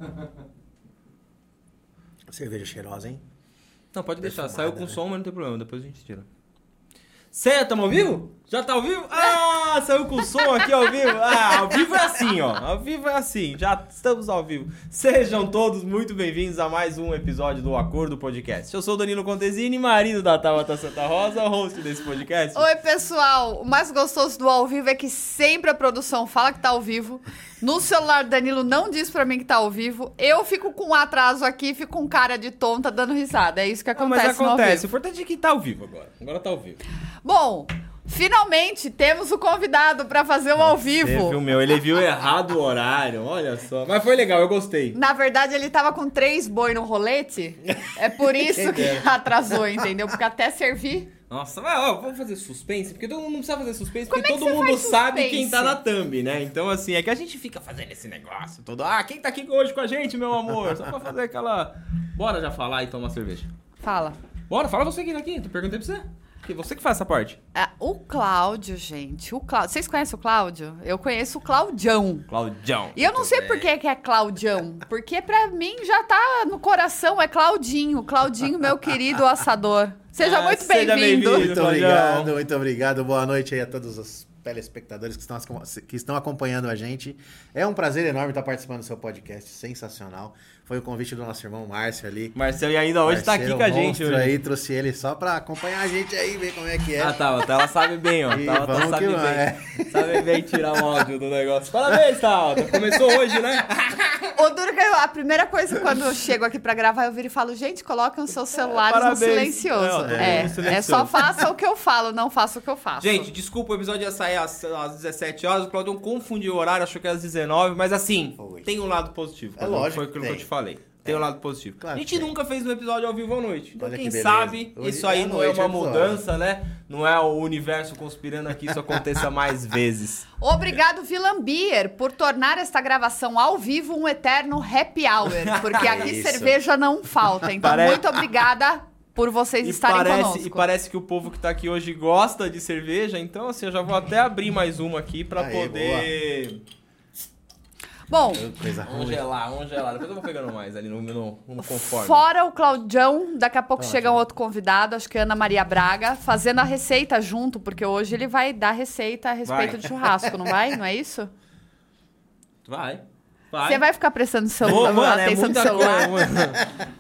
Cerveja cheirosa, hein? Não, pode deixar. Perfumada, Saiu com né? som, mas não tem problema. Depois a gente tira. Cê, tamo ao vivo? Já tá ao vivo? Ah, saiu com som aqui ao vivo. Ah, ao vivo é assim, ó. Ao vivo é assim. Já estamos ao vivo. Sejam todos muito bem-vindos a mais um episódio do Acordo Podcast. Eu sou o Danilo Contesini, marido da Tabata Santa Rosa, host desse podcast. Oi, pessoal. O mais gostoso do ao vivo é que sempre a produção fala que tá ao vivo. No celular, Danilo não diz pra mim que tá ao vivo. Eu fico com um atraso aqui, fico com cara de tonta dando risada. É isso que acontece Mas no ao acontece. O vivo. importante é que tá ao vivo agora. Agora tá ao vivo. Bom, finalmente temos o convidado pra fazer um ao Você vivo. viu, meu? Ele viu errado o horário. Olha só. Mas foi legal, eu gostei. Na verdade, ele tava com 3 boi no rolete. É por isso que atrasou, entendeu? Porque até servir... Nossa, mas ó, vamos fazer suspense? Porque todo mundo não precisa fazer suspense, Como porque é que todo você mundo faz sabe suspense? quem tá na thumb, né? Então, assim, é que a gente fica fazendo esse negócio todo. Ah, quem tá aqui hoje com a gente, meu amor? Só pra fazer aquela... Bora já falar e tomar cerveja. Fala. Bora, fala você quem tá aqui. Eu perguntei pra você. Porque você que faz essa parte. O Cláudio, gente. O Cláudio. Vocês conhecem o Cláudio? Eu conheço o Claudião. Claudião. E eu não sei por que é Claudião. Porque pra mim já tá no coração, é Claudinho. Claudinho, meu querido assador. Seja muito seja bem-vindo. bem-vindo. Muito obrigado, muito obrigado. Boa noite aí a todos os telespectadores que estão acompanhando a gente. É um prazer enorme estar participando do seu podcast, sensacional. Foi o convite do nosso irmão Márcio ali. Marcelo ainda hoje tá aqui Parceiro com a gente. monstro Hoje. aí, trouxe ele só pra acompanhar a gente aí, ver como é que é. Ah, tá, ela sabe bem, ó. E Tabata vamos sabe que bem. vai. Sabe bem tirar o áudio do negócio. Parabéns, Tabata. Começou hoje, né? O duro que a primeira coisa quando eu chego aqui pra gravar, eu viro e falo, gente, coloquem os seus celulares Parabéns. no silencioso. É, no silencioso. É só faça o que eu falo, não faça o que eu faço. Gente, desculpa, o episódio ia sair às 17 horas, o Claudião confundiu o horário, achou que era às 19, mas assim, Foi. tem um lado positivo. É lógico Foi que aquilo que eu tem. te falei. Tem um lado positivo. Claro a gente que tem. nunca fez um episódio ao vivo à noite. Então, Olha quem que beleza. sabe, Hoje isso aí é à não é noite uma o episódio. mudança, né? Não é o universo conspirando aqui, isso aconteça mais vezes. Obrigado, Vilambier, por tornar esta gravação ao vivo um eterno happy hour. Porque aqui Isso. cerveja não falta. Então, muito obrigada por vocês estarem conosco. Parece que o povo que tá aqui hoje gosta de cerveja, então assim, eu já vou até abrir mais uma aqui pra Aê, poder... Bom, Coisa ruim. Vamos gelar. Depois eu vou pegando mais ali no conforme. fora o Claudião, daqui a pouco chega um outro convidado, acho que é Ana Maria Braga, fazendo a receita junto, porque hoje ele vai dar receita a respeito Vai. de churrasco, não vai? Não é isso? Vai. Você vai ficar prestando Mano, é atenção no muita celular? coisa.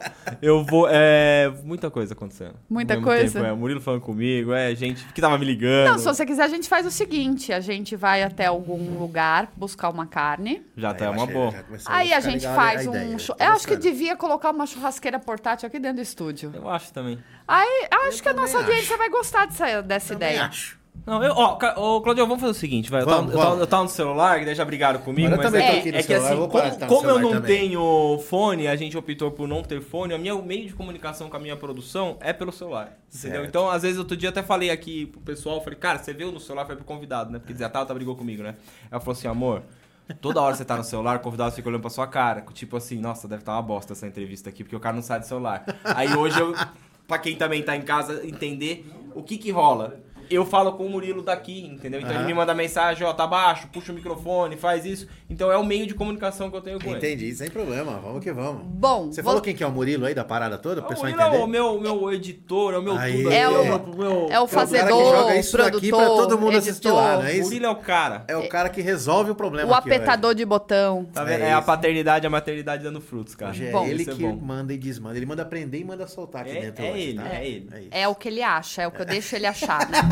Eu vou. Muita coisa acontecendo. Muita Ao mesmo coisa? tempo, o Murilo falando comigo, gente que tava me ligando. Não, se você quiser, a gente faz o seguinte: a gente vai até algum lugar buscar uma carne. Já tá Eu uma achei- boa. já começou Aí a ficar gente legal faz ideia. um. Tô Eu acho que gostando. devia colocar uma churrasqueira portátil aqui dentro do estúdio. Eu acho também. Aí acho que a nossa também audiência vai gostar dessa Também ideia. acho. Não, Claudio, vamos fazer o seguinte, vai. Vamos. Eu tava no celular, que daí já brigaram comigo, Mas eu mas também tô é- aqui no é que celular, assim, vou parar de estar no como eu celular não também. tenho fone, a gente optou por não ter fone, o meio de comunicação com a minha produção é pelo celular. Entendeu? Certo. Então, às vezes, outro dia até falei aqui pro pessoal, falei, cara, você viu no celular, foi pro convidado, né? Porque a Tata brigou comigo, né? Ela falou assim, amor, toda hora você tá no celular, o convidado fica olhando pra sua cara. Tipo assim, nossa, deve estar uma bosta essa entrevista aqui, porque o cara não sai do celular. Aí hoje eu, pra quem também tá em casa, entender o que rola. Eu falo com o Murilo daqui, entendeu? Então ele me manda mensagem, ó, tá baixo, puxa o microfone, faz isso. Então é o meio de comunicação que eu tenho com ele. Entendi, sem problema. Vamos que vamos. Bom, Você vou- falou quem que é o Murilo aí da parada toda? O O pessoal Murilo é entender? o meu editor, é o meu Aí. tudo. É aqui, o- meu- É o o cara que fazedor, joga isso daqui produtor, pra todo mundo assistir lá, editor, não é O isso? Murilo é o cara. É o cara que resolve o problema o aqui, apetador de botão. Tá vendo? É É a isso. paternidade e a maternidade dando frutos, cara. Hoje é Bom, ele isso é que bom. manda e desmanda. Ele manda aprender e manda soltar aqui dentro. É hoje, ele, tá? é ele. isso. É o que ele acha, é o que eu deixo ele achar, né?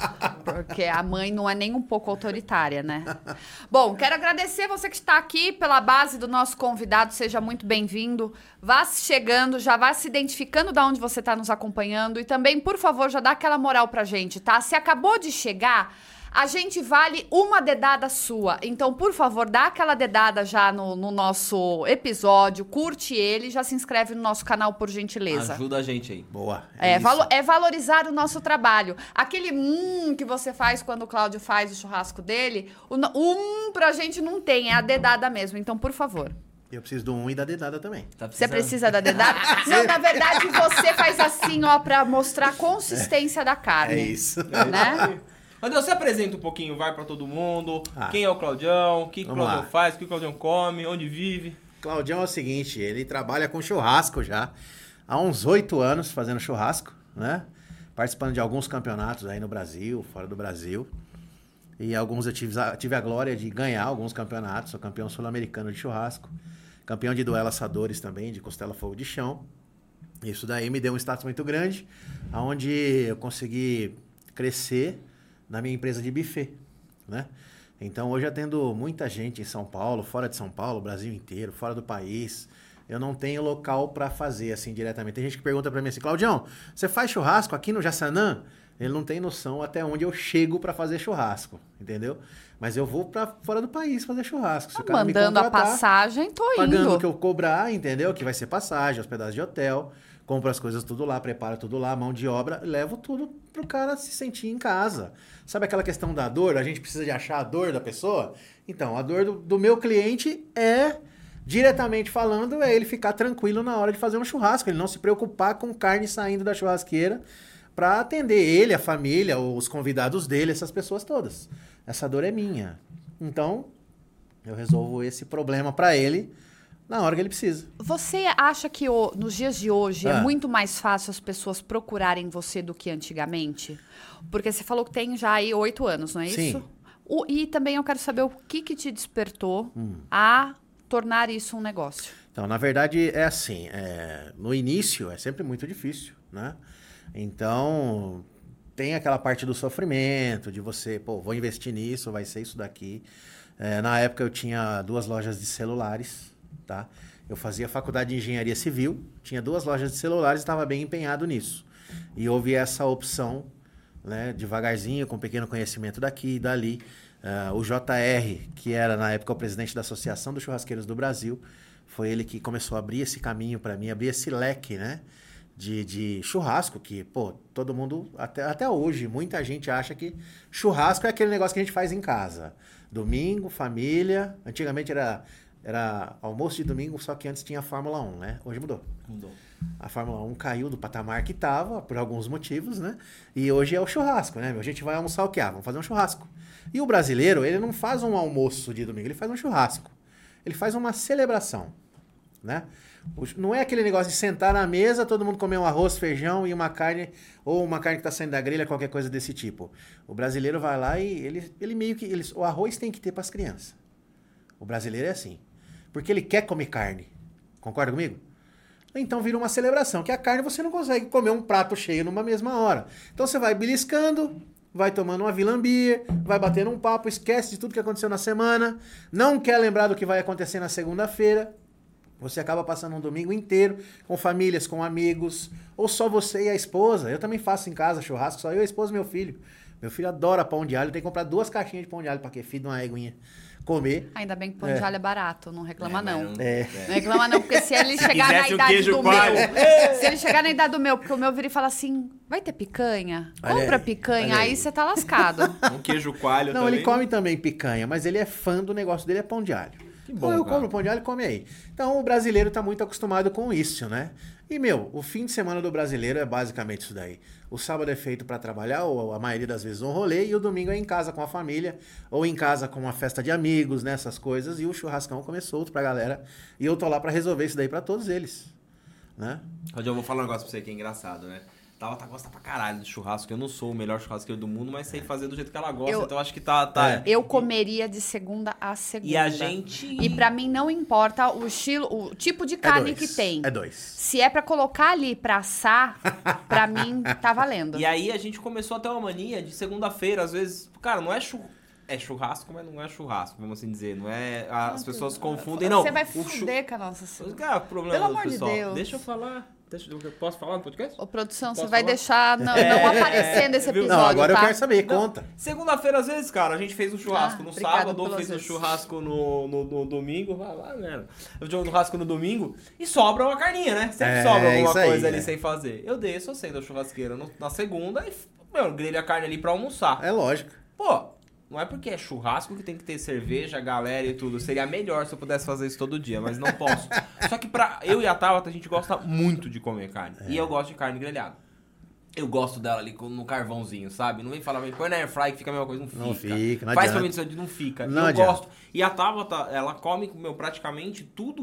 Porque a mãe não é nem um pouco autoritária, né? Bom, quero agradecer você que está aqui pela base do nosso convidado, seja muito bem-vindo. Vá chegando, já vá se identificando de onde você está nos acompanhando e também, por favor, já dá aquela moral pra gente, tá? Se acabou de chegar, a gente vale uma dedada sua. Então, por favor, dá aquela dedada já no nosso episódio, curte ele, já se inscreve no nosso canal, por gentileza. Ajuda a gente aí. Boa. É, isso. é valorizar o nosso trabalho. Aquele que você faz quando o Cláudio faz o churrasco dele, o pra gente não tem, é a dedada mesmo. Então, por favor. Eu preciso do e da dedada também. Tá Você precisando? precisa da dedada? Não, na verdade, você faz assim, ó, pra mostrar a consistência da carne. É isso. Né? Adeus, você apresenta um pouquinho, vai pra todo mundo. Ah. Quem é o Claudião, o que o Vamos Claudião lá. faz, o que o Claudião come, onde vive. Claudião é o seguinte, ele trabalha com churrasco já há uns 8 anos fazendo churrasco, né? Participando de alguns campeonatos aí no Brasil, fora do Brasil. E alguns eu tive a glória de ganhar alguns campeonatos. Sou campeão sul-americano de churrasco. Campeão de duelo assadores também, de costela fogo de chão. Isso daí me deu um status muito grande, onde eu consegui crescer na minha empresa de buffet, né? Então hoje eu atendo muita gente em São Paulo, fora de São Paulo, Brasil inteiro, fora do país. Eu não tenho local para fazer assim diretamente. Tem gente que pergunta para mim assim, Claudião, você faz churrasco aqui no Jaçanã? Ele não tem noção até onde eu chego para fazer churrasco, entendeu? Mas eu vou para fora do país fazer churrasco. Se o cara mandando me a passagem, tô pagando indo. o que eu cobrar, entendeu? Que vai ser passagem, hospedagem de hotel, compro as coisas tudo lá, preparo tudo lá, mão de obra, levo tudo pro cara se sentir em casa. Sabe aquela questão da dor? A gente precisa de achar a dor da pessoa? Então, a dor do meu cliente é, diretamente falando, é ele ficar tranquilo na hora de fazer um churrasco, ele não se preocupar com carne saindo da churrasqueira para atender ele, a família, os convidados dele, essas pessoas todas. Essa dor é minha. Então, eu resolvo esse problema para ele na hora que ele precisa. Você acha que nos dias de hoje é muito mais fácil as pessoas procurarem você do que antigamente? Porque você falou que tem já aí 8 anos, não é Sim. isso? E também eu quero saber o que te despertou a tornar isso um negócio. Então, na verdade, é assim. No início, é sempre muito difícil, né? Então, tem aquela parte do sofrimento, de você, pô, vou investir nisso, vai ser isso daqui. Na época, eu tinha 2 lojas de celulares, tá? Eu fazia faculdade de engenharia civil, tinha 2 lojas de celulares e estava bem empenhado nisso. E houve essa opção, né, devagarzinho, com pequeno conhecimento daqui e dali. O JR, que era na época o presidente da Associação dos Churrasqueiros do Brasil, foi ele que começou a abrir esse caminho para mim, abrir esse leque, né, de churrasco, que, pô, todo mundo, até hoje, muita gente acha que churrasco é aquele negócio que a gente faz em casa. Domingo, família, antigamente era almoço de domingo, só que antes tinha a Fórmula 1, né? Hoje mudou. A Fórmula 1 caiu do patamar que estava, por alguns motivos, né? E hoje é o churrasco, né? A gente vai almoçar o quê? Vamos fazer um churrasco. E o brasileiro, ele não faz um almoço de domingo, ele faz um churrasco. Ele faz uma celebração, né? Não é aquele negócio de sentar na mesa, todo mundo comer um arroz, feijão e uma carne, ou uma carne que está saindo da grelha, qualquer coisa desse tipo. O brasileiro vai lá e ele meio que... o arroz tem que ter para as crianças. O brasileiro é assim. Porque ele quer comer carne. Concorda comigo? Então vira uma celebração, que a carne você não consegue comer um prato cheio numa mesma hora. Então você vai beliscando, vai tomando uma Vilambir, vai batendo um papo, esquece de tudo que aconteceu na semana, não quer lembrar do que vai acontecer na segunda-feira. Você acaba passando um domingo inteiro com famílias, com amigos, ou só você e a esposa. Eu também faço em casa churrasco, só eu, a esposa e meu filho. Meu filho adora pão de alho, tem que comprar 2 caixinhas de pão de alho para que filho de uma éguinha comer. Ainda bem que pão de alho é barato, não reclama não. Não Não reclama não, porque se ele chegar na quisesse um idade queijo do coalho. meu... Se ele chegar na idade do meu, porque o meu vira e fala assim, vai ter picanha? Olha Compra aí, picanha, olha aí. aí você tá lascado. Um queijo coalho Não, também. ele come também picanha, mas ele é fã do negócio dele, é pão de alho. Que bom, Então eu cara. compro pão de alho e come aí. Então o brasileiro tá muito acostumado com isso, né? E, o fim de semana do brasileiro é basicamente isso daí. O sábado é feito para trabalhar, ou a maioria das vezes um rolê, e o domingo é em casa com a família, ou em casa com uma festa de amigos, né? Essas coisas, e o churrascão comer solto pra galera. E eu tô lá pra resolver isso daí pra todos eles, né? Eu vou falar um negócio pra você que é engraçado, né? Tabata gosta pra caralho de churrasco. Eu não sou o melhor churrasqueiro do mundo, mas sei fazer do jeito que ela gosta. Então acho que tá... Eu comeria de segunda a segunda. E a gente... E pra mim não importa o estilo, o tipo de carne que tem. É 2. Se é pra colocar ali pra assar, pra mim tá valendo. E aí a gente começou a ter uma mania de segunda-feira, às vezes... Cara, não é churrasco, mas não é churrasco, vamos assim dizer. Não é... As pessoas confundem, não. Você vai fuder com a nossa senhora. Cara, o problema Pelo do amor de pessoal. Deus. Deixa eu falar. Posso falar no podcast? Ô, produção, Posso você vai falar? deixar não aparecer nesse viu? episódio, Não, agora tá? eu quero saber, conta. Segunda-feira, às vezes, cara, a gente fez um churrasco no obrigado sábado, ou pelas fez um vezes. churrasco no domingo, vai lá, né? Eu jogo no churrasco no domingo e sobra uma carninha, né? Sempre sobra alguma isso aí, coisa ali é. sem fazer. Eu desço, acendo a churrasqueira na segunda e, grelho a carne ali pra almoçar. É lógico. Pô, não é porque é churrasco que tem que ter cerveja, galera e tudo. Seria melhor se eu pudesse fazer isso todo dia, mas não posso. Só que eu e a Tabata, a gente gosta muito de comer carne. E eu gosto de carne grelhada. Eu gosto dela ali no carvãozinho, sabe? Não vem falar, põe na air fry que fica a mesma coisa. Não fica. Não fica, não Faz adianta. pra mim isso, não fica. Não eu adianta. gosto. E a Tabata, ela come, praticamente tudo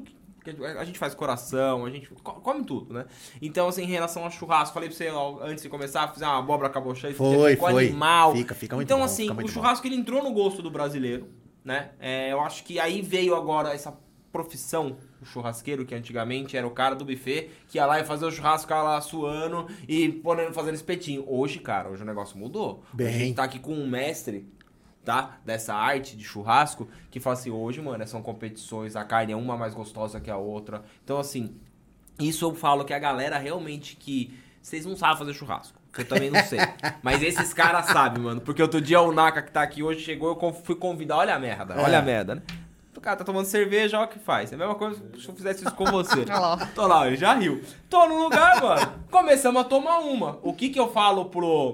Porque a gente faz coração, a gente come tudo, né? Então, assim, em relação ao churrasco, falei pra você antes de começar, fizer uma abóbora cabochã, ficou animal. Fica muito então, bom. Então, assim, fica muito o churrasco ele entrou no gosto do brasileiro, né? Eu acho que aí veio agora essa profissão, o churrasqueiro, que antigamente era o cara do buffet, que ia lá e fazia o churrasco, ficava lá suando e fazendo espetinho. Hoje, cara, hoje o negócio mudou. Bem. Hoje a gente tá aqui com um mestre, tá? Dessa arte de churrasco, que fala assim, hoje, mano, são competições, a carne é uma mais gostosa que a outra. Então, assim, isso eu falo que a galera realmente que... Vocês não sabem fazer churrasco. Eu também não sei. Mas esses caras sabem, mano. Porque outro dia o Naka que tá aqui hoje chegou, eu fui convidar, olha a merda, né? O cara tá tomando cerveja, olha o que faz. É a mesma coisa se eu fizesse isso com você. Tô lá, ele já riu. Tô no lugar, mano. Começamos a tomar uma. O que eu falo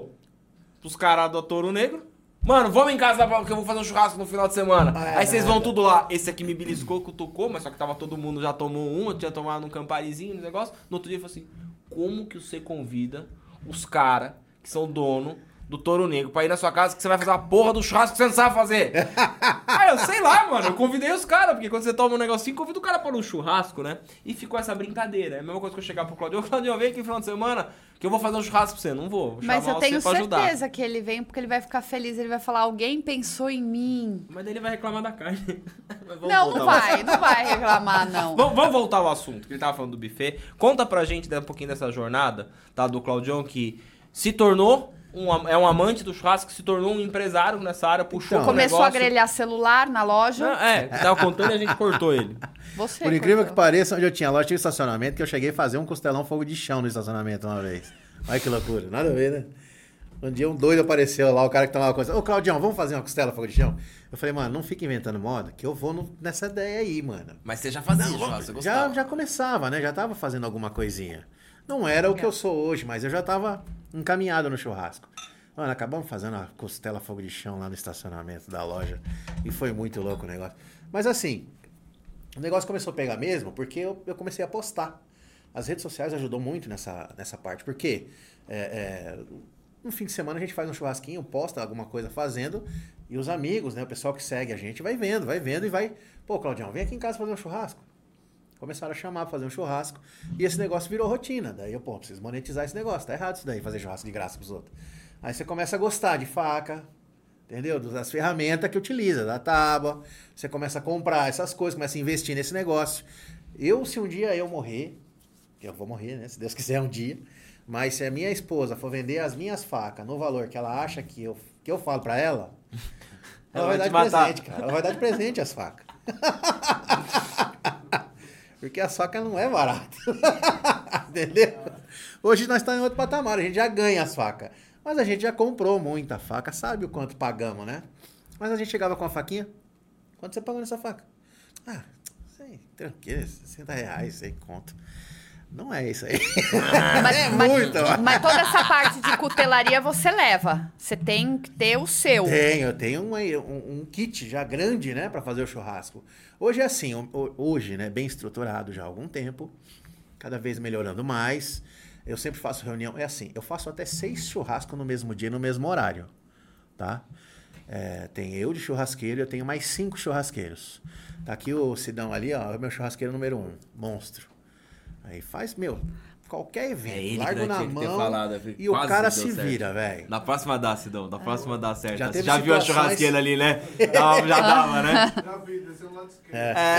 pros caras do Touro Negro? Mano, vamos em casa porque eu vou fazer um churrasco no final de semana. Aí vocês vão tudo lá. Esse aqui me beliscou, cutucou, mas só que tava todo mundo, já tomou um, eu tinha tomado um Camparizinho, um negócio. No outro dia eu falei assim, como que você convida os caras que são dono do Touro Negro pra ir na sua casa que você vai fazer uma porra do churrasco que você não sabe fazer? Eu sei lá, mano, eu convidei os caras, porque quando você toma um negocinho, convida o cara para um churrasco, né? E ficou essa brincadeira. É a mesma coisa que eu chegar pro Claudio, Claudio, vem aqui no final de semana que eu vou fazer um churrasco pra você. Não vou Mas eu tenho certeza ajudar. que ele vem porque ele vai ficar feliz, ele vai falar, alguém pensou em mim. Mas daí ele vai reclamar da carne. Não vai reclamar, não. Vamos voltar ao assunto, que ele tava falando do buffet. Conta pra gente um pouquinho dessa jornada, tá, do Claudião, que se tornou um amante do churrasco, que se tornou um empresário nessa área, puxou Então, começou a grelhar celular na loja. Tava contando e a gente cortou ele. Por incrível que pareça, onde eu tinha loja, tinha estacionamento, que eu cheguei a fazer um costelão fogo de chão no estacionamento uma vez. Olha que loucura, nada a ver, né? Um dia um doido apareceu lá, o cara que tomava coisa. Ô, Claudião, vamos fazer uma costela fogo de chão? Eu falei, mano, não fica inventando moda, que eu vou nessa ideia aí, mano. Mas você já fazia churrasco, você gostava? Já começava, né? Já tava fazendo alguma coisinha. Não era o que eu sou hoje, mas eu já tava encaminhado no churrasco. Mano, acabamos fazendo uma costela fogo de chão lá no estacionamento da loja. E foi muito louco o negócio. Mas assim, o negócio começou a pegar mesmo porque eu comecei a postar. As redes sociais ajudou muito nessa parte. Porque no fim de semana a gente faz um churrasquinho, posta alguma coisa fazendo. E os amigos, né? O pessoal que segue a gente vai vendo e vai... Pô, Claudião, vem aqui em casa fazer um churrasco. Começaram a chamar pra fazer um churrasco. E esse negócio virou rotina. Daí eu, preciso monetizar esse negócio. Tá errado isso daí, fazer churrasco de graça pros outros. Aí você começa a gostar de faca, entendeu? Das ferramentas que utiliza, da tábua. Você começa a comprar essas coisas, começa a investir nesse negócio. Se um dia eu morrer, que eu vou morrer, né? Se Deus quiser um dia. Mas se a minha esposa for vender as minhas facas no valor que ela acha que eu falo pra ela, ela vai dar de presente, cara. Ela vai dar de presente as facas. Porque a faca não é barata. Entendeu? Hoje nós estamos em outro patamar, a gente já ganha as facas. Mas a gente já comprou muita faca, sabe o quanto pagamos, né? Mas a gente chegava com a faquinha. Quanto você pagou nessa faca? Sei, tranquilo, 60 reais, sei, conto. Não é isso aí. Muito. Mas toda essa parte de cutelaria você leva. Você tem que ter o seu. Eu tenho um kit já grande, né, pra fazer o churrasco. Hoje é assim, hoje, né, bem estruturado já há algum tempo, cada vez melhorando mais. Eu sempre faço reunião, eu faço até 6 churrascos no mesmo dia, no mesmo horário, tá? Tem eu de churrasqueiro, eu tenho mais 5 churrasqueiros. Tá aqui o Sidão ali, ó, é o meu churrasqueiro número 1, monstro. Aí faz, qualquer evento, largo na mão e o cara se vira, velho. Na próxima dá, Sidão, na próxima dá certo. Já Você já viu a churrasqueira ali, né? Já dava, né? Já vi, desceu um lado esquerdo.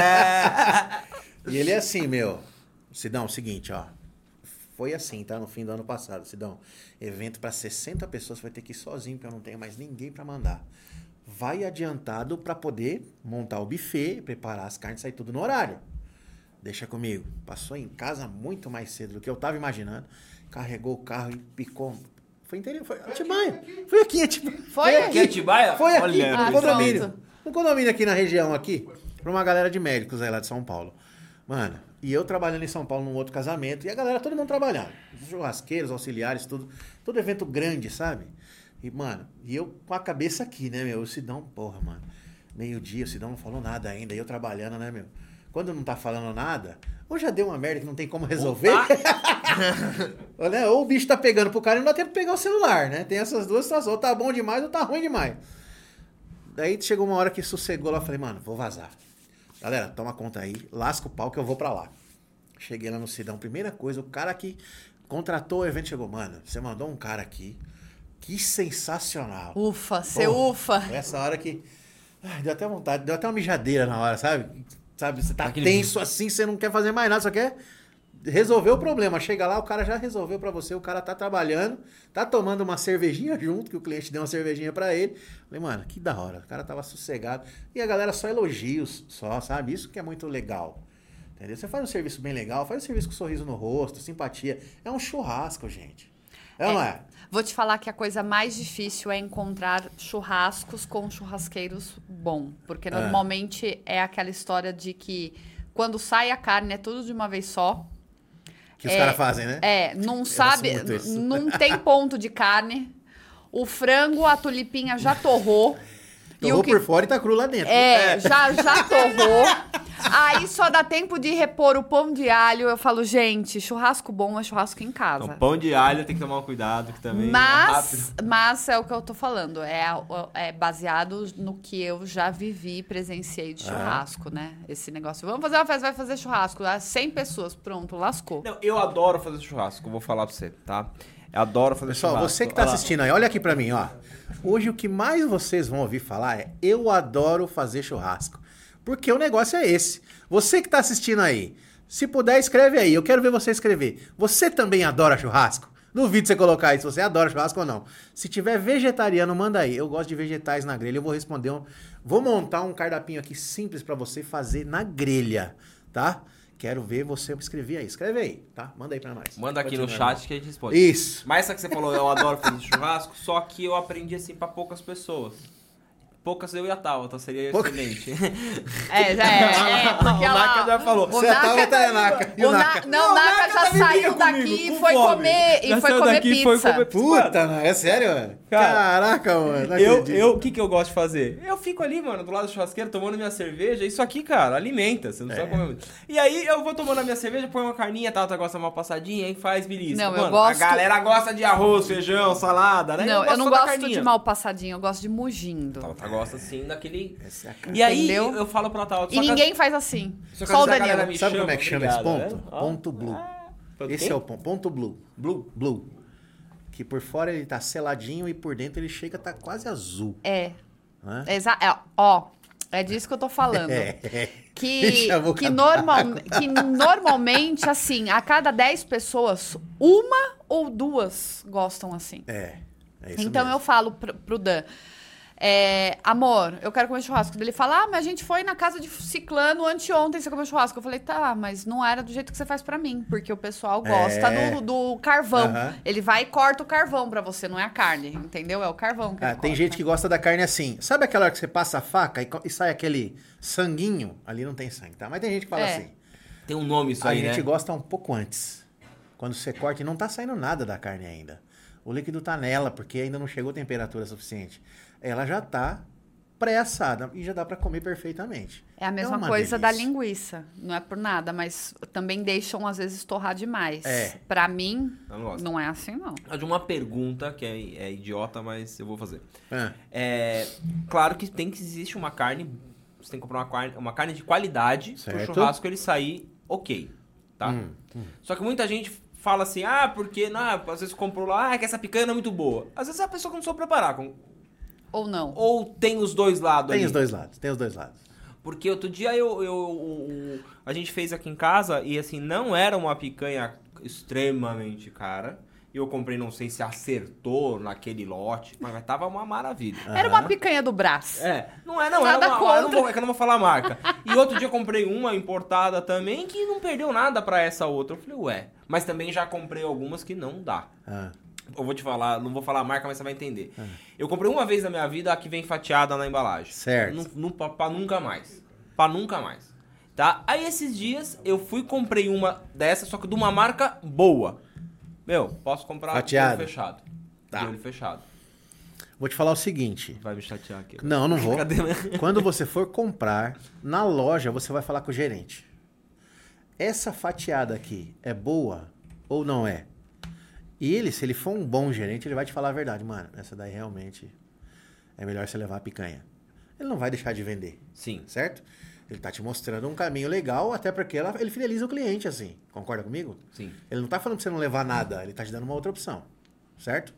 E ele é assim, Sidão, seguinte, ó. Foi assim, tá? No fim do ano passado, Sidão. Evento para 60 pessoas, vai ter que ir sozinho, porque eu não tenho mais ninguém para mandar. Vai adiantado para poder montar o buffet, preparar as carnes, sair tudo no horário. Deixa comigo. Passou em casa muito mais cedo do que eu tava imaginando. Carregou o carro e picou. Foi interior, foi Atibaia. Foi aqui, Atibaia. Foi aqui, Atibaia? Foi aqui, Olha, no condomínio. Um condomínio aqui na região, aqui, pra uma galera de médicos aí lá de São Paulo. Mano, e eu trabalhando em São Paulo num outro casamento, e a galera, todo mundo trabalhando. Os churrasqueiros, auxiliares, tudo evento grande, sabe? E, mano, eu com a cabeça aqui, né, O Sidão, porra, mano. Meio-dia, o Sidão não falou nada ainda, e eu trabalhando, né, Quando não tá falando nada, ou já deu uma merda que não tem como resolver, né? Ou o bicho tá pegando pro cara e não dá tempo de pegar o celular, né? Tem essas duas situações, ou tá bom demais ou tá ruim demais. Daí chegou uma hora que sossegou lá, eu falei, mano, vou vazar. Galera, toma conta aí, lasca o pau que eu vou pra lá. Cheguei lá no Sidão, primeira coisa, o cara que contratou o evento chegou, mano, você mandou um cara aqui, que sensacional. Ufa, você ufa. Essa hora que... Ai, deu até vontade, deu até uma mijadeira na hora, sabe? Você tá tenso assim, você não quer fazer mais nada, só quer resolver o problema. Chega lá, o cara já resolveu pra você, o cara tá trabalhando, tá tomando uma cervejinha junto, que o cliente deu uma cervejinha pra ele. Falei, mano, que da hora, o cara tava sossegado. E a galera só elogios, só, sabe? Isso que é muito legal. Entendeu? Você faz um serviço bem legal, faz um serviço com sorriso no rosto, simpatia. É um churrasco, gente. É ou não é? Vou te falar que a coisa mais difícil é encontrar churrascos com churrasqueiros bom. Porque normalmente é aquela história de que quando sai a carne é tudo de uma vez só. Que os caras fazem, né? Não sabe, não tem ponto de carne. O frango, a tulipinha já torrou. Torrou por fora e tá cru lá dentro. Já torrou. Aí só dá tempo de repor o pão de alho. Eu falo, gente, churrasco bom é churrasco em casa. Então, pão de alho tem que tomar um cuidado, que também é rápido. Mas é o que eu tô falando. É baseado no que eu já vivi, presenciei de churrasco, né? Esse negócio. Vamos fazer uma festa, vai fazer churrasco. 100 pessoas, pronto, lascou. Não, eu adoro fazer churrasco, vou falar pra você, tá? Eu adoro fazer Pessoal, churrasco. você que tá assistindo aí, olha aqui pra mim, ó. Hoje o que mais vocês vão ouvir falar é eu adoro fazer churrasco. Porque o negócio é esse. Você que tá assistindo aí, se puder, escreve aí. Eu quero ver você escrever. Você também adora churrasco? Duvido você colocar aí se você adora churrasco ou não. Se tiver vegetariano, manda aí. Eu gosto de vegetais na grelha. Eu vou responder. Vou montar um cardápio aqui simples pra você fazer na grelha, tá? Quero ver você escrever aí. Escreve aí, tá? Manda aí pra nós. Manda aqui no chat que a gente responde. Isso. Mas essa que você falou, eu adoro fazer churrasco, só que eu aprendi assim pra poucas pessoas. Poucas eu e a Tauta, seria excelente. Porque o Naka já falou. Você a Tauta é Naka. O Naka já saiu daqui e foi comer pizza. Puta, não, é sério, mano? Caraca, mano. O que eu gosto de fazer? Eu fico ali, mano, do lado do churrasqueiro, tomando minha cerveja. Isso aqui, cara, alimenta. Você não precisa comer muito. E aí eu vou tomando a minha cerveja, põe uma carninha, a Tauta gosta de uma passadinha, aí faz belisca. Não, mano, eu gosto... A galera gosta de arroz, feijão, salada, né? Não, eu não gosto de mal passadinho, eu gosto de mugindo. Tauta gosta assim daquele... E aí eu falo pra Tauta... E ninguém faz assim. Só o Danilo. Sabe como é que chama esse ponto? Ponto blue. Esse é o ponto blue. Blue. Que por fora ele tá seladinho e por dentro ele chega a tá quase azul. É disso que eu tô falando. Que normalmente, assim, a cada 10 pessoas, uma ou duas gostam assim. É isso então mesmo. eu falo pro Dan, amor, eu quero comer churrasco. Ele fala, mas a gente foi na casa de ciclano anteontem, você comeu churrasco. Eu falei, tá, mas não era do jeito que você faz pra mim, porque o pessoal gosta do carvão. Ele vai e corta o carvão pra você, não é a carne, entendeu? É o carvão que ele tem corta. gente que gosta da carne assim. Sabe aquela hora que você passa a faca e sai aquele sanguinho? Ali não tem sangue, tá? Mas tem gente que fala assim. Tem um nome isso aí, né? A gente gosta um pouco antes. Quando você corta e não tá saindo nada da carne ainda. O líquido tá nela, porque ainda não chegou a temperatura suficiente. Ela já tá pré-assada e já dá para comer perfeitamente. É a mesma coisa da linguiça. Não é por nada, mas também deixam, às vezes, torrar demais. Pra mim, não é assim, não. De uma pergunta que é idiota, mas eu vou fazer. Claro que existe uma carne... Você tem que comprar uma carne de qualidade pro churrasco ele sair ok, tá? Só que muita gente fala assim, porque às vezes comprou lá, que essa picanha não é muito boa. Às vezes é a pessoa que não soube preparar. Ou não. Ou tem os dois lados ali. Tem os dois lados. Porque outro dia a gente fez aqui em casa e assim, não era uma picanha extremamente cara. Eu comprei, não sei se acertou naquele lote, mas tava uma maravilha. Era uma picanha do Brás. Não é que eu não vou falar a marca. E outro dia eu comprei uma importada também que não perdeu nada pra essa outra. Eu falei, mas também já comprei algumas que não dá. Eu vou te falar, não vou falar a marca, mas você vai entender. Eu comprei uma vez na minha vida a que vem fatiada na embalagem. Certo. Pra nunca mais. Pra nunca mais. Tá? Aí esses dias eu fui e comprei uma dessa, só que de uma marca boa. Posso comprar fatiado. De olho fechado. Tá. De olho fechado. Vou te falar o seguinte. Vai me chatear aqui. Não vou. Cadê? Quando você for comprar, na loja você vai falar com o gerente. Essa fatiada aqui é boa ou não é? E ele, se ele for um bom gerente, ele vai te falar a verdade. Mano, essa daí realmente é melhor você levar a picanha. Ele não vai deixar de vender. Sim. Certo? Ele tá te mostrando um caminho legal, até porque ele fideliza o cliente, assim. Concorda comigo? Sim. Ele não tá falando pra você não levar nada, ele tá te dando uma outra opção. Certo?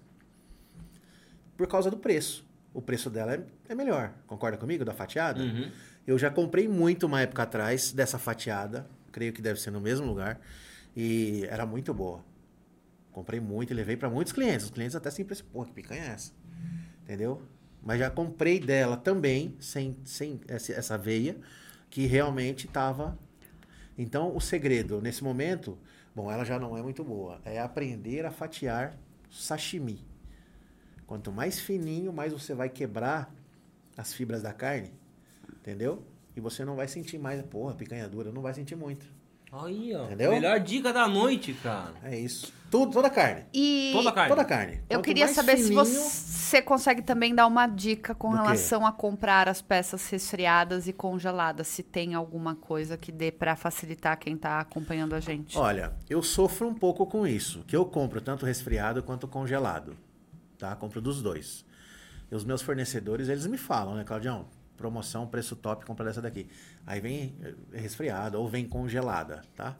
Por causa do preço. O preço dela é melhor. Concorda comigo? Da fatiada? Uhum. Eu já comprei muito uma época atrás dessa fatiada. Creio que deve ser no mesmo lugar. E era muito boa. Comprei muito e levei para muitos clientes. Os clientes até se impressionam. Pô, que picanha é essa? Entendeu? Mas já comprei dela também, sem essa veia, que realmente estava... Então, o segredo, nesse momento... Bom, ela já não é muito boa. É aprender a fatiar sashimi. Quanto mais fininho, mais você vai quebrar as fibras da carne. Entendeu? E você não vai sentir mais... Porra, picanha dura. Não vai sentir muito. Aí, ó. Entendeu? Melhor dica da noite, cara. É isso. Toda a carne. E Toda a carne. Toda a carne. eu Quanto queria mais saber fininho, se você consegue também dar uma dica com Do quê? relação a comprar as peças resfriadas e congeladas. Se tem alguma coisa que dê para facilitar quem tá acompanhando a gente. Olha, eu sofro um pouco com isso. Que eu compro tanto resfriado quanto congelado. Tá? Compro dos dois. E os meus fornecedores, eles me falam, né, Claudião? Promoção, preço top, compra dessa daqui. Aí vem resfriada ou vem congelada, tá?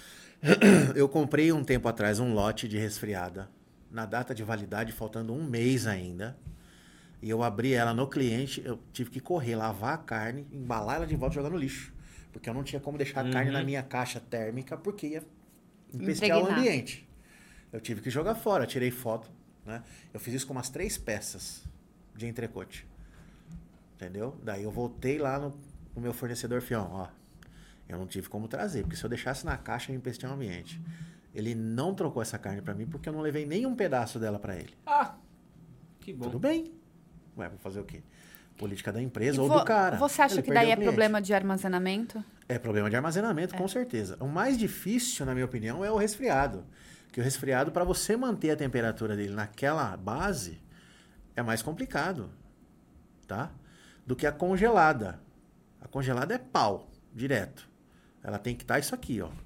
Eu comprei um tempo atrás um lote de resfriada. Na data de validade, faltando um mês ainda. E eu abri ela no cliente, eu tive que correr, lavar a carne, embalar ela de volta e jogar no lixo. Porque eu não tinha como deixar a carne na minha caixa térmica, porque ia empestear o Impregnar. ambiente. Eu tive que jogar fora, tirei foto, né? Eu fiz isso com umas 3 peças de entrecote. Entendeu? Daí eu voltei lá no meu fornecedor, fião, ó. Eu não tive como trazer, porque se eu deixasse na caixa, eu ia empestear o ambiente. Ele não trocou essa carne pra mim, porque eu não levei nenhum pedaço dela pra ele. Ah, que bom. Tudo bem. Ué, vou fazer o quê? Política da E empresa ou do cara. Você acha Ele que daí perdeu é o cliente. problema de armazenamento? É problema de armazenamento, com certeza. O mais difícil, na minha opinião, é o resfriado. Que o resfriado, para você manter a temperatura dele naquela base, é mais complicado, tá? Do que a congelada. A congelada é pau, direto. Ela tem que estar isso aqui, ó.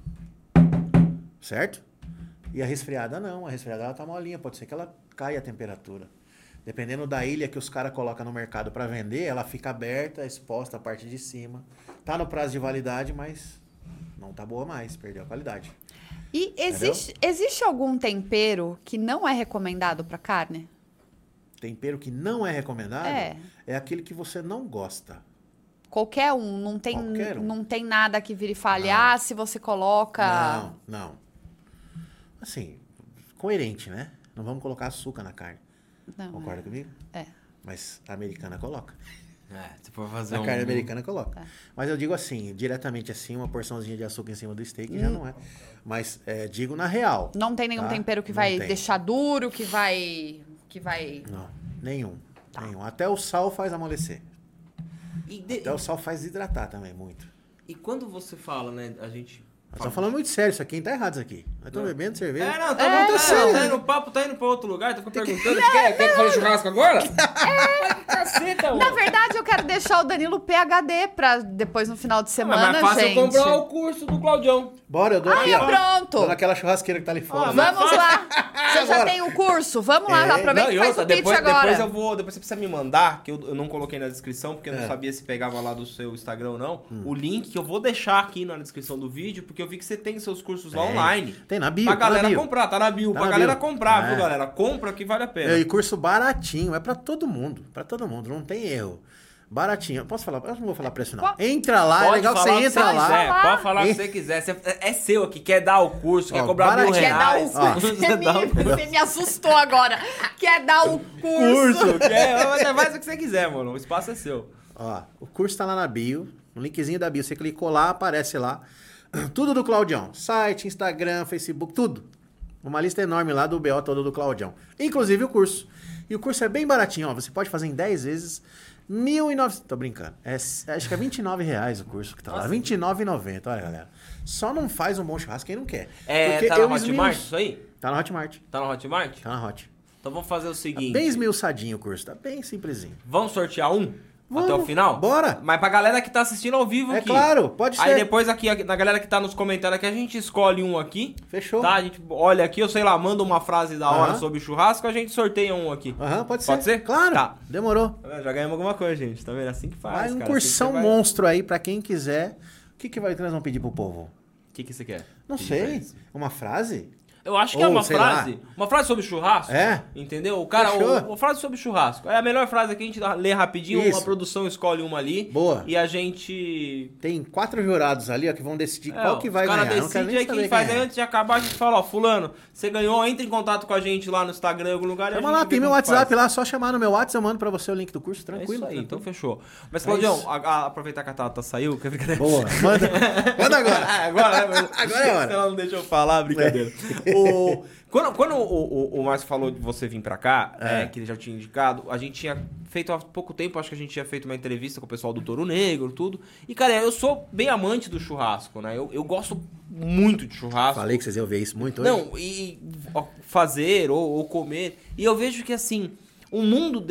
Certo? E a resfriada não. A resfriada ela tá molinha. Pode ser que ela caia a temperatura. Dependendo da ilha que os caras colocam no mercado para vender, ela fica aberta, exposta a parte de cima. Tá no prazo de validade, mas não tá boa mais. Perdeu a qualidade. E existe algum tempero que não é recomendado para carne? Tempero que não é recomendado É. aquele que você não gosta. Qualquer um. Não tem, Qualquer um. não tem nada que vire falha. Não. Ah, se você coloca... Não. Assim, coerente, né? Não vamos colocar açúcar na carne. Não, Concorda comigo? É. Mas a americana coloca. Se for fazer A carne americana coloca. Mas eu digo assim, diretamente assim, uma porçãozinha de açúcar em cima do steak já não é. Mas digo na real. Não tem nenhum tá? tempero que Não vai tem. deixar duro, que vai... Não, nenhum. Nenhum. Até o sal faz amolecer. Até o sal faz desidratar também, muito. E quando você fala, né, a gente... Nós estamos falando muito sério, isso aqui tá errado isso aqui. Nós estamos bebendo cerveja. Não, tá bom, sério. tá indo, o papo tá indo pra outro lugar, tá perguntando, quer que fale churrasco agora? Mas que caceta, Na verdade, eu quero deixar o Danilo PhD pra depois no final de Mas semana, é fácil gente. eu comprar o curso do Claudião. Bora, eu dou aqui, ó. Pronto. Dou naquela churrasqueira que tá ali fora. Vamos lá. Você já Agora. tem o curso? Vamos lá, aproveita e faz o pitch agora. Depois você precisa me mandar, que eu não coloquei na descrição, porque eu não É. sabia se pegava lá do seu Instagram ou não, o link que eu vou deixar aqui na descrição do vídeo, porque eu vi que você tem seus cursos lá online. Tem na bio. Pra tá na galera bio. comprar, tá na bio. Tá Pra na galera bio. comprar, viu, É. galera? Compra que vale a pena. E curso baratinho, é pra todo mundo. Pra todo mundo, não tem erro. Baratinho. Posso falar? Eu não vou falar preço, não. Entra lá, é legal que você entra lá. Quiser, pode falar o que você quiser. É seu aqui, quer dar o curso, quer cobrar baratinho. Quer dar o R$1.000. curso. Você dá o curso. Você me assustou agora. Quer dar o curso. Faz o que você quiser, mano. O espaço é seu. Ó, o curso tá lá na bio. No linkzinho da bio. Você clicou lá, aparece lá. Tudo do Claudião. Site, Instagram, Facebook, tudo. Uma lista enorme lá do BO todo do Claudião. Inclusive o curso. E o curso é bem baratinho, ó. Você pode fazer em 10 vezes. 1.900. Tô brincando. Acho que é R$29 o curso que tá lá. R$29,90. Olha, galera. Só não faz um bom churrasco quem não quer. Porque Tá na eu Hotmart isso aí? Tá na Hotmart. Tá na Hotmart? Tá na Hot. Então vamos fazer o seguinte. Bem esmiuçadinho o curso. Tá bem simplesinho. Vamos sortear um? Até o final? Bora. Mas pra galera que tá assistindo ao vivo aqui. Claro, pode ser. Aí depois aqui, na galera que tá nos comentários aqui, a gente escolhe um aqui. Fechou. Tá? A gente olha aqui, eu sei lá, manda uma frase da hora Aham. sobre churrasco, a gente sorteia um aqui. Pode ser. Pode ser? Claro. Tá. Demorou. Já ganhamos alguma coisa, gente. Tá vendo? Assim que faz, Vai um cara. cursão Assim que você vai- monstro aí pra quem quiser. O que nós vamos pedir pro povo? O que você quer? Não Pedir pra sei. eles? Uma frase? Eu acho que Ou, é uma sei frase. lá. Uma frase sobre churrasco. É? Entendeu? O cara, Fechou. uma frase sobre churrasco. É a melhor frase que a gente lê rapidinho, Isso. a produção escolhe uma ali. Boa. E a gente. Tem 4 jurados ali, ó, que vão decidir qual que vai o cara ganhar. Não quero decide, nem aí saber quem faz. quem Aí é. antes de acabar, a gente fala, ó, fulano, você ganhou, entra em contato com a gente lá no Instagram, em algum lugar. e a Chama gente lá, vê tem meu como WhatsApp faz. lá, só chamar no meu WhatsApp, eu mando pra você o link do curso, É tranquilo. isso aí, tranquilo. então fechou. Mas, É Claudião, isso. aproveitar que a Tata saiu, que é brincadeira. Boa, manda, manda agora. Agora, né? Agora é a hora. Ela não deixou eu falar, brincadeira. Quando o Márcio falou de você vir pra cá, que ele já tinha indicado, a gente tinha feito há pouco tempo, acho que a gente tinha feito uma entrevista com o pessoal do Touro Negro, tudo. E, cara, eu sou bem amante do churrasco, né? Eu gosto muito de churrasco. Falei que vocês iam ver isso muito hoje. Não, e fazer ou comer. E eu vejo que, assim, o mundo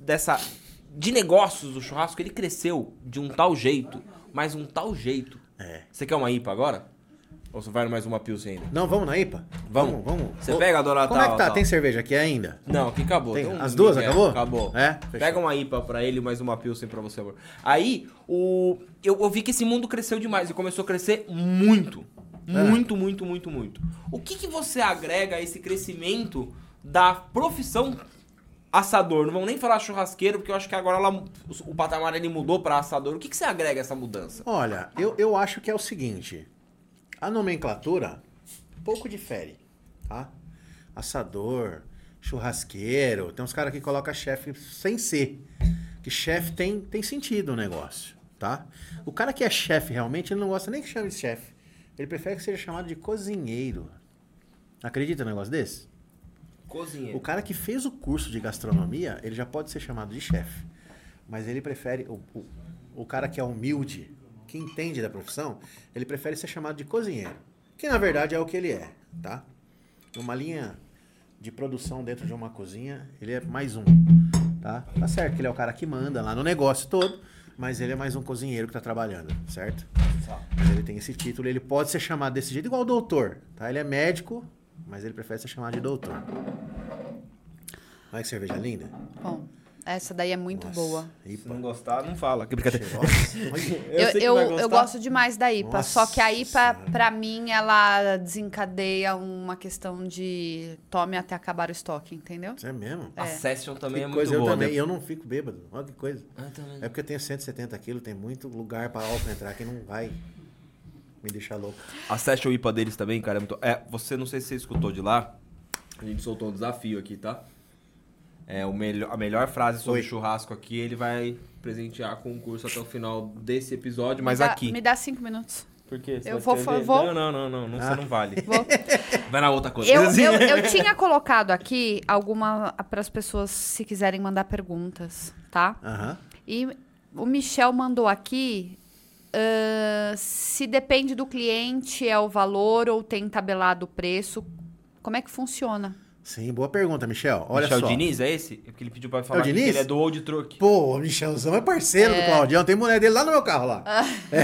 de negócios do churrasco, ele cresceu de um tal jeito, mas um tal jeito. É. Você quer uma IPA agora? Ou você vai mais uma Pilsen ainda? Não, vamos na IPA? Vamos. Vamos. Você pega a Donatal. Como é que tá? tal. Tem cerveja aqui ainda? Não, aqui acabou. Tem- Tem um as duas Miguel, acabou? Acabou. É? Fechou. Pega uma IPA pra ele e mais uma Pilsen pra você, amor. Aí, eu vi que esse mundo cresceu demais e começou a crescer muito. Muito, muito, muito, muito. O que você agrega a esse crescimento da profissão assador? Não vamos nem falar churrasqueiro, porque eu acho que agora o patamar ele mudou pra assador. O que você agrega a essa mudança? Olha, eu acho que é o seguinte. A nomenclatura pouco difere, tá? Assador, churrasqueiro. Tem uns caras que colocam chefe sem ser. Que chefe tem sentido o negócio, tá? O cara que é chefe realmente, ele não gosta nem que chame de chefe. Ele prefere que seja chamado de cozinheiro. Acredita num negócio desse? Cozinheiro. O cara que fez o curso de gastronomia, ele já pode ser chamado de chefe. Mas ele prefere... O cara que é humilde, que entende da profissão, ele prefere ser chamado de cozinheiro. Que na verdade é o que ele é, tá? Uma linha de produção dentro de uma cozinha, ele é mais um, tá? Tá certo que ele é o cara que manda lá no negócio todo, mas ele é mais um cozinheiro que tá trabalhando, certo? Mas ele tem esse título, ele pode ser chamado desse jeito, igual doutor, tá? Ele é médico, mas ele prefere ser chamado de doutor. Olha que cerveja linda. Bom, essa daí é muito Nossa, boa. Se IPA. não gostar, não fala. Que brincadeira. Cheirosa. Olha. sei que vai Eu gostar. gosto demais da IPA, Nossa só que a IPA, Senhora. pra mim, ela desencadeia uma questão de tome até acabar o estoque, entendeu? Isso é mesmo? A Session também Que é muito coisa, eu boa, também. né? Eu não fico bêbado. Olha que coisa. também. É porque eu tenho 170 quilos, tem muito lugar pra álcool entrar que não vai me deixar louco. A Session IPA deles também, cara, é muito... você não sei se você escutou de lá, a gente soltou um desafio aqui, tá? A melhor frase sobre Oi. churrasco aqui, ele vai presentear com um curso até o final desse episódio, mas Me dá- aqui. Me dá 5 minutos. Por quê? Você Eu vai vou- escrever? vou- Não, você não vale. Vou- Vai na outra coisa. Eu tinha colocado aqui alguma para as pessoas se quiserem mandar perguntas, tá? Aham. E o Michel mandou aqui se depende do cliente é o valor ou tem tabelado o preço. Como é que funciona? Sim, boa pergunta, Michel. Olha Michel só. Diniz, é esse? É porque ele pediu pra falar o aqui que Diniz? ele é do Old Truck. Pô, o Michelzão é parceiro do Claudião. Tem mulher dele lá no meu carro lá. É.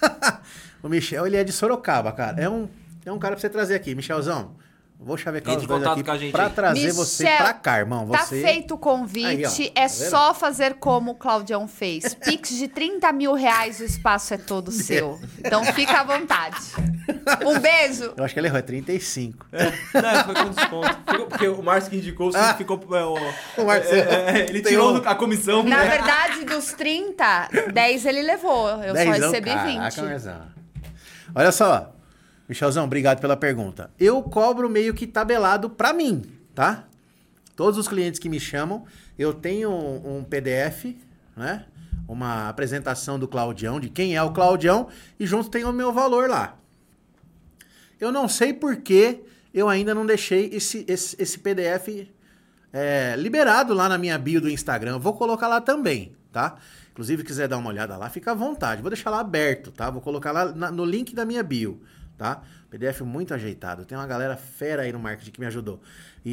O Michel, ele é de Sorocaba, cara. É um cara pra você trazer aqui. Michelzão, vou chavecar Entre os dois em contato aqui com a gente pra aí. trazer você Michel, pra cá, irmão. Tá Você... feito o convite, Aí, ó, é tá vendo? só fazer como o Claudião fez. Pix de 30 mil reais, o espaço é todo seu. Então fica à vontade. Um beijo. Eu acho que ele errou, é 35. Não, foi com desconto. Porque o Márcio que indicou, você ficou... O Marcelo ele tem tirou um- a comissão. Na né? verdade, dos 30, 10 ele levou. Eu só Dezão, recebi caraca, 20. Marzão. Olha só, Michelzão, obrigado pela pergunta. Eu cobro meio que tabelado pra mim, tá? Todos os clientes que me chamam, eu tenho um PDF, né? Uma apresentação do Claudião, de quem é o Claudião, e junto tem o meu valor lá. Eu não sei por que eu ainda não deixei esse PDF liberado lá na minha bio do Instagram. Eu vou colocar lá também, tá? Inclusive, quiser dar uma olhada lá, fica à vontade. Vou deixar lá aberto, tá? Vou colocar lá no link da minha bio, tá? PDF muito ajeitado. Tem uma galera fera aí no marketing que me ajudou.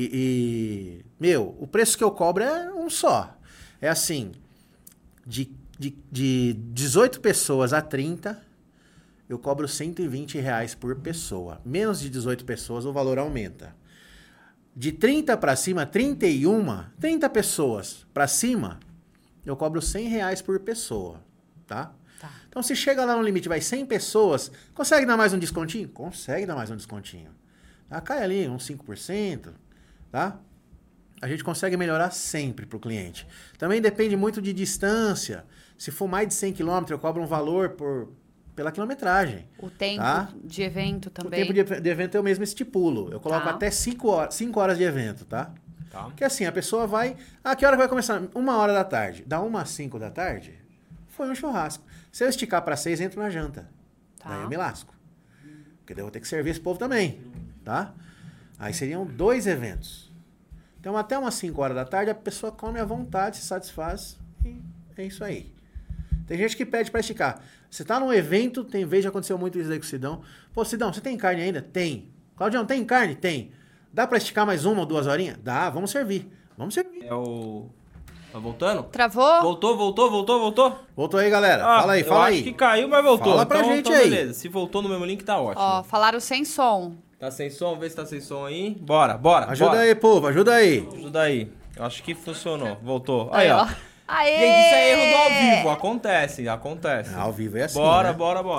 Meu, o preço que eu cobro é um só. É assim, de de 18 pessoas a 30, eu cobro R$120 por pessoa. Menos de 18 pessoas, o valor aumenta. De 30 para cima, 30 pessoas para cima, eu cobro R$100 por pessoa, tá? Então, se chega lá no limite, vai 100 pessoas, consegue dar mais um descontinho? Consegue dar mais um descontinho. Tá? Cai ali uns 5%, tá? A gente consegue melhorar sempre para o cliente. Também depende muito de distância. Se for mais de 100 km, eu cobro um valor pela quilometragem. O tempo de evento também. O tempo de evento eu mesmo estipulo. Eu coloco até 5 horas de evento, tá? Porque assim, a pessoa vai... que hora vai começar? 1h da tarde. Da 1 às 5 da tarde, foi um churrasco. Se eu esticar para 6, entro na janta. Daí eu me lasco. Porque daí eu vou ter que servir esse povo também, tá? Aí seriam 2 eventos. Então, até umas 5 horas da tarde, a pessoa come à vontade, se satisfaz e é isso aí. Tem gente que pede para esticar. Você tá num evento, tem vez, já aconteceu muito isso aí com o Sidão. Pô, Sidão, você tem carne ainda? Tem. Claudião, tem carne? Tem. Dá para esticar mais 1 ou 2 horinhas? Dá, vamos servir. Vamos servir. Tá voltando? Travou? Voltou? Voltou aí, galera. Fala aí. Eu acho que caiu, mas voltou. Fala pra gente aí. Beleza. Se voltou no mesmo link, tá ótimo. Ó, falaram sem som. Tá sem som? Vê se tá sem som aí. Bora. Ajuda aí, povo. Ajuda aí. Eu acho que funcionou. Voltou. Aí, ó. Aê! Gente, isso é erro do ao vivo. Acontece. Ao vivo é assim, Bora.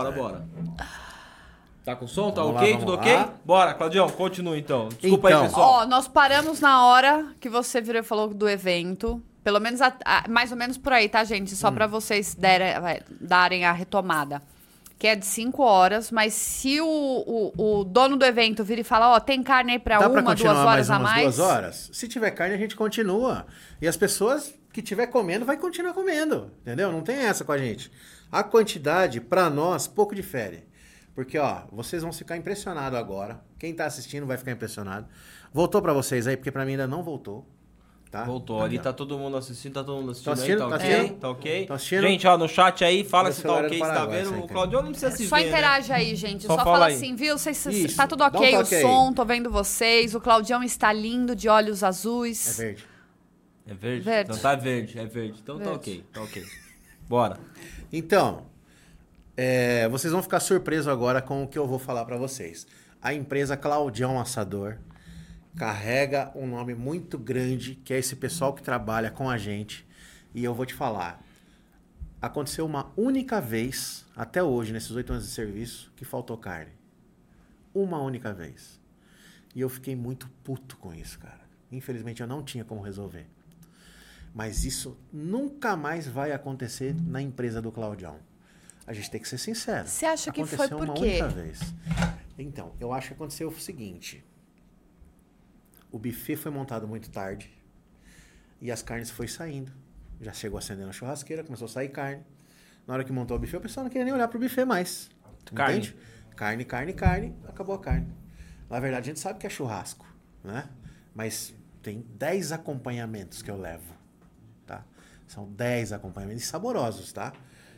Tá com som? Tá Vamos ok? lá, Tudo vamos ok? lá. Bora, Claudião, continua então. Desculpa aí, pessoal. Ó, nós paramos na hora que você virou e falou do evento. Pelo menos, mais ou menos por aí, tá, gente? Só pra vocês darem a retomada. Que é de 5 horas, mas se o dono do evento vir e falar, ó, tem carne aí pra 1, 2 horas a mais... 2 horas? Se tiver carne, a gente continua. E as pessoas que estiver comendo, vai continuar comendo. Entendeu? Não tem essa com a gente. A quantidade, pra nós, pouco difere. Porque, ó, vocês vão ficar impressionados agora. Quem tá assistindo vai ficar impressionado. Voltou pra vocês aí, porque pra mim ainda não voltou. Tá? Voltou. Ali tá todo mundo assistindo aí, tá ok? Tá assistindo? Gente, ó, no chat aí, fala se tá celular ok, do se tá Paraguai, vendo. isso aí, O Claudio não precisa se ver, Só né? interage aí, gente. Só Só fala fala aí. assim, viu? Isso. Tá tudo Dá um ok o toque aí. som, tô vendo vocês. O Claudião está lindo, de olhos azuis. É verde. É verde? Verde. Então tá verde, é verde. Então Verde. tá ok. Bora. Então, vocês vão ficar surpresos agora com o que eu vou falar pra vocês. A empresa Claudião Assador carrega um nome muito grande, que é esse pessoal que trabalha com a gente. E eu vou te falar, aconteceu uma única vez, até hoje, nesses 8 anos de serviço, que faltou carne. Uma única vez. E eu fiquei muito puto com isso, cara. Infelizmente, eu não tinha como resolver. Mas isso nunca mais vai acontecer na empresa do Claudião. A gente tem que ser sincero. Você acha que foi por quê? Aconteceu uma única vez. Então, eu acho que aconteceu o seguinte. O buffet foi montado muito tarde e as carnes foi saindo. Já chegou acendendo a churrasqueira, começou a sair carne. Na hora que montou o buffet, o pessoal não queria nem olhar pro buffet mais. Entende? Carne, acabou a carne. Na verdade, a gente sabe que é churrasco, né? Mas tem 10 acompanhamentos que eu levo, tá? São 10 acompanhamentos saborosos, tá?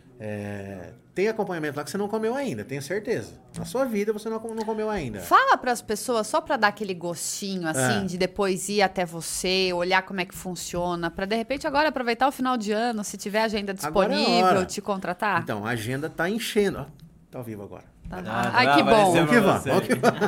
Tem acompanhamento lá que você não comeu ainda, tenho certeza. Na sua vida você não comeu ainda. Fala pras pessoas, só pra dar aquele gostinho, assim, de depois ir até você, olhar como é que funciona, pra de repente agora aproveitar o final de ano, se tiver agenda disponível, te contratar. Então, a agenda tá enchendo. Ó, tá ao vivo agora. Ai, que bom. Vamos que vamos.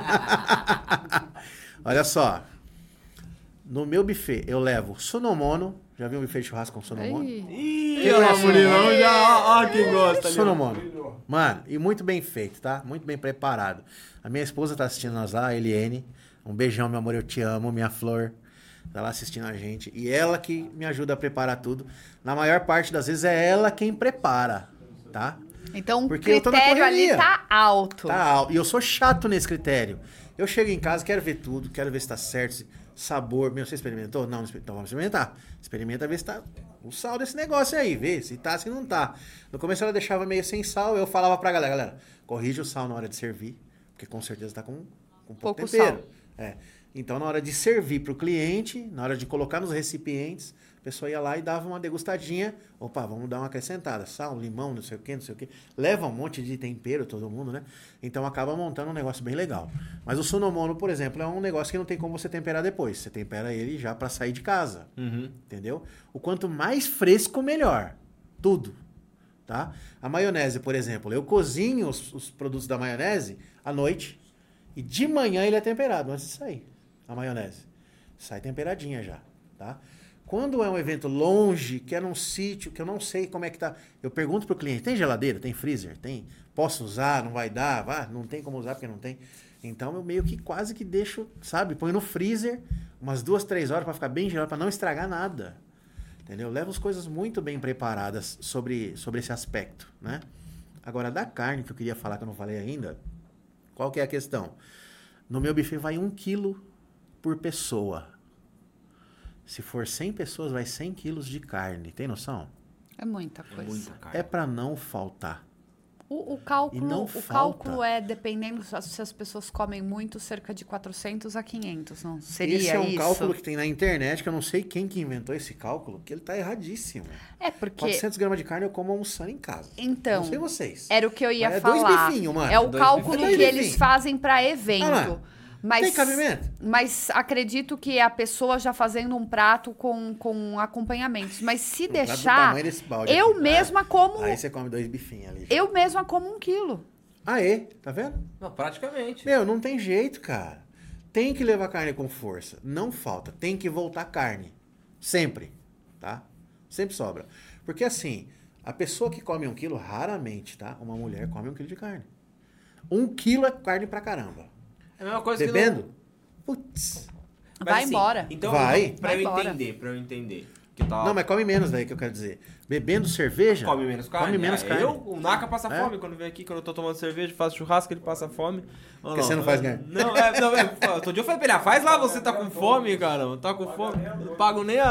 Olha só. No meu buffet, eu levo sonomono. Já viu um buffet de churrasco com sonomono? Ih, olha lá, Murilão já. Ó, quem gosta ali. Sonomono. Mano, e muito bem feito, tá? Muito bem preparado. A minha esposa tá assistindo nós lá, a Eliane. Um beijão, meu amor, eu te amo, minha flor. Tá lá assistindo a gente. E ela que me ajuda a preparar tudo. Na maior parte das vezes é ela quem prepara, tá? Então o Porque eu tô na critério ali correria. tá alto. Tá alto. E eu sou chato nesse critério. Eu chego em casa, quero ver tudo, quero ver se tá certo, sabor. Meu, você experimentou? Não, então vamos experimentar. Experimenta ver se tá o sal desse negócio aí, vê se tá, se não tá. No começo ela deixava meio sem sal, eu falava pra galera, corrige o sal na hora de servir, porque com certeza tá com pouco tempero. Então na hora de servir pro cliente, na hora de colocar nos recipientes, a pessoa ia lá e dava uma degustadinha. Opa, vamos dar uma acrescentada. Sal, limão, não sei o quê. Leva um monte de tempero, todo mundo, né? Então acaba montando um negócio bem legal. Mas o sonomono, por exemplo, é um negócio que não tem como você temperar depois. Você tempera ele já pra sair de casa. Entendeu? O quanto mais fresco, melhor. Tudo. tá? A maionese, por exemplo, eu cozinho os produtos da maionese à noite e de manhã ele é temperado antes de sair, a maionese. Sai temperadinha já, tá? Quando é um evento longe, que é num sítio, que eu não sei como é que tá, eu pergunto pro cliente, tem geladeira, tem freezer, tem, posso usar, não vai dar, não tem como usar porque não tem. Então eu meio que quase que deixo, sabe, põe no freezer umas 2, 3 horas para ficar bem gelado, para não estragar nada. Entendeu? Eu levo as coisas muito bem preparadas sobre esse aspecto, né? Agora, da carne que eu queria falar, que eu não falei ainda, qual que é a questão? No meu buffet vai 1 quilo por pessoa. Se for 100 pessoas, vai 100 quilos de carne. Tem noção? É muita coisa. Muita carne. É para não faltar. O E não cálculo falta. é, dependendo se as pessoas comem muito, cerca de 400 a 500, não seria isso? Esse é um cálculo que tem na internet, que eu não sei quem que inventou esse cálculo, que ele tá erradíssimo. É porque... 400 gramas de carne eu como almoçando em casa. Então, não sei vocês. era o que eu ia Mas falar. É 2 bifinhos, mano. É o 2 cálculo bifinhos. que eles fazem para evento. Ah lá. Mas, Tem cabimento? Mas acredito que a pessoa já fazendo um prato com acompanhamentos. Mas se prato do deixar, tamanho desse balde eu aqui. mesma como... Aí você come 2 bifinhos ali. Eu mesma como 1 quilo. Aê, tá vendo? Não, praticamente. Meu, não tem jeito, cara. Tem que levar carne com força. Não falta. Tem que voltar carne. Sempre, tá? Sempre sobra. Porque assim, a pessoa que come 1 quilo, raramente, tá? Uma mulher come 1 quilo de carne. 1 quilo é carne pra caramba. É a mesma coisa que Bebendo? Putz. Mas, Vai assim, embora. Então, Vai. pra Vai eu embora. entender. Que tal... Não, mas come menos daí que eu quero dizer. Bebendo cerveja... Come menos carne. Come menos carne. O Naka passa É. fome quando vem aqui, quando eu tô tomando cerveja, faço churrasco, ele passa fome. Porque você não faz carne. Não, todo dia eu falei pra ele, faz lá, você tá com fome, cara. Tá com fome. Eu não pago nem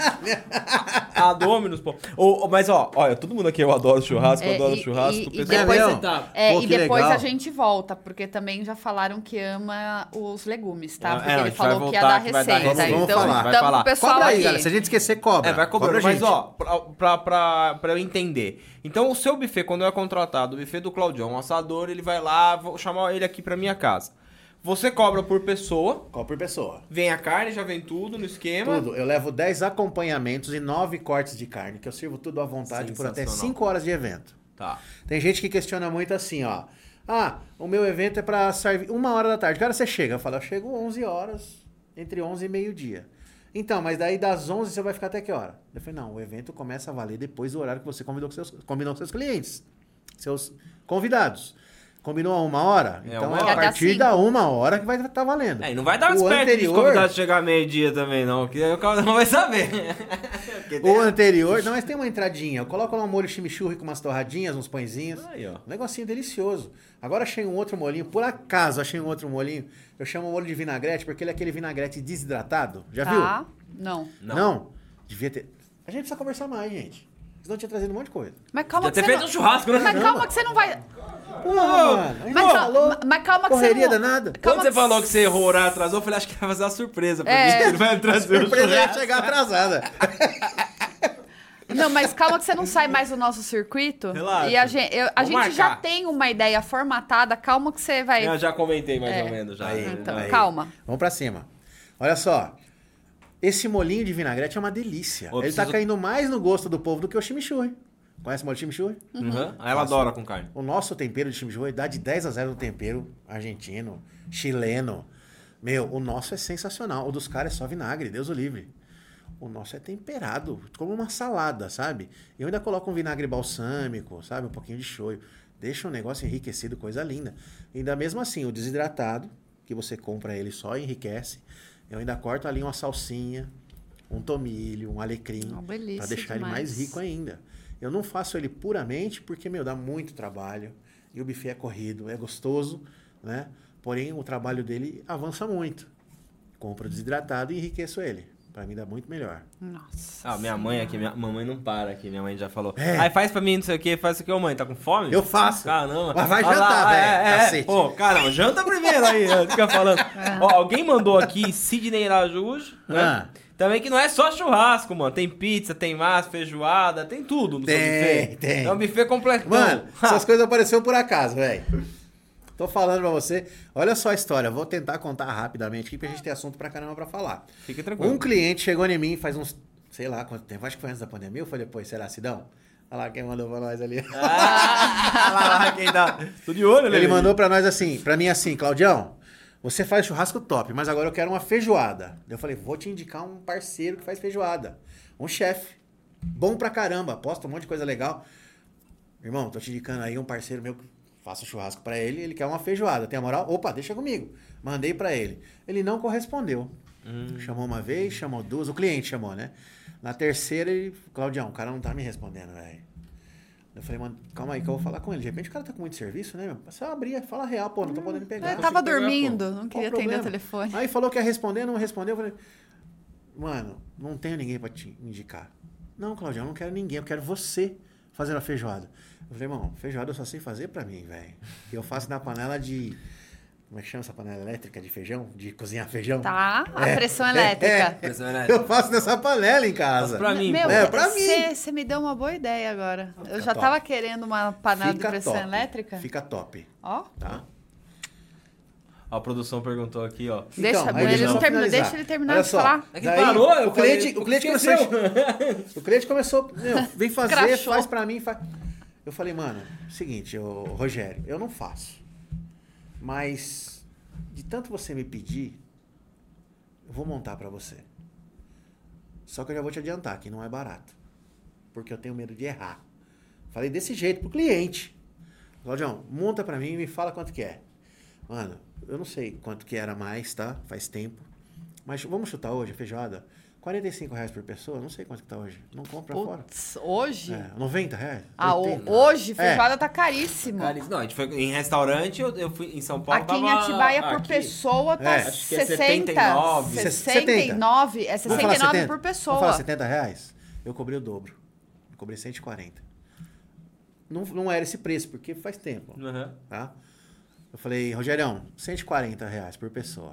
a Dominus, pô. Mas ó, olha, todo mundo aqui eu adoro churrasco, eu adoro churrasco. E pessoal- depois, mesmo? Tá. Pô, e que depois legal. a gente volta, porque também já falaram que ama os legumes, tá? Porque a ele gente vai falou que ia voltar, dar que vai dar receita. receita. Vamos Então, falar. Vai tamo falar. com o pessoal Cobra aí, aqui. galera. Se a gente esquecer, cobra. Vai cobrando. Cobra a Mas gente. ó, pra eu entender. Então o seu buffet, quando é contratado, o buffet do Claudião, um assador, ele vai lá, vou chamar ele aqui pra minha casa. Você cobra por pessoa, Qual por pessoa? vem a carne, já vem tudo no esquema. Tudo. Eu levo 10 acompanhamentos e 9 cortes de carne, que eu sirvo tudo à vontade por até Sensacional. 5 horas de evento. Tá. Tem gente que questiona muito assim, ó. Ah, o meu evento é pra servir 1 hora da tarde. Cara, você chega. Eu falo, eu chego 11 horas, entre 11 e meio-dia. Então, mas daí das 11 você vai ficar até que hora? Eu falei, não, o evento começa a valer depois do horário que você combinou com seus clientes, seus convidados. Combinou a 1 hora? É, Então 1 é a hora. partir da 1 hora que vai estar valendo. É, e não vai dar O esperto dos anterior- convidados chegar meio-dia também, não, que o cara não vai saber. O anterior, não, mas tem uma entradinha. Eu coloco lá um molho chimichurri com umas torradinhas, uns pãezinhos. Aí, ó. Um negocinho delicioso. Agora achei um outro molhinho. Por acaso achei um outro molhinho. Eu chamo molho de vinagrete porque ele é aquele vinagrete desidratado. Já Tá? viu? Não. Não. Devia ter. A gente precisa conversar mais, gente. Senão eu tinha trazido um monte de coisa. Mas calma Já que ter você feito não... um churrasco, né? Mas calma que você não vai... Pô, mano. A gente Mas, falou. mas calma que você Correria não... danada. Quando Calma você falou que você errou o horário, atrasou, eu falei, acho que vai fazer uma surpresa pra mim. Ele vai trazer o Surpresa ia churrasco. chegar atrasada. Não, mas calma que você não sai mais do nosso circuito. Relaxa. E a gente, a Vamos gente já marcar. tem uma ideia formatada. Calma que você vai... Eu já comentei mais ou menos. Já. Aí, Então, aí. calma. Vamos pra cima. Olha só. Esse molinho de vinagrete é uma delícia. Ô, Ele tá preciso- caindo mais no gosto do povo do que o chimichurri. Conhece o molho de chimichurri? Uhum. Aí ela adora com carne. O nosso tempero de chimichurri dá de 10-0 no tempero argentino, chileno. Meu, o nosso é sensacional. O dos caras é só vinagre, Deus o livre. O nosso é temperado, como uma salada, sabe? Eu ainda coloco um vinagre balsâmico, sabe? Um pouquinho de shoyu. Deixa o negócio enriquecido, coisa linda. Ainda mesmo assim, o desidratado, que você compra ele só enriquece. Eu ainda corto ali uma salsinha, um tomilho, um alecrim, Uma delícia pra deixar ele demais. mais rico ainda. Eu não faço ele puramente porque, meu, dá muito trabalho. E o buffet é corrido, é gostoso, né? Porém, o trabalho dele avança muito. Compro desidratado e enriqueço ele. Pra mim dá muito melhor. Nossa. Ah, minha mãe aqui, minha mamãe não para aqui, minha mãe já falou. É. Aí faz pra mim não sei o que, faz isso aqui, ô mãe, tá com fome? Eu faço. Caramba. Mas vai Olha jantar, lá, velho, cacete. Pô, caramba, janta primeiro aí, fica falando. Ó, alguém mandou aqui, Sidney Araújo, né? Ah. Também que não é só churrasco, mano. Tem pizza, tem massa, feijoada, tem tudo no seu buffet. Tem. É um buffet completão. Mano, essas coisas apareceram por acaso, velho. Tô falando pra você. Olha só a história. Vou tentar contar rapidamente aqui, porque a gente tem assunto pra caramba pra falar. Fica tranquilo. Um cliente chegou em mim faz uns, sei lá quanto tempo, acho que foi antes da pandemia ou foi depois, será, Sidão? Olha lá quem mandou pra nós ali. lá, quem dá. Tô de olho, Ele mandou pra nós assim, pra mim assim, Claudião, você faz churrasco top, mas agora eu quero uma feijoada. Eu falei, vou te indicar um parceiro que faz feijoada. Um chefe. Bom pra caramba, posta um monte de coisa legal. Irmão, tô te indicando aí um parceiro meu que faça churrasco pra ele, ele quer uma feijoada. Tem a moral? Opa, deixa comigo. Mandei pra ele. Ele não correspondeu. Chamou uma vez, chamou duas. O cliente chamou, né? Na terceira, ele... Claudião, o cara não tá me respondendo, velho. Eu falei, mano, calma aí que eu vou falar com ele. De repente o cara tá com muito serviço, né? Você abria, fala real, pô, não tô podendo pegar. Eu tava pegar, dormindo, não queria Qual o atender o problema? telefone. Aí falou que ia responder, não respondeu. Eu falei, mano, não tenho ninguém pra te indicar. Não, Claudião, eu não quero ninguém, eu quero você fazer a feijoada. Eu falei, irmão, feijoada eu só sei fazer pra mim, velho. E eu faço na panela de... Como é que chama essa panela elétrica de feijão? De cozinhar feijão? Tá, a pressão elétrica. Pressão elétrica. Eu faço nessa panela em casa. Pra mim, Meu, É, pra mim. Você me deu uma boa ideia agora. Eu já top. tava querendo uma panela de pressão top. elétrica. Fica top, Ó, tá? A produção perguntou aqui, ó. deixa, Então, aí ele deixa eu não terminou, finalizar. deixa ele terminar Olha de só, falar. É que daí parou, eu o cliente, falei, o cliente esqueceu. começou... O cliente começou... Meu, vem fazer, Crachou. faz pra mim, faz... Eu falei, mano, seguinte, Rogério, eu não faço. Mas... De tanto você me pedir, eu vou montar pra você. Só que eu já vou te adiantar que não é barato. Porque eu tenho medo de errar. Falei desse jeito pro cliente. Claudião, monta pra mim e me fala quanto que é. Mano, eu não sei quanto que era mais, tá? Faz tempo. Mas vamos chutar hoje a feijoada? R$45 por pessoa? Não sei quanto que tá hoje. Não compra fora. Putz, hoje? É, R$90? Ah, 80? hoje, É. feijoada tá caríssimo. Não, a gente foi em restaurante, eu fui em São Paulo. Aqui em tava Atibaia, por aqui. pessoa, tá acho que é 60. 79. 69. É Vamos falar 69 70? por pessoa. Vamos falar R$70? Eu cobri o dobro. Eu cobrei 140. Não era esse preço, porque faz tempo. Uhum. Tá? Eu falei, Rogerião, R$140 por pessoa.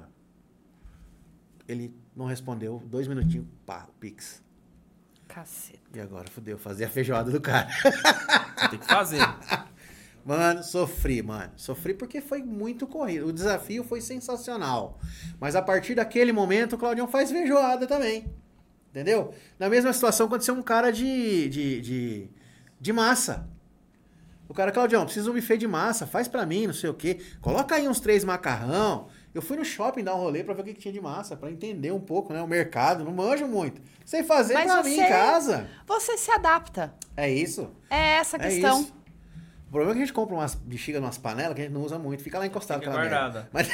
Ele não respondeu, 2 minutinhos, pá, Pix. Caceta. E agora, fudeu, fazer a feijoada do cara. Tem que fazer. Mano, sofri, mano. Sofri porque foi muito corrido. O desafio foi sensacional. Mas a partir daquele momento, o Claudião faz feijoada também. Entendeu? Na mesma situação aconteceu um cara de massa. O cara, Claudião, preciso de um buffet de massa, faz pra mim, não sei o quê. Coloca aí uns 3 macarrão. Eu fui no shopping dar um rolê pra ver o que tinha de massa, pra entender um pouco, né? O mercado, não manjo muito. Sei fazer Mas pra mim em casa. Você se adapta. É isso. É essa a É questão. isso. O problema é que a gente compra umas bexigas, umas panelas que a gente não usa muito, fica lá encostado. Fica aquela guardada. merda.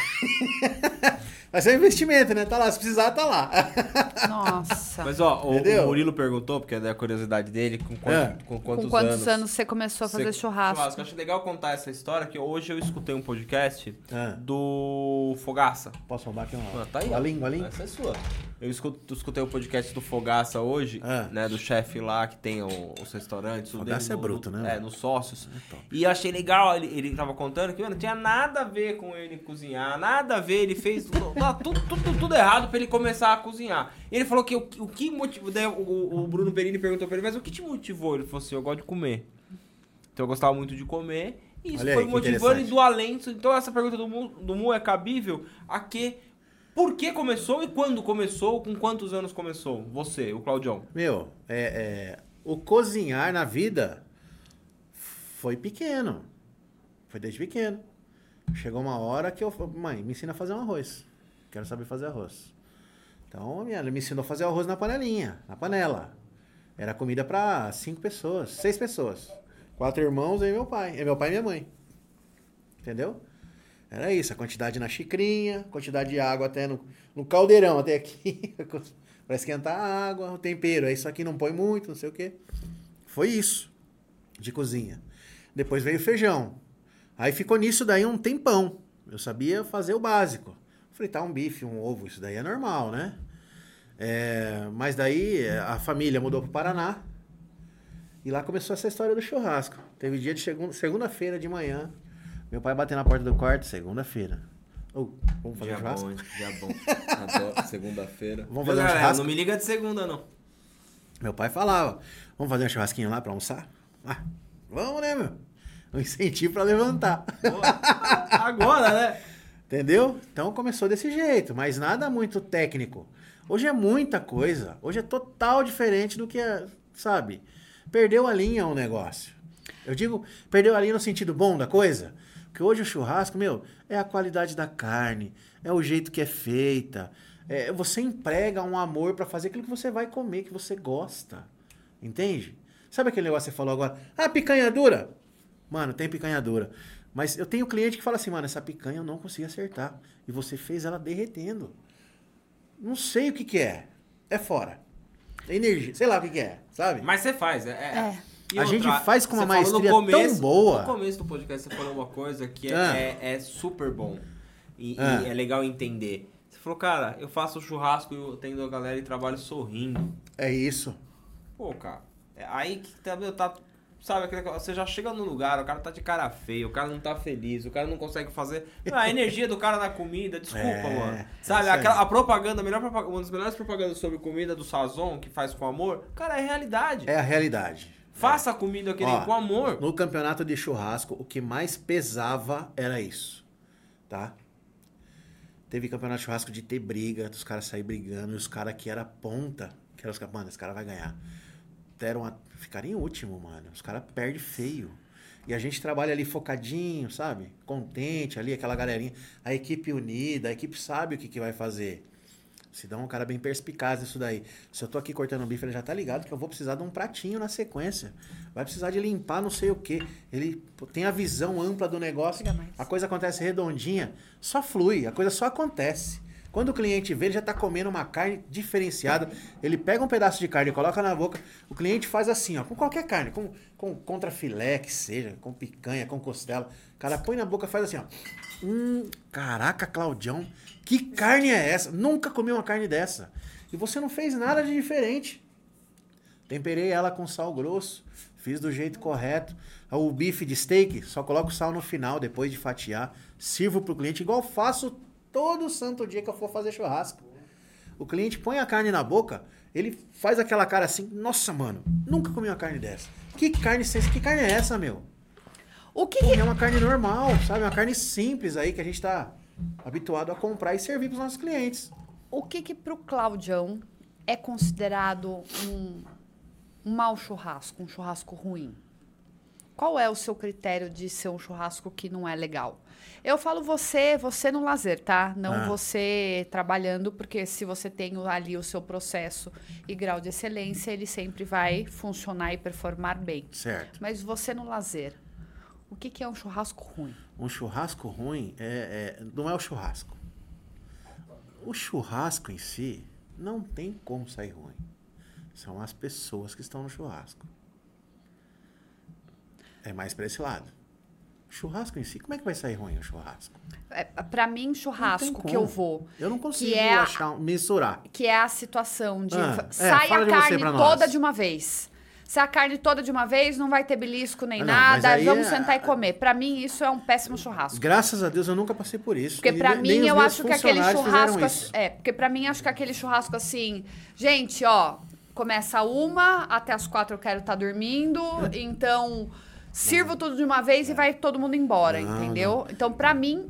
Mas é um investimento, né? Tá lá, se precisar, tá lá. Nossa. Mas ó, o Entendeu? Murilo perguntou, porque é da curiosidade dele, com quantos Com quantos anos anos você começou a fazer churrasco? Eu acho legal contar essa história, que hoje eu escutei um podcast Ah. do Fogaça. Posso roubar aqui uma? Ah, tá aí, a ó. língua. Essa é sua. Eu escutei o podcast do Fogaça hoje, né? Do chefe lá que tem os restaurantes. Fogaça é bruto, né? Nos sócios. E eu achei legal, ele tava contando que, mano, não tinha nada a ver com ele cozinhar, nada a ver, ele fez tudo errado pra ele começar a cozinhar. Ele falou que o que motivou, daí o Bruno Perini perguntou pra ele, mas o que te motivou? Ele falou assim, eu gosto de comer. Então eu gostava muito de comer, e isso Olha foi aí, que motivando interessante. e do alento. Então essa pergunta do Mu é cabível a que... Por que começou e quando começou? Com quantos anos começou? Você, o Claudião. Meu, o cozinhar na vida foi pequeno. Foi desde pequeno. Chegou uma hora que eu falei, mãe, me ensina a fazer um arroz. Quero saber fazer arroz. Então, ela me ensinou a fazer arroz na panelinha, na panela. Era comida para 5 pessoas, 6 pessoas. 4 irmãos e meu pai. É meu pai e minha mãe. Entendeu? Era isso, a quantidade na xicrinha, quantidade de água até no caldeirão, até aqui, para esquentar a água, o tempero. Aí isso aqui não põe muito, não sei o quê. Foi isso, de cozinha. Depois veio o feijão. Aí ficou nisso daí um tempão. Eu sabia fazer o básico. Fritar um bife, um ovo, isso daí é normal, né? Mas daí a família mudou para o Paraná. E lá começou essa história do churrasco. Teve dia de segunda-feira de manhã. Meu pai bateu na porta do quarto, segunda-feira. Vamos fazer um churrasco? Dia bom. Adoro, segunda-feira. Vamos fazer um churrasco? Não me liga de segunda, não. Meu pai falava, vamos fazer um churrasquinho lá pra almoçar? Vamos, né, meu? Um incentivo pra levantar. Agora, né? Entendeu? Então começou desse jeito, mas nada muito técnico. Hoje é muita coisa. Hoje é total diferente do que é, sabe? Perdeu a linha o negócio. Eu digo, perdeu a linha no sentido bom da coisa. Porque hoje o churrasco, é a qualidade da carne, é o jeito que é feita. Você emprega um amor pra fazer aquilo que você vai comer, que você gosta. Entende? Sabe aquele negócio que você falou agora? Ah, picanha dura? Mano, tem picanha dura. Mas eu tenho cliente que fala assim, mano, essa picanha eu não consegui acertar. E você fez ela derretendo. Não sei o que é. É fora. É energia. Sei lá o que é, sabe? Mas você faz. E a gente faz com uma você falou maestria tão boa. No começo do podcast você falou uma coisa que é super bom. E é legal entender. Você falou, cara, eu faço churrasco e eu atendo a galera e trabalho sorrindo. É isso. Pô, cara. Aí que tá... Sabe, você já chega no lugar, o cara tá de cara feia, o cara não tá feliz, o cara não consegue fazer... A energia do cara na comida, desculpa, mano. Sabe, a propaganda, uma das melhores propagandas sobre comida do Sazon, que faz com amor, cara, é realidade. É a realidade. Faça a comida que nem com amor. No campeonato de churrasco, o que mais pesava era isso, tá? Teve campeonato de churrasco de ter briga, dos caras saírem brigando, e os caras que era ponta, que eram os caras, mano, esse cara vai ganhar. Ficaram em último, mano. Os caras perdem feio. E a gente trabalha ali focadinho, sabe? Contente ali, aquela galerinha. A equipe unida, a equipe sabe o que vai fazer. Se dá um cara bem perspicaz nisso daí. Se eu tô aqui cortando o bife, ele já tá ligado que eu vou precisar de um pratinho na sequência. Vai precisar de limpar não sei o quê. Ele tem a visão ampla do negócio. A coisa acontece redondinha. Só flui, a coisa só acontece. Quando o cliente vê, ele já tá comendo uma carne diferenciada. Ele pega um pedaço de carne e coloca na boca. O cliente faz assim, ó, com qualquer carne. Com contrafilé que seja, com picanha, com costela. O cara põe na boca e faz assim, ó. Caraca, Claudião, que carne é essa? Nunca comi uma carne dessa. E você não fez nada de diferente. Temperei ela com sal grosso. Fiz do jeito correto. O bife de steak, só coloco o sal no final, depois de fatiar. Sirvo pro cliente, igual faço todo santo dia que eu for fazer churrasco. O cliente põe a carne na boca, ele faz aquela cara assim, nossa, mano, nunca comi uma carne dessa. Que carne é essa, meu? É uma carne normal, sabe? Uma carne simples aí que a gente tá habituado a comprar e servir pros nossos clientes. O que pro Claudião é considerado um mau churrasco, um churrasco ruim? Qual é o seu critério de ser um churrasco que não é legal? Eu falo você no lazer, tá? Não você trabalhando, porque se você tem ali o seu processo e grau de excelência, ele sempre vai funcionar e performar bem. Certo. Mas você no lazer, o que é um churrasco ruim? Um churrasco ruim não é o churrasco. O churrasco em si não tem como sair ruim. São as pessoas que estão no churrasco. É mais para esse lado. Churrasco em si, como é que vai sair ruim o churrasco? Pra mim, churrasco que eu vou... Eu não consigo mensurar. Que é a situação de... sai a carne toda de uma vez. Se a carne toda de uma vez, não vai ter belisco nem nada. Vamos sentar e comer. Pra mim, isso é um péssimo churrasco. Graças a Deus, eu nunca passei por isso. Porque pra mim, eu acho que aquele churrasco... porque pra mim, acho que aquele churrasco assim... Gente, ó, começa 1, até as 4 eu quero estar dormindo. Então... Sirvo tudo de uma vez e vai todo mundo embora, entendeu? Então, pra mim,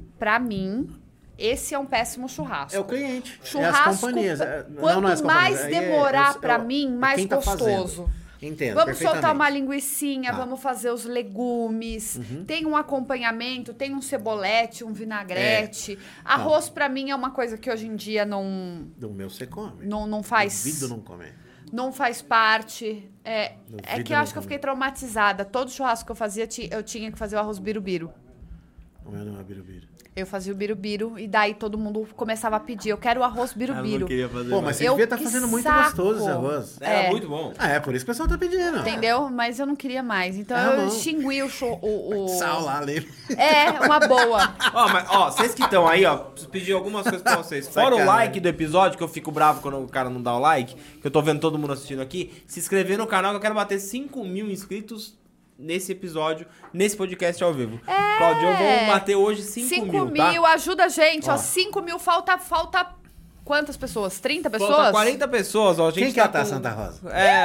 esse é um péssimo churrasco. É o cliente, churrasco, é as companhias. Quanto mais demorar pra mim, mais gostoso. Entendo, vamos soltar uma linguicinha, vamos fazer os legumes, tem um acompanhamento, tem um cebolete, um vinagrete. Arroz, pra mim, é uma coisa que hoje em dia não... Do meu você come. Não faz... Duvido não comer. Não faz parte. É que eu acho que eu fiquei traumatizada. Todo churrasco que eu fazia, eu tinha que fazer o arroz birubiru. O meu não é birubiru. Eu fazia o birubiru e daí todo mundo começava a pedir. Eu quero o arroz birubiru. Eu não queria fazer. Pô, mas você devia estar fazendo muito gostoso esse arroz. Era muito bom. É por isso que o pessoal tá pedindo. Entendeu? Mas eu não queria mais. Então eu extingui o... Sal lá, ali. Uma boa. Vocês que estão aí, preciso pedir algumas coisas pra vocês. Fora o like do episódio, que eu fico bravo quando o cara não dá o like, que eu tô vendo todo mundo assistindo aqui, se inscrever no canal que eu quero bater 5 mil inscritos nesse episódio, nesse podcast ao vivo. Claudião, vamos bater hoje 5 mil, tá? 5 mil, ajuda a gente, 5 mil, falta quantas pessoas? 30 pessoas? Falta 40 pessoas, ó. A gente Quem que ela tá, Santa Rosa?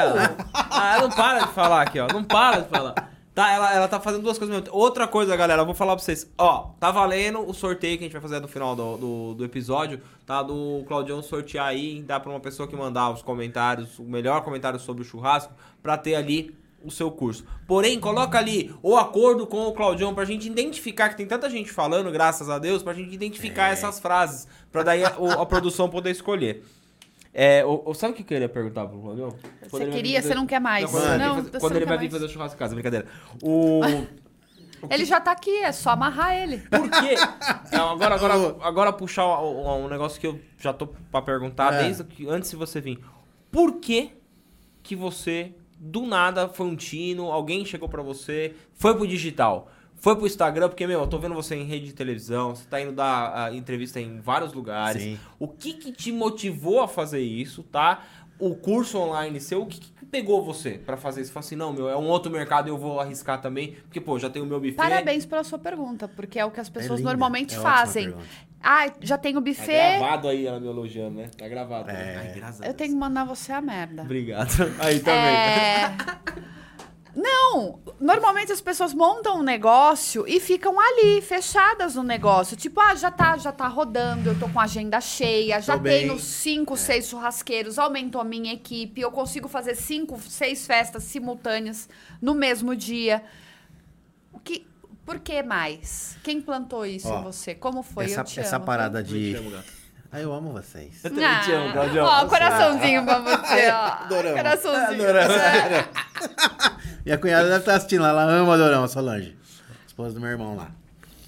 Ela não para de falar aqui, ó. Não para de falar. Tá, ela tá fazendo 2 coisas mesmo. Outra coisa, galera, eu vou falar pra vocês. Ó, tá valendo o sorteio que a gente vai fazer no final do episódio, tá? Do Claudião sortear aí, dá pra uma pessoa que mandar os comentários, o melhor comentário sobre o churrasco, pra ter ali o seu curso. Porém, coloca ali o acordo com o Claudião pra gente identificar, que tem tanta gente falando, graças a Deus, pra gente identificar essas frases, pra daí a produção poder escolher. Sabe o que eu queria perguntar pro Claudião? Você queria, você não quer mais. Quando ele vai vir fazer o churrasco em casa, brincadeira. Ele já tá aqui, é só amarrar ele. Por quê? Agora puxar um negócio que eu já tô pra perguntar desde que antes de você vir. Por que você, do nada, foi um tino, alguém chegou pra você, foi pro digital, foi pro Instagram, porque, eu tô vendo você em rede de televisão, você tá indo dar entrevista em vários lugares. Sim. O que te motivou a fazer isso, tá? O curso online seu, o que pegou você pra fazer isso? Você falou assim, não, é um outro mercado, eu vou arriscar também, porque, já tenho o meu buffet. Parabéns pela sua pergunta, porque é o que as pessoas normalmente fazem. Já tem o buffet... Tá gravado aí, ela me elogiando, né? Tá gravado. Ai, eu tenho que mandar você a merda. Obrigado. Aí também. Não, normalmente as pessoas montam um negócio e ficam ali, fechadas no negócio. Tipo, já tá rodando, eu tô com a agenda cheia, já tenho 5, 6 churrasqueiros, aumentou a minha equipe, eu consigo fazer 5, 6 festas simultâneas no mesmo dia. Por que mais? Quem plantou isso em você? Como foi? Essa parada de... eu amo vocês. Eu também te amo, Claudião. Ó, coraçãozinho pra você, ó. Coraçãozinho. Minha cunhada deve estar assistindo lá. Ela ama a Dorão, a Solange. Esposa do meu irmão lá.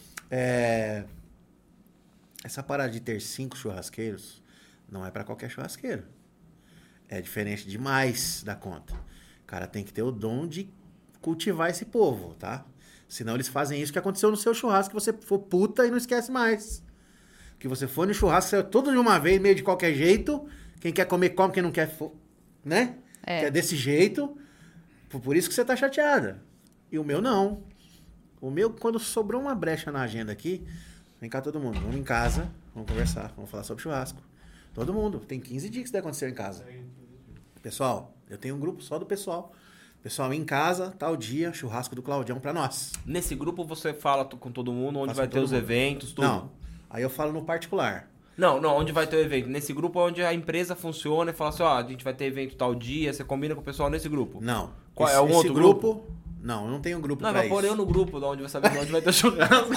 Essa parada de ter 5 churrasqueiros não é pra qualquer churrasqueiro. É diferente demais da conta. O cara tem que ter o dom de cultivar esse povo, tá? Senão eles fazem isso que aconteceu no seu churrasco, que você for puta e não esquece mais. Que você foi no churrasco, saiu tudo de uma vez, meio de qualquer jeito. Quem quer comer, come. Quem não quer, né? Que é desse jeito. Por isso que você tá chateada. E o meu, não. O meu, quando sobrou uma brecha na agenda aqui, vem cá todo mundo. Vamos em casa, vamos conversar, vamos falar sobre churrasco. Todo mundo. Tem 15 dias que isso aconteceu em casa. Pessoal, eu tenho um grupo só do pessoal. Pessoal, em casa, tal dia, churrasco do Claudião pra nós. Nesse grupo você fala com todo mundo, onde vai ter os eventos, tudo? Não. Aí eu falo no particular. Não, onde vai ter o evento? Nesse grupo onde a empresa funciona e fala assim, a gente vai ter evento tal dia, você combina com o pessoal nesse grupo? Não. É um outro grupo? Não, eu não tenho um grupo pra isso. Não, mas pôr eu no grupo, onde vai saber onde vai ter o churrasco.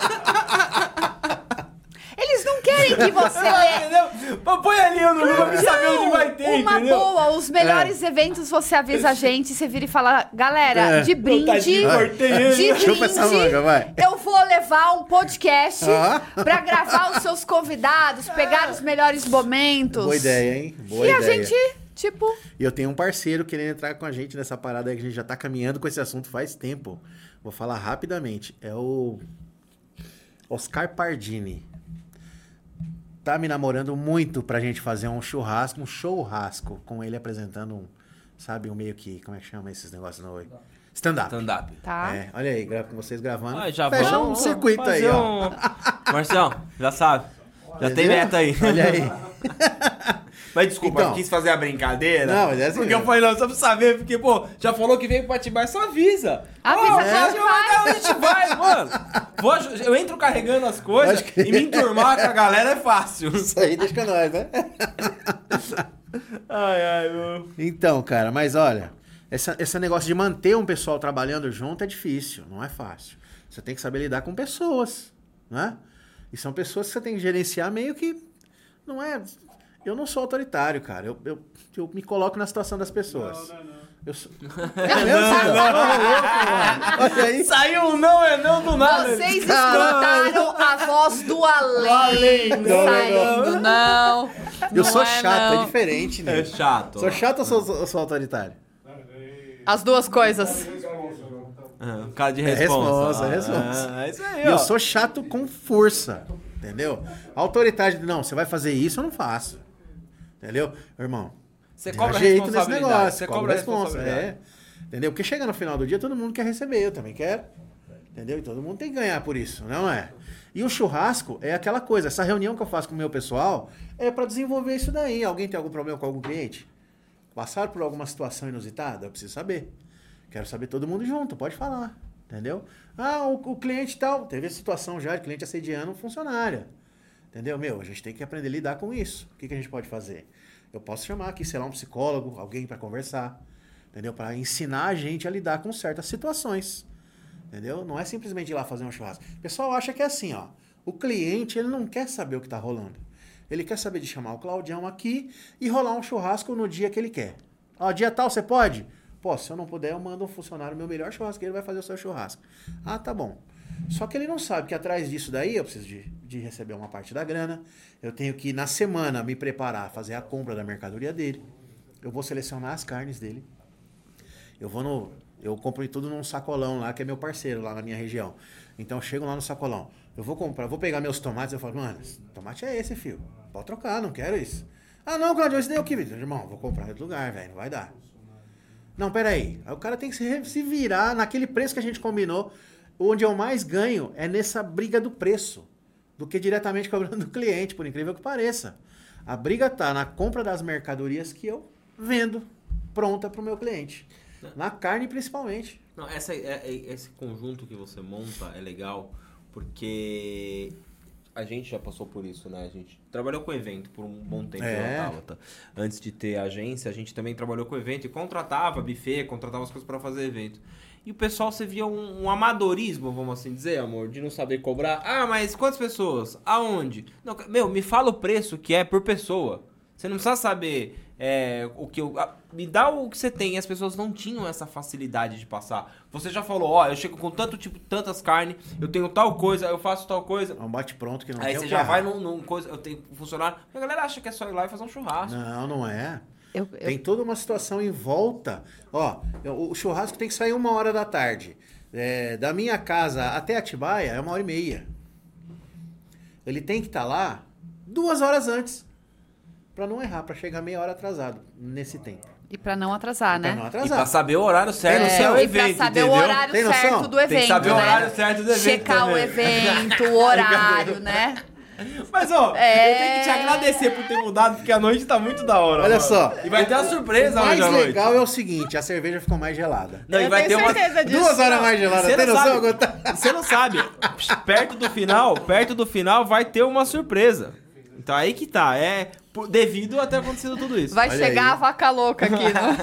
Eles não querem que você... Entendeu? Põe ali eu no grupo pra saber onde vai ter, entendeu? Boa, os melhores eventos você avisa a gente, você vira e fala, galera, de brinde, eu vou levar um podcast pra gravar os seus convidados, pegar os melhores momentos. Boa ideia, hein? Boa ideia. A gente, E eu tenho um parceiro querendo entrar com a gente nessa parada aí, que a gente já tá caminhando com esse assunto faz tempo. Vou falar rapidamente. É o Oscar Pardini. Tá me namorando muito pra gente fazer um churrasco, um churrasco, com ele apresentando um meio que, como é que chama esses negócios no stand-up. Stand-up. Tá. Olha aí, com vocês gravando. Já fecha um circuito aí, ó. Marcião, já sabe. Já tem meta aí. Olha aí. Mas desculpa, eu quis fazer a brincadeira. Não, mas é assim. Porque eu falei, não, só pra saber, porque, já falou que veio pra Atibaia, só avisa. Avisa que a gente vai, mano. Eu entro carregando as coisas e me enturmar com a galera é fácil. Isso aí deixa com nós, né? Meu. Então, cara, mas olha, esse negócio de manter um pessoal trabalhando junto é difícil, não é fácil. Você tem que saber lidar com pessoas, né? E são pessoas que você tem que gerenciar meio que... Não é... Eu não sou autoritário, cara. Eu me coloco na situação das pessoas. Não. Eu sou... Olha aí. Saiu um não do nada. Vocês escutaram a voz do além. Saindo não. Eu sou chato, é diferente, né? É chato. Sou chato ou sou autoritário? As duas coisas. Cara de responsa. É responsa. É isso aí, ó. Eu sou chato com força, entendeu? Autoridade, não, você vai fazer isso, eu não faço. Entendeu? Irmão, você cobra jeito nesse responsabilidade. negócio, Você cobra responsabilidade. Entendeu? Porque chega no final do dia, todo mundo quer receber, eu também quero. Entendeu? E todo mundo tem que ganhar por isso, não é? E o churrasco é aquela coisa, essa reunião que eu faço com o meu pessoal é para desenvolver isso daí. Alguém tem algum problema com algum cliente? Passaram por alguma situação inusitada? Eu preciso saber. Quero saber todo mundo junto, pode falar. Entendeu? O cliente tal, teve a situação já de cliente assediando funcionária. Entendeu? A gente tem que aprender a lidar com isso. O que a gente pode fazer? Eu posso chamar aqui, sei lá, um psicólogo, alguém para conversar. entendeu? Para ensinar a gente a lidar com certas situações, entendeu? Não é simplesmente ir lá fazer um churrasco. O pessoal acha que é assim, ó, o cliente, ele não quer saber o que tá rolando. Ele quer saber de chamar o Claudião aqui e rolar um churrasco no dia que ele quer. Ó, dia tal, você pode? Pô, se eu não puder, eu mando um funcionário, meu melhor churrasqueiro vai fazer o seu churrasco. Ah, tá bom. Só que ele não sabe que atrás disso daí eu preciso de receber uma parte da grana, eu tenho que, na semana, me preparar, fazer a compra da mercadoria dele, eu vou selecionar as carnes dele, eu compro tudo num sacolão lá, que é meu parceiro lá na minha região. Então eu chego lá no sacolão, eu vou pegar meus tomates, eu falo, mano, tomate é esse, filho, pode trocar, não quero isso. Ah, não, Claudio, esse daí é o que, irmão, vou comprar em outro lugar, velho, não vai dar. Não, peraí, aí o cara tem que se virar naquele preço que a gente combinou. Onde eu mais ganho é nessa briga do preço, do que diretamente cobrando do cliente, por incrível que pareça. A briga tá na compra das mercadorias que eu vendo pronta para o meu cliente. Na carne, principalmente. Não, esse conjunto que você monta é legal, porque a gente já passou por isso, né? A gente trabalhou com evento por um bom tempo na Tabata. Antes de ter agência, a gente também trabalhou com evento e contratava buffet, contratava as coisas para fazer evento. E o pessoal, você via um amadorismo, vamos assim dizer, amor, de não saber cobrar. Ah, mas quantas pessoas? Aonde? Não, meu, me fala o preço que é por pessoa. Você não precisa saber o que eu... me dá o que você tem. E as pessoas não tinham essa facilidade de passar. Você já falou, ó, eu chego com tanto tipo, tantas carnes, eu tenho tal coisa, eu faço tal coisa. É um bate-pronto que não aí tem você o já que vai num coisa, eu tenho funcionário. A galera acha que é só ir lá e fazer um churrasco. Não, não é. Tem toda uma situação em volta. Ó, o churrasco tem que sair 1h da tarde. Da minha casa até Atibaia é 1h30. Ele tem que estar lá 2 horas antes. Pra não errar, pra chegar meia hora atrasado nesse tempo. E pra não atrasar, né? Pra não atrasar. E pra saber o horário certo do seu e evento, pra saber entendeu? o horário Tem noção? certo do evento, Tem que saber o né? horário certo do evento Checar também. o evento, o horário, né? Mas, ó, eu tenho que te agradecer por ter mudado, porque a noite tá muito da hora. Olha mano. só. E vai ter uma surpresa O mais hoje à noite. legal é o seguinte, a cerveja ficou mais gelada. Não, e Eu vai ter tenho uma... certeza disso. 2 horas mais gelada, Você tem não noção, sabe. Gota? Você não sabe. Perto do final vai ter uma surpresa. Então aí que tá. Devido a ter acontecido tudo isso. Vai Olha chegar aí. a vaca louca aqui, né?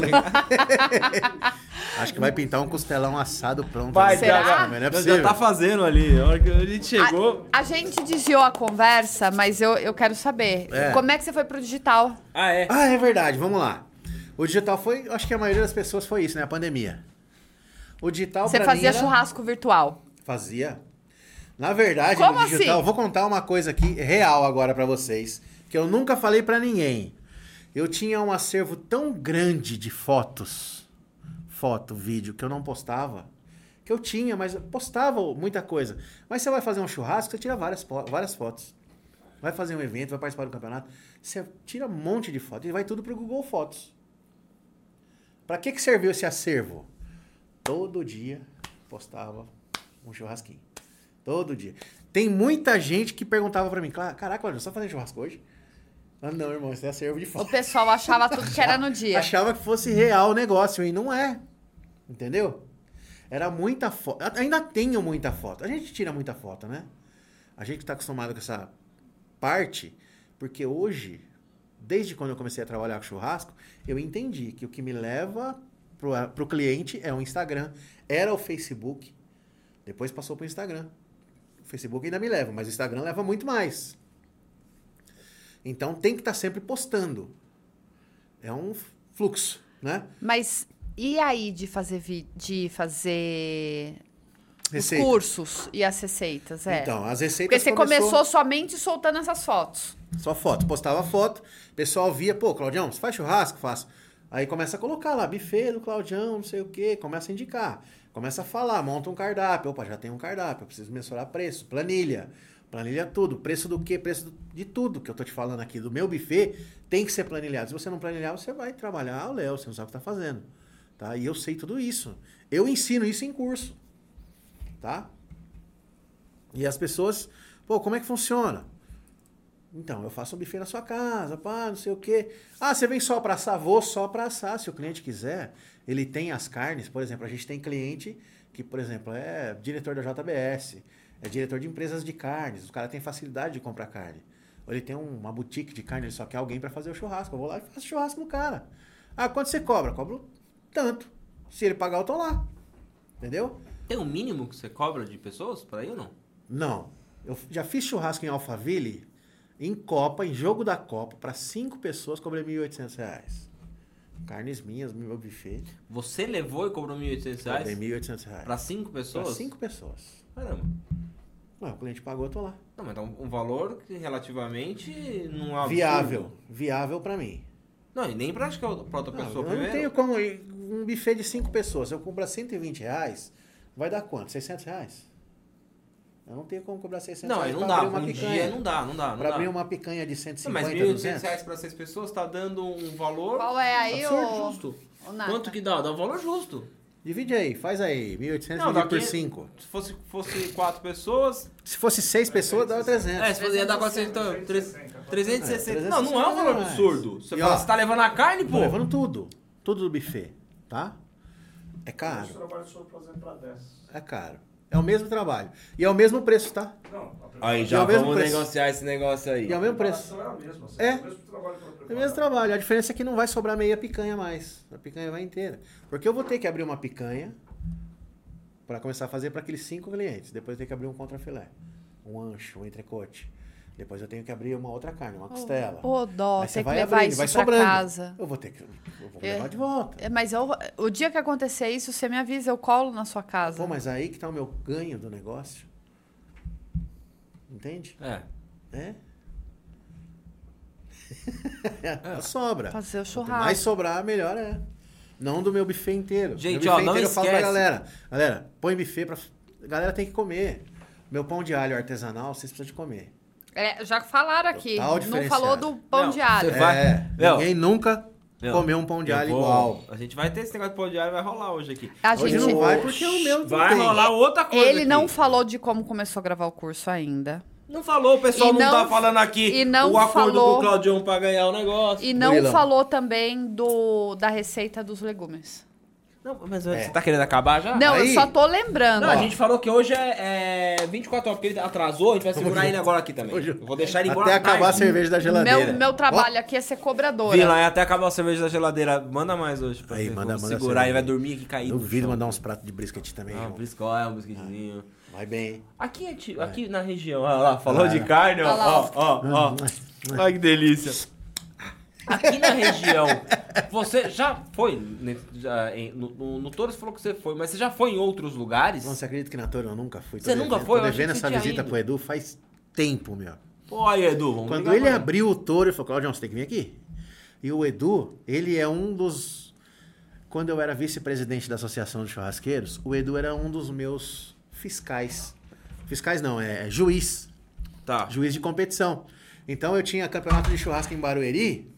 Acho que vai pintar um costelão assado pronto. Vai, ali. Será? Não é já possível. tá fazendo ali. A hora que a gente chegou... A gente desviou a conversa, mas eu quero saber. Como é que você foi pro digital? Ah, é? Ah, é verdade, vamos lá. O digital foi, acho que a maioria das pessoas foi isso, né? A pandemia. O digital Você pra mim fazia era... churrasco virtual. Fazia. Na verdade, Como no digital, assim? vou contar uma coisa aqui real agora pra vocês, que eu nunca falei pra ninguém. Eu tinha um acervo tão grande de foto, vídeo, que eu não postava, que eu tinha, mas eu postava muita coisa. Mas você vai fazer um churrasco, você tira várias fotos. Vai fazer um evento, vai participar do campeonato, você tira um monte de fotos e vai tudo pro Google Fotos. Pra que serviu esse acervo? Todo dia postava um churrasquinho. Todo dia. Tem muita gente que perguntava pra mim, caraca, olha, só fazer churrasco hoje? Ah, não, irmão, isso é acervo de O foto. pessoal achava tudo que era no dia. Achava que fosse real o negócio, e não é. Entendeu? Era muita foto. Ainda tenho muita foto. A gente tira muita foto, né? A gente tá acostumado com essa parte, porque hoje, desde quando eu comecei a trabalhar com churrasco, eu entendi que o que me leva pro cliente é o Instagram. Era o Facebook, depois passou pro Instagram. O Facebook ainda me leva, mas o Instagram leva muito mais. Então tem que estar sempre postando. É um fluxo, né? Mas e aí de fazer Receita. os cursos e as receitas? Então, as receitas Porque você começou somente soltando essas fotos. Só foto. Postava foto, o pessoal via, pô, Claudião, você faz churrasco? Faço. Aí começa a colocar lá, buffet do Claudião, não sei o quê, começa a indicar. Começa a falar, monta um cardápio. Opa, já tem um cardápio, eu preciso mensurar preço, planilha. Planilha tudo. Preço do quê? Preço de tudo que eu tô te falando aqui. Do meu buffet tem que ser planilhado. Se você não planilhar, você vai trabalhar ao léu, você não sabe o que tá fazendo. Tá? E eu sei tudo isso. Eu ensino isso em curso. Tá? E as pessoas, pô, como é que funciona? Então, eu faço um buffet na sua casa, pá, não sei o quê. Ah, você vem só para assar? Vou só para assar. Se o cliente quiser, ele tem as carnes. Por exemplo, a gente tem cliente que, por exemplo, é diretor da JBS, é diretor de empresas de carnes. O cara tem facilidade de comprar carne. Ou ele tem uma boutique de carne, ele só quer alguém para fazer o churrasco. Eu vou lá e faço churrasco no cara. Ah, quanto você cobra? Cobro tanto. Se ele pagar, eu tô lá. Entendeu? Tem um mínimo que você cobra de pessoas pra ir ou não? Não. Eu já fiz churrasco em Alphaville, em Copa, em jogo da Copa, para 5 pessoas, cobrei R$1.800. Carnes minhas, meu buffet. Você levou e cobrou R$1.800? Cobrei R$1.800. Pra 5 pessoas? Para 5 pessoas. Caramba. Não, o cliente pagou, eu tô lá. Não, mas é um valor que relativamente não é absurdo. Viável. Viável para mim. Não, e nem pra outra Não, pessoa eu primeiro. não tenho como... Um buffet de 5 pessoas, se eu cobrar R$120, vai dar quanto? R$600? Eu não tenho como cobrar R$600 Não, aí não pra dá. abrir uma Um picanha. dia não dá. Pra dá. abrir uma picanha de Não, 150, mas R$1.800? R$1.800 pra 6 pessoas tá dando um valor Qual é aí absurdo, justo. o Nata? Quanto que dá? Dá um valor justo. Divide aí, faz aí. 1.800 Não, dividido por daqui- 5. Se fosse 4 pessoas... Se fosse 6 pessoas, dava 300. É, se fosse ia dar 400, então... 360. É, Não, não é um valor reais. absurdo. Você E, fala, ó, você tá levando a carne, Tô pô? levando tudo. Tudo do buffet, tá? É caro. Esse trabalho só fazendo para 10. É caro. É o mesmo trabalho. E é o mesmo preço, tá? Não, Aí E já é o mesmo vamos preço. negociar esse negócio aí. E é o mesmo preço. é a mesma. É. O mesmo trabalho para É o preparar. mesmo trabalho. A diferença é que não vai sobrar meia picanha mais. A picanha vai inteira. Porque eu vou ter que abrir uma picanha para começar a fazer para aqueles 5 clientes. Depois eu tenho que abrir um contrafilé, um ancho, um entrecote. Depois eu tenho que abrir uma outra carne, uma costela. Ô, dó, Aí você tem que vai levar abrindo, isso vai pra sobrando. casa. Eu vou levar de volta. Mas o dia que acontecer isso, você me avisa, eu colo na sua casa. Pô, mas aí que tá o meu ganho do negócio. Entende? É. É? A sobra. Fazer o Quanto churrasco. mais sobrar, melhor é. Não do meu buffet inteiro. Gente, meu ó, buffet não inteiro eu falo pra esquece. galera. Galera, põe buffet pra... A galera tem que comer. Meu pão de alho artesanal, vocês precisam de comer. É, já falaram aqui, Total não diferenciado. falou do pão Não, de alho. você vai- Ninguém nunca Meu, comeu um pão de eu alho vou- igual. A gente vai ter esse negócio de pão de alho, vai rolar hoje aqui. A Hoje gente... não vai porque o meu não Vai tem. rolar outra coisa Ele não aqui. falou de como começou a gravar o curso ainda. Não falou, o pessoal E não não- tá falando aqui e não o acordo falou- com o Claudião pra ganhar o negócio. E não Murilão. falou também da receita dos legumes. Não, mas você tá querendo acabar já? Não, Aí- eu só tô lembrando. Não, a gente falou que hoje é 24 horas, porque ele atrasou, a gente vai segurar ele agora aqui também. Hoje- Eu vou deixar ele embora Até à acabar a tarde. cerveja da geladeira. Meu trabalho aqui é ser cobradora. Vila, é até acabar a cerveja da geladeira. Manda mais hoje. Pra Aí, você. manda Vamos segurar cerveja. e vai dormir aqui caído. Duvido no chão. mandar uns pratos de brisket também. Ah, João. briscola, um biscoitinho. Vai bem. Aqui na região, olha lá, falou Vai. de carne, ó, Olha lá, ó. Olha que delícia. Aqui na região, você já foi, no Toro você falou que você foi, mas você já foi em outros lugares? Não, você acredita que na Toro eu nunca fui? Você nunca foi? Eu Tô achei devendo que você essa tinha visita ido. pro Edu faz tempo, meu. Pô, aí, Edu, vamos Quando ligar ele pra abriu o Toro, ele falou, Claudião, você tem que vir aqui. E o Edu, ele é um dos... Quando eu era vice-presidente da Associação de Churrasqueiros, o Edu era um dos meus fiscais. Fiscais não, é juiz. Tá. Juiz de competição. Então eu tinha campeonato de churrasco em Barueri,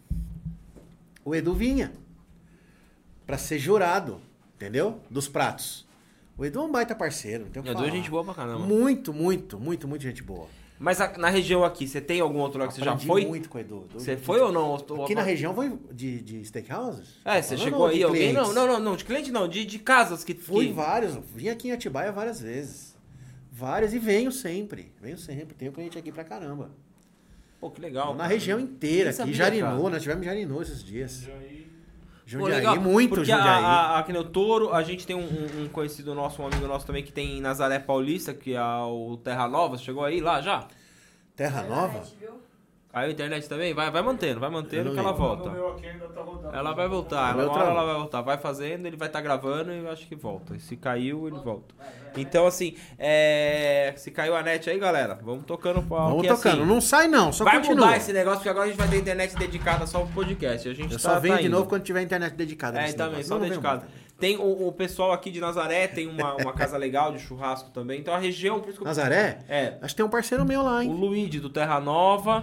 o Edu vinha pra ser jurado, entendeu? Dos pratos. O Edu é um baita parceiro, não tem o que Edu falar. é gente boa pra caramba. Muito gente boa. Mas na região aqui, você tem algum outro lugar que você já Aprendi foi? muito com o Edu. Você foi ou não? Aqui na região foi de steakhouses? É, você Falando chegou ou aí, de alguém? clientes? Não, de cliente não, de casas que... Fui que... vários, vim aqui em Atibaia várias vezes. Várias e venho sempre. Tenho cliente aqui pra caramba. Pô, que legal. Na cara. região inteira, Nem sabia, aqui, Jarinu, cara. nós tivemos em Jarinu esses dias. Pô, Jundiaí, legal, muito porque Jundiaí. aqui no Touro, a gente tem um conhecido nosso, um amigo nosso também, que tem em Nazaré Paulista, que é o Terra Nova. Você chegou aí lá já? Terra Nova? Caiu a internet também? Vai mantendo Eu que não ela lembro. volta. O meu aqui ainda tá rodando. Ela vai voltar, O meu uma hora travou. ela vai voltar. Vai fazendo, ele vai estar gravando e eu acho que volta. E se caiu, ele volta. Então, assim, se caiu a net aí, galera, vamos tocando pau. Vamos que, tocando. assim, Não sai não, só vai continua. mudar esse negócio, porque agora a gente vai ter internet dedicada só pro podcast. A gente Eu só venho de indo. novo quando tiver internet dedicada. É, nesse também, negócio. só Não, não dedicado. venho mais. Tem o pessoal aqui de Nazaré, tem uma casa legal de churrasco também. Então a região, por isso que eu... Nazaré? É. Acho que tem um parceiro meu lá, O hein? Luigi do Terra Nova.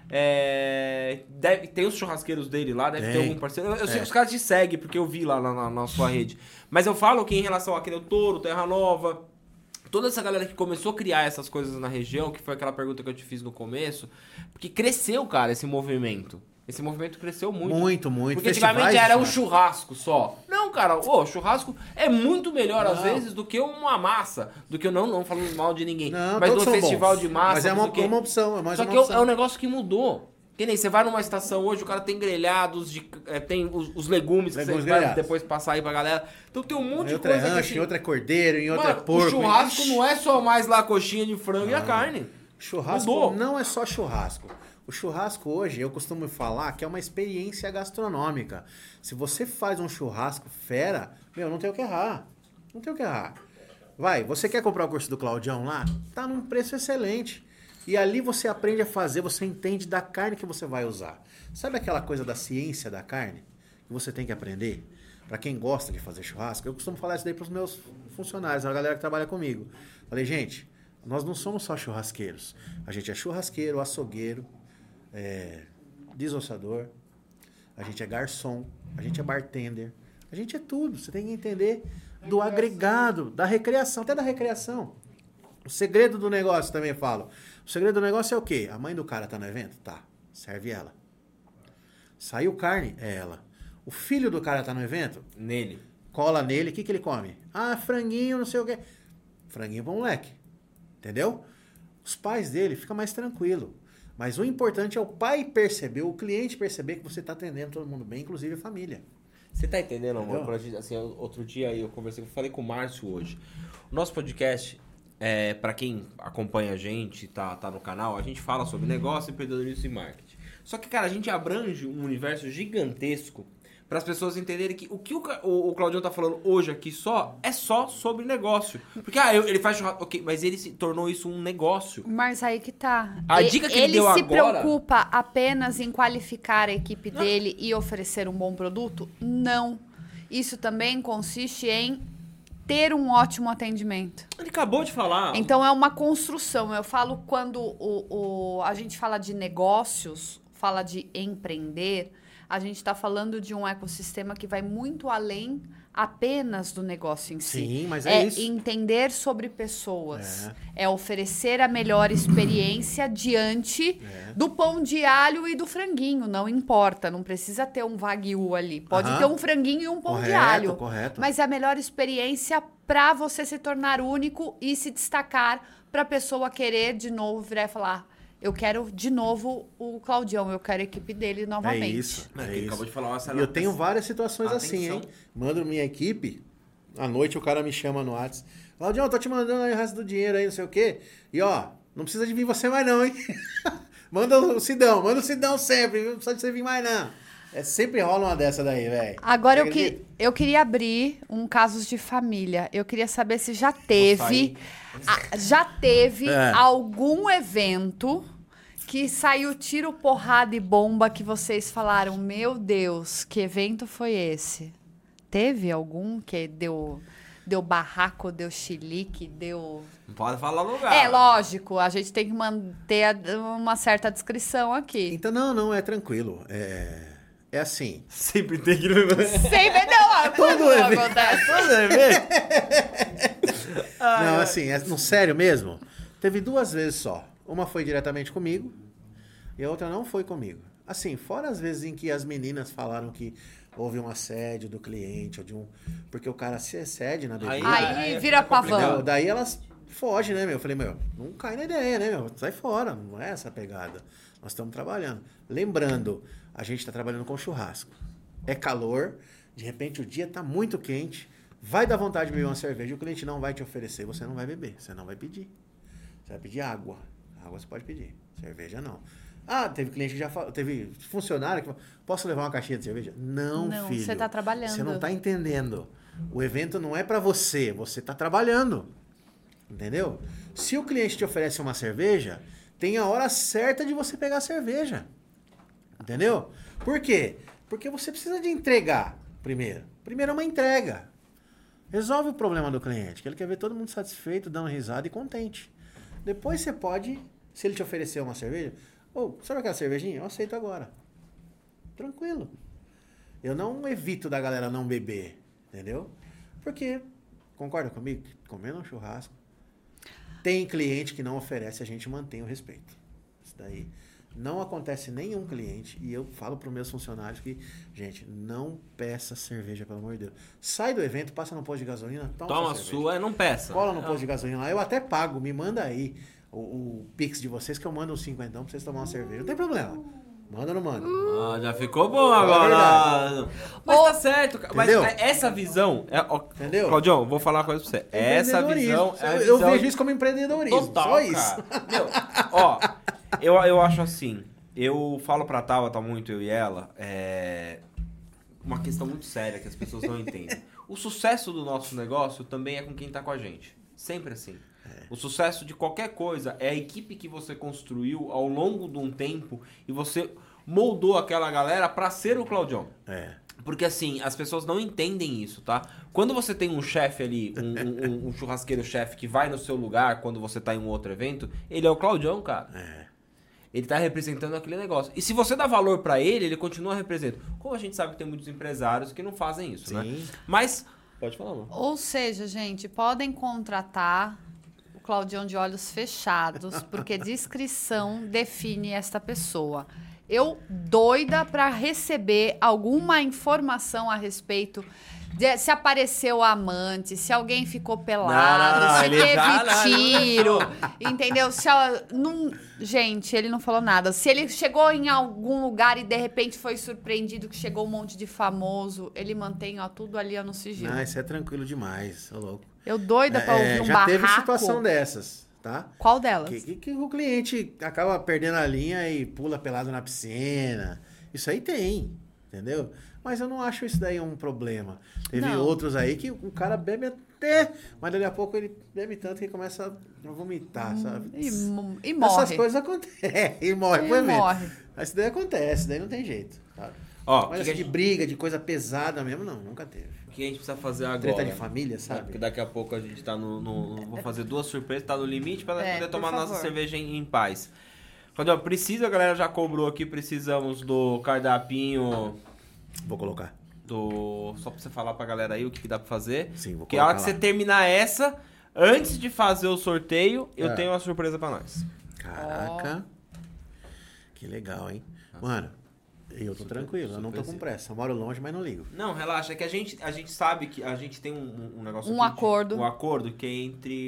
Tem os churrasqueiros dele lá, deve ter Tem. algum parceiro. Eu sei que os caras te seguem, porque eu vi lá na sua rede. Mas eu falo que em relação àquele Touro, Terra Nova, toda essa galera que começou a criar essas coisas na região, que foi aquela pergunta que eu te fiz no começo, porque cresceu, cara, esse movimento. Esse movimento cresceu muito. Muito. Porque Festivais antigamente de era um churrasco. churrasco só. Não, cara, o churrasco é muito melhor às Não. vezes do que uma massa. Do que eu não falando mal de ninguém. Não, mas todos no são festival bons. de massa. Mas é não sei o quê. uma opção, é mais Só uma que opção. é um negócio que mudou. Que nem você vai numa estação hoje, o cara tem grelhados, tem os legumes que você vai grelhados. depois passar aí pra galera. Então tem um monte Em de outra coisa é que, rancho, assim, em outra é cordeiro, em outra é mano, porco. o churrasco Ixi. não é só mais lá a coxinha de frango e a carne. Churrasco Mudou. não é só churrasco. O churrasco hoje, eu costumo falar que é uma experiência gastronômica. Se você faz um churrasco fera, não tem o que errar. Não tem o que errar. Vai, você quer comprar o curso do Claudião lá? Tá num preço excelente. E ali você aprende a fazer, você entende da carne que você vai usar. Sabe aquela coisa da ciência da carne? Que você tem que aprender? Pra quem gosta de fazer churrasco, eu costumo falar isso daí pros meus funcionários, a galera que trabalha comigo. Falei, gente, nós não somos só churrasqueiros. A gente é churrasqueiro, açougueiro, desossador, a gente é garçom, a gente é bartender, a gente é tudo. Você tem que entender do agregado, da recreação, até da recreação. O segredo do negócio também eu falo. O segredo do negócio é o quê? A mãe do cara tá no evento? Tá. Serve ela. Saiu carne? É ela. O filho do cara tá no evento? Nele. Cola nele. O que ele come? Ah, franguinho, não sei o quê. Franguinho pro moleque. Entendeu? Os pais dele ficam mais tranquilo. Mas o importante é o pai perceber, o cliente perceber que você tá atendendo todo mundo bem, inclusive a família. Você tá entendendo, amor? Entendeu? Quando a gente, assim, outro dia eu falei com o Márcio hoje. O nosso podcast, pra quem acompanha a gente, tá no canal, a gente fala sobre negócio, empreendedorismo e marketing. Só que, cara, a gente abrange um universo gigantesco para as pessoas entenderem que o que o Claudião tá falando hoje aqui é só sobre negócio. Porque, ele faz churrasco, ok, mas ele se tornou isso um negócio. Mas aí que tá. A dica que ele deu se agora- preocupa apenas em qualificar a equipe dele e oferecer um bom produto? Não. Isso também consiste em ter um ótimo atendimento. Ele acabou de falar. Então é uma construção. Eu falo quando a gente fala de negócios, fala de empreender, a gente está falando de um ecossistema que vai muito além apenas do negócio em si. Sim, mas é isso. Entender sobre pessoas. É oferecer a melhor experiência diante do pão de alho e do franguinho. Não importa, não precisa ter um wagyu ali. Pode ter um franguinho e um pão de alho. Correto. Mas é a melhor experiência para você se tornar único e se destacar para a pessoa querer de novo virar e falar: eu quero de novo o Claudião, eu quero a equipe dele novamente. É isso. Ele acabou de falar uma E eu tenho várias situações Atenção. assim, hein? Mando minha equipe, à noite o cara me chama no WhatsApp. Claudião, tô te mandando aí o resto do dinheiro aí, não sei o quê. E ó, não precisa de vir você mais não, hein? manda o Sidão sempre, não precisa de você vir mais não. Sempre rola uma dessa daí, velho. Agora Você acredita? eu queria abrir um casos de família. Eu queria saber se já teve algum evento que saiu tiro, porrada e bomba que vocês falaram: meu Deus, que evento foi esse? Teve algum que deu barraco, deu chilique, deu... Não pode falar no lugar. Lógico, a gente tem que manter uma certa descrição aqui. Então, não, é tranquilo. É assim. Sempre tem que... Sempre não, Todo evento. acontece. Não, assim, no sério mesmo, teve 2 vezes só. Uma foi diretamente comigo e a outra não foi comigo. Assim, fora as vezes em que as meninas falaram que houve um assédio do cliente, ou porque o cara se excede na bebida. Aí vira pavão. Entendeu? Daí elas fogem, né, meu? Eu falei, não cai na ideia, né, meu? Sai fora, não é essa a pegada. Nós estamos trabalhando. Lembrando, a gente está trabalhando com churrasco. É calor, de repente o dia está muito quente, vai dar vontade de beber uma cerveja, o cliente não vai te oferecer, você não vai beber, você não vai pedir. Você vai pedir água. Água você pode pedir, cerveja não. Ah, teve cliente que já falou, teve funcionário que falou: posso levar uma caixinha de cerveja? Não, filho. Você tá trabalhando. Você não tá entendendo. O evento não é para você tá trabalhando. Entendeu? Se o cliente te oferece uma cerveja, tem a hora certa de você pegar a cerveja. Entendeu? Por quê? Porque você precisa de entregar primeiro. Primeiro é uma entrega. Resolve o problema do cliente, que ele quer ver todo mundo satisfeito, dando risada e contente. Depois você pode, se ele te oferecer uma cerveja, sabe aquela cervejinha? Eu aceito agora. Tranquilo. Eu não evito da galera não beber, entendeu? Porque, concorda comigo? Comendo um churrasco, tem cliente que não oferece, a gente mantém o respeito. Isso daí não acontece nenhum cliente, e eu falo para os meus funcionários que, gente, não peça cerveja, pelo amor de Deus. Sai do evento, passa no posto de gasolina, Toma a sua, não peça. cola no posto de gasolina lá, eu até pago, me manda aí o Pix de vocês, que eu mando uns 50 pra vocês tomar uma cerveja. Não tem problema. Manda ou não manda? Já ficou bom agora. Mas tá certo. Mas Entendeu? essa visão... Entendeu? Claudião, vou falar uma coisa pra você. Essa visão... É a Eu visão vejo isso como empreendedorismo. total, só isso. cara. Meu, ó, eu acho assim... Eu falo pra Tabata muito, eu e ela, uma questão muito séria que as pessoas não entendem. O sucesso do nosso negócio também é com quem tá com a gente. Sempre assim. O sucesso de qualquer coisa é a equipe que você construiu ao longo de um tempo e você moldou aquela galera pra ser o Claudião. Porque assim, as pessoas não entendem isso, tá? Quando você tem um chefe ali, um churrasqueiro chefe que vai no seu lugar quando você tá em um outro evento, ele é o Claudião, cara. Ele tá representando aquele negócio. E se você dá valor pra ele, ele continua representando. Como a gente sabe que tem muitos empresários que não fazem isso, né? Mas... Pode falar, não. Ou seja, gente, podem contratar o Claudião de olhos fechados, porque descrição define esta pessoa. Eu doida para receber alguma informação a respeito de se apareceu amante, se alguém ficou pelado, se teve tiro, entendeu? Se gente, ele não falou nada. Se ele chegou em algum lugar e de repente foi surpreendido que chegou um monte de famoso, ele mantém tudo ali no sigilo. Não, isso é tranquilo demais, ô louco. Eu doida pra ouvir um já barraco. teve situação dessas, tá? Qual delas? Que o cliente acaba perdendo a linha e pula pelado na piscina. Isso aí tem, entendeu? Mas eu não acho isso daí um problema. Teve outros aí que o cara bebe até, mas daqui a pouco ele bebe tanto que ele começa a vomitar, sabe? E morre. Essas coisas acontecem. E morre, foi mesmo. Mas isso daí acontece, isso daí não tem jeito, sabe? Mas assim, de briga, de coisa pesada mesmo, não, nunca teve. O que a gente precisa fazer agora? Treta de família, sabe? Porque daqui a pouco a gente tá vou fazer 2 surpresas, tá no limite pra poder tomar nossa cerveja em paz. Claudião, a galera já cobrou aqui, precisamos do cardapinho... Vou colocar. Só pra você falar pra galera aí o que dá pra fazer. Sim, vou colocar. Porque a hora que você terminar essa, antes de fazer o sorteio, eu tenho uma surpresa pra nós. Caraca. Que legal, hein? Mano, eu tô tranquilo, eu não tô com pressa. Eu moro longe, mas não ligo. Não, relaxa, é que a gente sabe que a gente tem um negócio Um acordo. Um acordo que é entre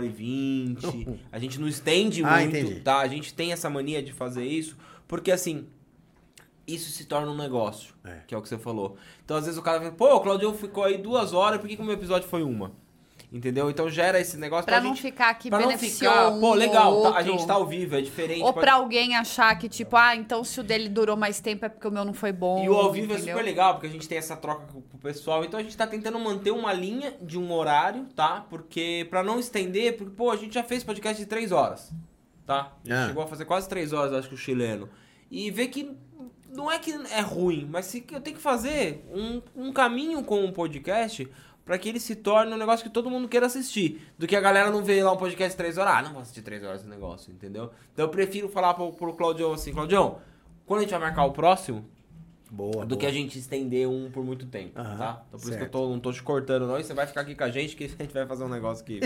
1h20. A gente não estende muito, entendi. tá? A gente tem essa mania de fazer isso, porque assim... Isso se torna um negócio, que é o que você falou. Então, às vezes o cara fala, pô, o Claudião ficou aí 2 horas, por que o meu episódio foi 1? Entendeu? Então gera esse negócio pra não ficar aqui beneficiou pô, legal, outro. a gente tá ao vivo, é diferente. Ou pra alguém achar que, tipo, então se o dele durou mais tempo é porque o meu não foi bom. E o ao vivo entendeu? é super legal, porque a gente tem essa troca com o pessoal. Então a gente tá tentando manter uma linha de um horário, tá? Porque pra não estender, porque, pô, a gente já fez podcast de 3 horas, tá? A gente chegou a fazer quase 3 horas, acho que o chileno. E ver que não é que é ruim, mas se eu tenho que fazer um caminho com um podcast pra que ele se torne um negócio que todo mundo queira assistir. Do que a galera não vê lá um podcast de 3 horas. Não vou assistir 3 horas esse negócio, entendeu? Então eu prefiro falar pro Claudião assim, Claudião, quando a gente vai marcar o próximo, que a gente estender um por muito tempo, tá? Então por isso que eu não tô te cortando não, e você vai ficar aqui com a gente, que a gente vai fazer um negócio aqui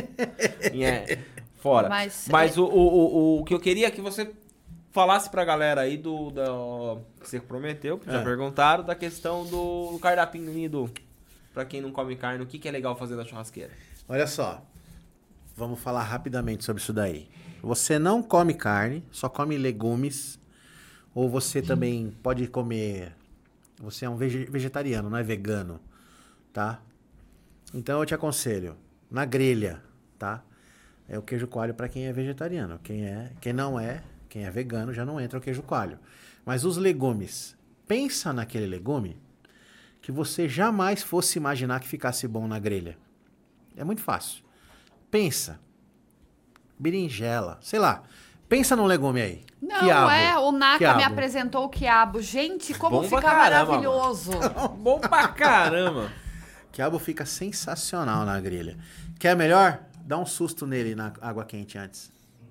fora. Mas o que eu queria é que você falasse pra galera aí que você prometeu, que já perguntaram, da questão do cardápio pra quem não come carne, o que é legal fazer na churrasqueira. Olha só, vamos falar rapidamente sobre isso daí. Você não come carne, só come legumes, ou você também pode comer... Você é um vegetariano, não é vegano, tá? Então eu te aconselho, na grelha, tá? É o queijo coalho pra quem é vegetariano. Quem não é... Quem é vegano já não entra o queijo coalho. Mas os legumes, pensa naquele legume que você jamais fosse imaginar que ficasse bom na grelha. É muito fácil. Pensa. Berinjela, sei lá. Pensa num legume aí. Não, quiabo. O Naka quiabo. me apresentou o quiabo. Gente, como Bom fica pra caramba, maravilhoso. Bom pra caramba. Quiabo fica sensacional na grelha. Quer melhor? Dá um susto nele na água quente antes.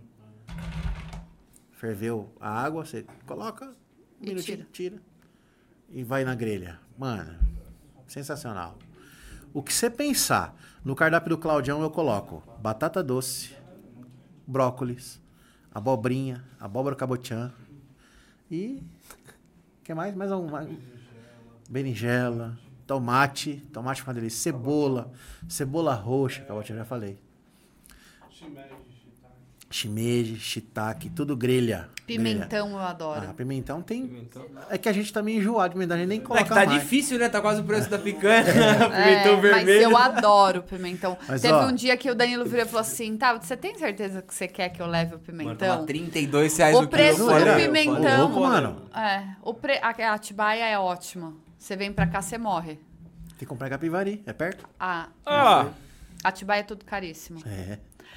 Ferveu a água, você coloca, um minutinho, tira e vai na grelha. Mano, sensacional. O que você pensar, no cardápio do Claudião eu coloco batata doce, brócolis, abobrinha, abóbora cabotiã e... que mais? Mais alguma? Berinjela, tomate com uma delícia, cebola roxa, cabotiã já falei. shimeji, shiitake, tudo grelha. Pimentão eu adoro. Ah, pimentão tem... Pimentão. É que a gente tá meio enjoado de pimentão, a gente nem É coloca que tá mais. difícil, né? Tá quase o preço da picanha. Pimentão Mas vermelho. eu adoro pimentão. Mas, Teve ó, um dia que o Danilo virou e falou assim, tá, você tem certeza que você quer que eu leve o Mano, pimentão? tava R$32 O o preço quilo. do Olha, pimentão. Ô, louco, mano. A Atibaia é ótima. Você vem pra cá, você morre. Tem que comprar em Capivari, é perto? Ah, Atibaia é tudo caríssimo. É.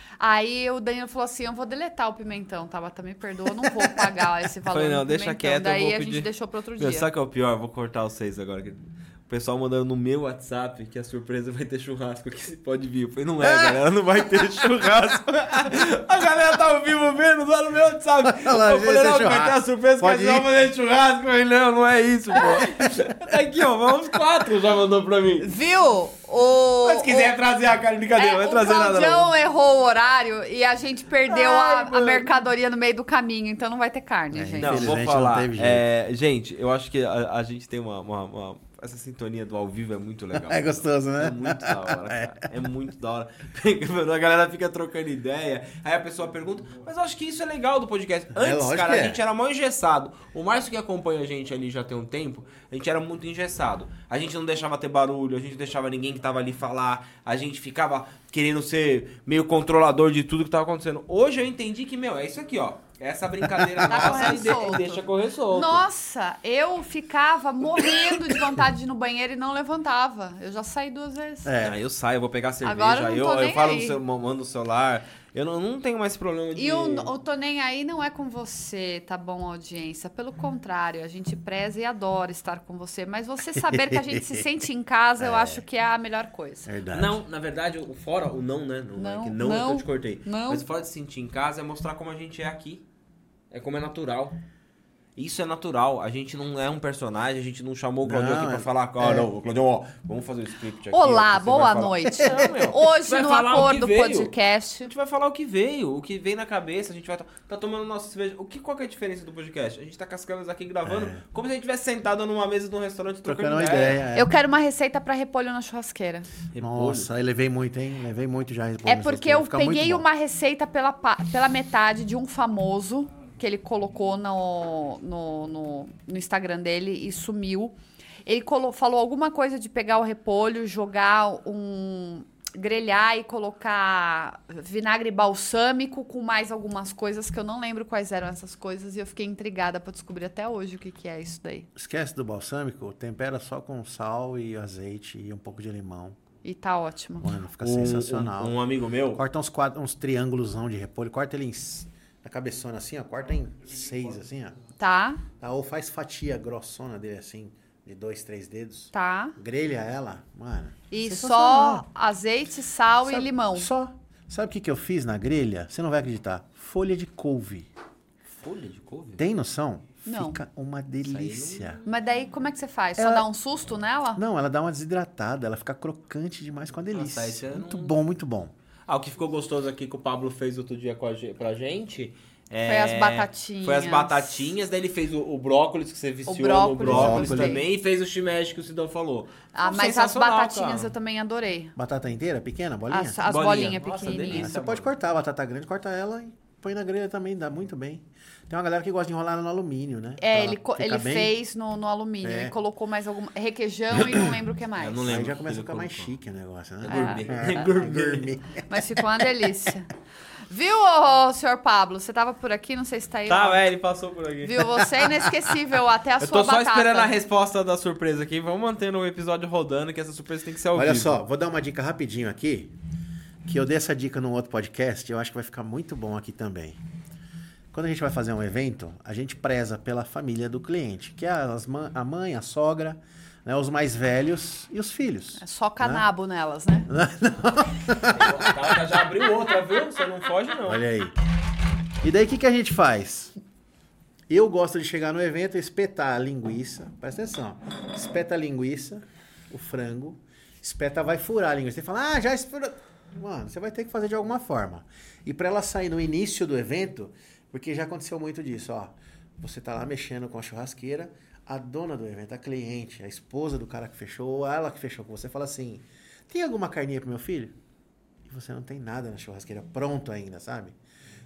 Aí o Danilo falou assim, eu vou deletar o pimentão, Tabata, me perdoa, eu não vou pagar esse valor Falei, não, do deixa pimentão. quieto, eu Daí vou a gente pedir. deixou pro outro meu, dia. sabe o que é o pior? Eu vou cortar vocês agora. O pessoal mandando no meu WhatsApp que a surpresa vai ter churrasco aqui, você pode vir. Eu falei, não é, galera, não vai ter churrasco. A galera tá ao vivo vendo lá no meu WhatsApp. Lá, Eu falei, não, churrasco. vai ter a surpresa que Pode a gente vai ir. fazer churrasco. Eu falei, não é isso, pô. Tá aqui, ó, vamos 4 já mandou pra mim. Viu? Mas se quiser trazer a cara de cadeira, não vai o trazer nada não. Claudião errou o horário e a gente perdeu a mercadoria no meio do caminho, então não vai ter carne, gente. Não, vou Infelizmente, falar. não teve jeito. Gente, eu acho que a gente tem essa sintonia do ao vivo é muito legal. É gostoso, né? É muito da hora, cara. É muito da hora. A galera fica trocando ideia, aí a pessoa pergunta, mas eu acho que isso é legal do podcast. Antes, lógico cara, que a é. gente era mó engessado. O Márcio que acompanha a gente ali já tem um tempo, a gente era muito engessado. A gente não deixava ter barulho, a gente não deixava ninguém que tava ali falar, a gente ficava querendo ser meio controlador de tudo que tava acontecendo. Hoje eu entendi que, é isso aqui, ó. Essa brincadeira Tá nossa correndo solto. deixa correr solto. Nossa, eu ficava morrendo de vontade de ir no banheiro e não levantava. Eu já saí 2 vezes. É. Aí eu saio, eu vou pegar cerveja, Agora eu aí não tô eu nem falo aí. mando o celular. Eu não tenho mais esse problema de... E o Tô Nem Aí não é com você, tá bom, audiência? Pelo contrário, a gente preza e adora estar com você. Mas você saber que a gente se sente em casa, eu acho que é a melhor coisa. Verdade. Não, na verdade, o fora, o não, né? Não, é que não, não, eu te cortei. não. Mas o fora de se sentir em casa é mostrar como a gente é aqui. É como é natural. Isso é natural. A gente não é um personagem, a gente não chamou o Claudião aqui pra falar, não, Claudião, ó, vamos fazer o script aqui. Olá, você boa vai falar. noite. Não, meu. Hoje Vai no falar o que Acordo veio. Podcast. A gente vai falar o que veio na cabeça, a gente vai tá tomando nossa cerveja. Qual que é a diferença do podcast? A gente tá com as câmeras aqui gravando como se a gente estivesse sentado numa mesa de um restaurante Trocando trocando uma ideia. ideia. Eu quero uma receita pra repolho na churrasqueira. Nossa, aí levei muito, hein? Levei muito já. repolho É no porque churrasqueiro. eu Fica muito peguei bom. uma receita pela metade de um famoso que ele colocou no Instagram dele e sumiu. Ele falou alguma coisa de pegar o repolho, grelhar e colocar vinagre balsâmico com mais algumas coisas que eu não lembro quais eram essas coisas e eu fiquei intrigada pra descobrir até hoje o que é isso daí. Esquece do balsâmico, tempera só com sal e azeite e um pouco de limão. E tá ótimo. Mano, fica sensacional. Um amigo meu... Corta uns triângulosão de repolho, corta ele na cabeçona assim, ó. Corta em 6, assim, ó. Tá, Tá? Ou faz fatia grossona dele assim, de 2, 3 dedos. tá. Grelha ela, mano. E sensacional. só azeite, sal e Sabe- limão. Só. Sabe o que eu fiz na grelha? Você não vai acreditar. Folha de couve. Folha de couve? Tem noção? Não. Fica uma delícia. Mas daí como é que você faz? Só Ela- dá um susto nela? Não, ela dá uma desidratada, ela fica crocante demais com a delícia. Nossa, isso eu Muito não- bom, muito bom. O que ficou gostoso aqui que o Pablo fez outro dia pra gente... Foi as batatinhas. Foi as batatinhas, daí ele fez o brócolis, que você viciou brócolis, no brócolis eu gostei. também, e fez o shimeji que o Sidão falou. Ah, Ficou mas as sensacional, batatinhas cara. eu também adorei. Batata inteira, pequena, bolinha? As Bolinha. bolinhas Nossa, pequenininhas. delícia. Você pode cortar a batata grande, corta ela e põe na grelha também, dá muito bem. Tem uma galera que gosta de enrolar ela no alumínio, né? É, Pra ele ficar bem. fez no alumínio É. e colocou mais algum requeijão e não lembro o que mais. Eu não lembro. Aí já o que começa a ele ficar mais colocou. chique o negócio, né? É gourmet. Gourmet. Mas ficou uma delícia. Viu, ô, senhor Pablo? Você tava por aqui, não sei se tá aí. Tá, ó. velho, ele passou por aqui. Viu? Você é inesquecível até a Eu sua tô só batata. esperando a resposta da surpresa aqui. Vamos mantendo o episódio rodando, que essa surpresa tem que ser ao Olha vivo. só, vou dar uma dica rapidinho aqui, que eu dei essa dica num outro podcast, eu acho que vai ficar muito bom aqui também. Quando a gente vai fazer um evento, a gente preza pela família do cliente, que é a mãe, a sogra, né, os mais velhos e os filhos. É só canabo nelas, né? Ela já abriu outra, viu? Você não foge, não. Olha aí. E daí o que a gente faz? Eu gosto de chegar no evento e espetar a linguiça. Presta atenção. Espeta a linguiça, o frango. Espeta, vai furar a linguiça. Você fala, já espurou. Mano, você vai ter que fazer de alguma forma. E para ela sair no início do evento, porque já aconteceu muito disso, ó. Você tá lá mexendo com a churrasqueira, a dona do evento, a cliente, a esposa do cara que fechou, ou ela que fechou com você, fala assim, tem alguma carninha pro meu filho? E você não tem nada na churrasqueira pronto ainda, sabe?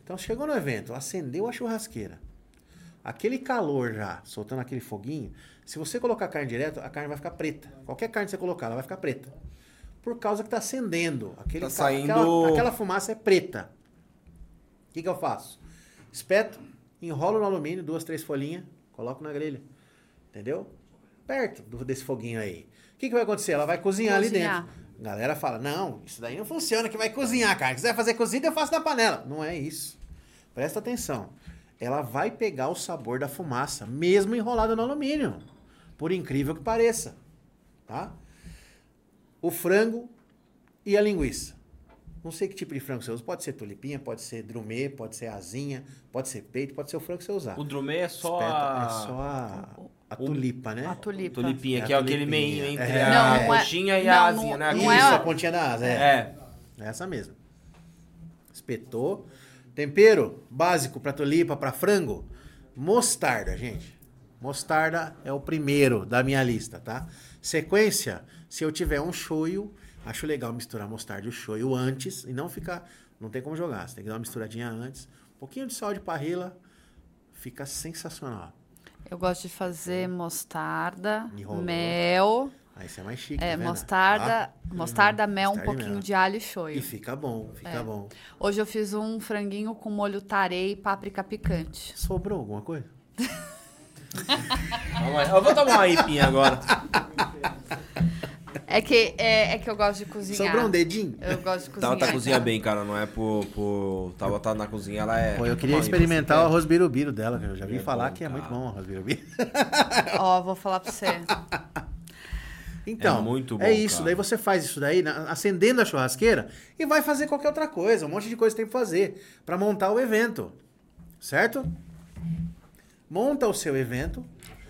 Então, chegou no evento, acendeu a churrasqueira. Aquele calor já, soltando aquele foguinho, se você colocar a carne direto, a carne vai ficar preta. Qualquer carne que você colocar, ela vai ficar preta. Por causa que tá acendendo. Tá saindo... Aquela fumaça é preta. O que eu faço? Espeto, enrolo no alumínio, 2, 3 folhinhas, coloco na grelha. Entendeu? Perto desse foguinho aí. O que vai acontecer? Ela vai cozinhar ali dentro. A galera fala, não, isso daí não funciona, que vai cozinhar, cara. Se quiser fazer cozida, eu faço na panela. Não é isso. Presta atenção. Ela vai pegar o sabor da fumaça, mesmo enrolada no alumínio. Por incrível que pareça. Tá? O frango e a linguiça. Não sei que tipo de frango você usa. Pode ser tulipinha, pode ser drumê, pode ser asinha, pode ser peito, pode ser o frango que você usar. O drumê é só a tulipa, né? A tulipa. Tulipinha, que é aquele meio entre Não, a não é- coxinha e não, a não- asinha, né? não Isso, é- a pontinha da asa, É. Essa mesmo. Espetou. Tempero básico para tulipa, para frango. Mostarda, gente. Mostarda é o primeiro da minha lista, tá? Sequência, se eu tiver um shoyu, acho legal misturar mostarda e o shoyu antes e não ficar... Não tem como jogar, você tem que dar uma misturadinha antes. Um pouquinho de sal de parrilla, fica sensacional. Eu gosto de fazer mostarda, Enrolou. mel, Aí você é mais chique, tá vendo? mostarda, mel, um Mostarda e pouquinho mel. de alho e E shoyu. fica bom, fica bom. Hoje eu fiz um franguinho com molho tarê e páprica picante. Sobrou alguma coisa? Eu vou tomar uma ipinha agora. É que eu gosto de cozinhar. Sobrou um dedinho? Eu gosto de cozinhar. Tava tá cozinha bem, cara. Não é por... Tava tá na cozinha, ela é... Pô, eu queria Não, experimentar o você arroz birubiru dela, que eu já vi É falar bom, que é muito cara. bom o arroz birubiru. Ó, vou falar pra você. Então, É muito bom, é isso. cara. Daí você faz isso daí, acendendo a churrasqueira, e vai fazer qualquer outra coisa. Um monte de coisa tem pra fazer pra montar o evento. Certo? Monta o seu evento.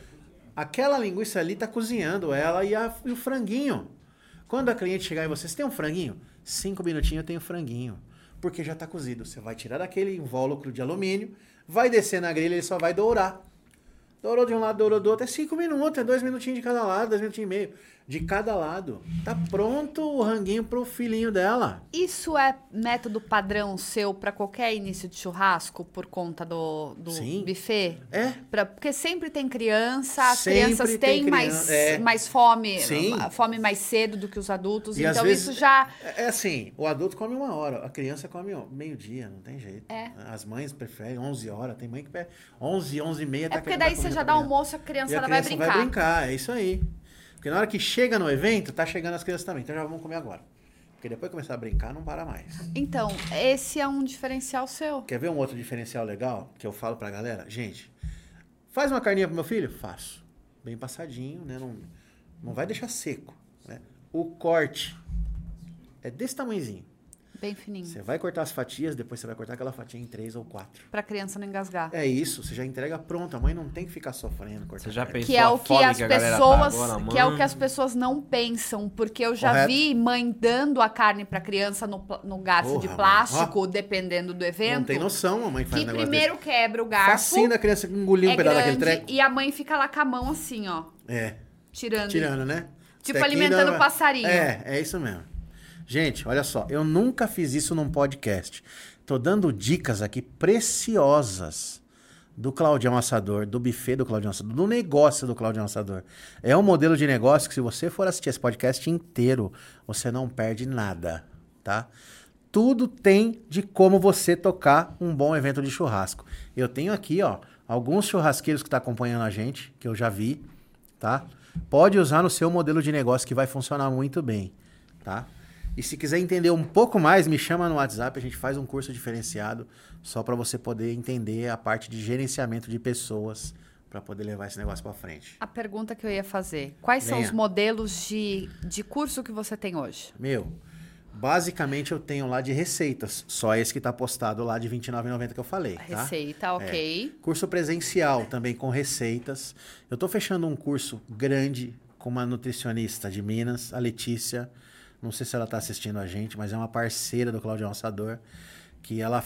Aquela linguiça ali tá cozinhando ela e o franguinho. Quando a cliente chegar em você tem um franguinho? 5 minutinhos eu tenho franguinho. Porque já tá cozido. Você vai tirar daquele invólucro de alumínio, vai descer na grelha, ele só vai dourar. Dourou de um lado, dourou do outro. É 5 minutos, é 2 minutinhos de cada lado, 2 minutinhos e meio. De cada lado. Tá pronto o ranguinho pro filhinho dela. Isso é método padrão seu pra qualquer início de churrasco por conta do Sim. buffet? É. Porque sempre tem criança, as Sempre crianças tem têm criança, mais fome, Sim. fome mais cedo do que os adultos. E às então vezes, isso já... É assim, o adulto come 1 hora, a criança come meio-dia, não tem jeito. É. As mães preferem 11 horas, tem mãe que pede 11, 11 e meia. É porque daí você já dá almoço, a E criança a vai criança brincar. vai brincar, é isso aí. Porque na hora que chega no evento, tá chegando as crianças também, então já vamos comer agora. Porque depois que começar a brincar, não para mais. Então, esse é um diferencial seu. Quer ver um outro diferencial legal que eu falo pra galera? Gente, faz uma carninha pro meu filho? Faço. Bem passadinho, né? Não vai deixar seco, né? O corte é desse tamanhozinho. Bem fininho. Você vai cortar as fatias, depois você vai cortar aquela fatia em 3 ou 4. Pra criança não engasgar. É isso, você já entrega pronto. A mãe não tem que ficar sofrendo. Você já carne. pensou Que é a o que fome as a galera pessoas, pagou na mão? que é o que as pessoas não pensam, porque eu já Correto. vi mãe dando a carne pra criança no garfo Porra, de mano. plástico, dependendo do evento. Não tem noção a mãe que faz Que um negócio primeiro quebra o garfo. Facinho da criança engolir um é pedaço daquele grande, treco. e a mãe fica lá com a mão assim, ó, É, tirando. tirando, né? Tipo, Tequinho alimentando dá- o passarinho. É isso mesmo. Gente, olha só, eu nunca fiz isso num podcast. Tô dando dicas aqui preciosas do Claudião Assador, do buffet do Claudião Assador, do negócio do Claudião Assador. É um modelo de negócio que se você for assistir esse podcast inteiro, você não perde nada, tá? Tudo tem de como você tocar um bom evento de churrasco. Eu tenho aqui, ó, alguns churrasqueiros que estão acompanhando a gente, que eu já vi, tá? Pode usar no seu modelo de negócio que vai funcionar muito bem, tá? E se quiser entender um pouco mais, me chama no WhatsApp, a gente faz um curso diferenciado só para você poder entender a parte de gerenciamento de pessoas para poder levar esse negócio para frente. A pergunta que eu ia fazer, quais são Venha. os modelos de curso que você tem hoje? Meu, basicamente eu tenho lá de receitas, só esse que tá postado lá de R$ 29,90 que eu falei, tá? Receita, ok. Curso presencial também com receitas. Eu tô fechando um curso grande com uma nutricionista de Minas, a Letícia. Não sei se ela tá assistindo a gente, mas é uma parceira do Claudião Assador, que ela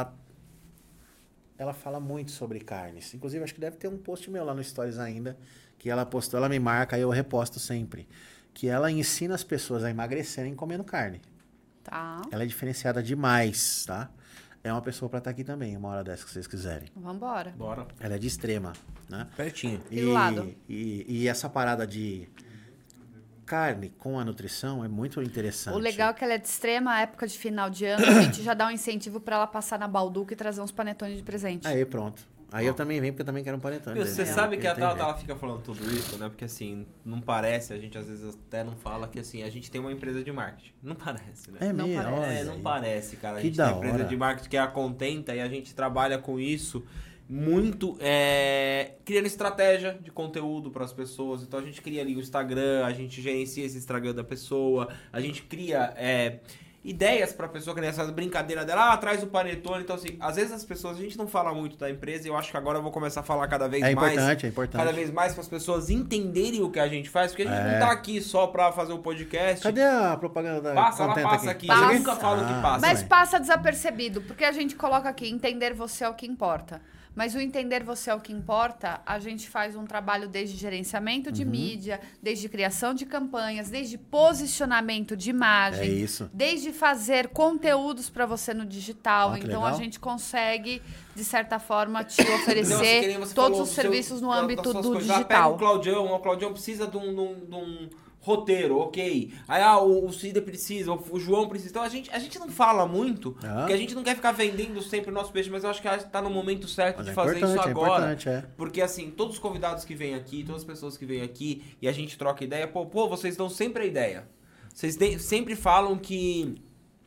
fala muito sobre carnes. Inclusive, acho que deve ter um post meu lá no Stories ainda, que ela postou, ela me marca e eu reposto sempre. Que ela ensina as pessoas a emagrecerem comendo carne. Tá. Ela é diferenciada demais, tá? é uma pessoa pra estar aqui também, uma hora dessa que vocês quiserem. Vambora. Bora. Ela é de Extrema, né? Pertinho. E do lado? E essa parada de carne com a nutrição é muito interessante. O legal é que ela é de extrema época de final de ano, a gente já dá um incentivo pra ela passar na Balduca e trazer uns panetones de presente. Aí, pronto. Aí eu também venho, porque eu também quero um panetone. Meu, você dele. sabe que a Tem Tata jeito. ela fica falando tudo isso, né? Porque assim, não parece, a gente às vezes até não fala que assim, a gente tem uma empresa de marketing. Não parece, né? É Não mesmo, parece. olha Não aí. parece, cara. A Que gente da tem uma empresa hora. de marketing que é a Contenta e a gente trabalha com isso muito criando estratégia de conteúdo para as pessoas. Então a gente cria ali o Instagram, a gente gerencia esse Instagram da pessoa, a gente cria ideias para a pessoa criar essa brincadeira dela, traz o panetone. Então assim, às vezes as pessoas, a gente não fala muito da empresa e eu acho que agora eu vou começar a falar cada vez É mais. importante, é importante. Cada vez mais para as pessoas entenderem o que a gente faz, porque a gente não tá aqui só para fazer um podcast. Cadê a propaganda da Passa, ela Contenta passa aqui. Passa. Eu nunca falo que passa. Mas bem. passa desapercebido, porque a gente coloca aqui, entender você é o que importa. Mas o entender você é o que importa, a gente faz um trabalho desde gerenciamento de mídia, desde criação de campanhas, desde posicionamento de imagem. É isso. Desde fazer conteúdos para você no digital. Ah, que Então legal. a gente consegue, de certa forma, te Então, assim, que oferecer nem você todos falou os do seu- serviços no das âmbito suas do coisas. Pega digital. o Claudião precisa de um roteiro, ok. Aí o Cida precisa, o João precisa. Então a gente não fala muito, porque a gente não quer ficar vendendo sempre o nosso peixe, mas eu acho que tá no momento certo Mas de é fazer isso importante, é agora. importante, é. Porque assim, todos os convidados que vêm aqui, todas as pessoas que vêm aqui e a gente troca ideia, pô, vocês dão sempre a ideia. Vocês sempre falam que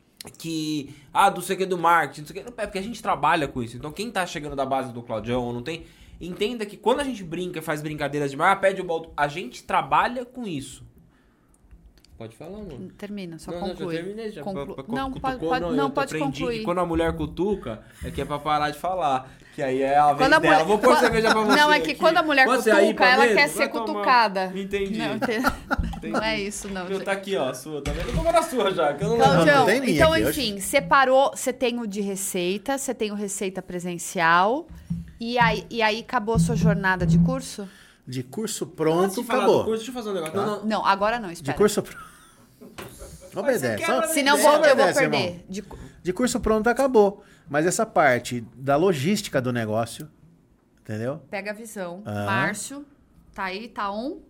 não sei o que do marketing, não sei o que. É porque a gente trabalha com isso. Então quem tá chegando da base do Claudião ou não tem, entenda que quando a gente brinca, faz brincadeiras demais, pede o baldo, a gente trabalha com isso. Pode falar, mano. Termina, só Não, conclui. já terminei, já. Não, Cutucou, pode, eu não, pode aprendi concluir. que quando a mulher cutuca, é que é pra parar de falar. Que aí é a vez Quando a dela. mulher- Vou pôr cerveja pra você. Não, é que aqui. quando a mulher Você aí, cutuca, ela Palmeiras, quer vai ser tomar. cutucada. Entendi. Não é isso, não. Meu, gente. tá aqui, ó, a sua, tá vendo? Eu tô com a sua já, que eu não Claudião, Não tem minha então, aqui enfim, separou, você tem o de receita, você tem o receita presencial, e aí acabou a sua jornada de curso? De curso Antes pronto, de falar acabou. do curso, deixa eu fazer um negócio. Não, Não, agora não, De espera. curso pronto. Obedece. quebra, só- Senão só eu vou obedece, perder. irmão. De curso pronto acabou. Mas essa parte da logística do negócio, entendeu? Pega a visão. Ah. Márcio, tá aí, tá on?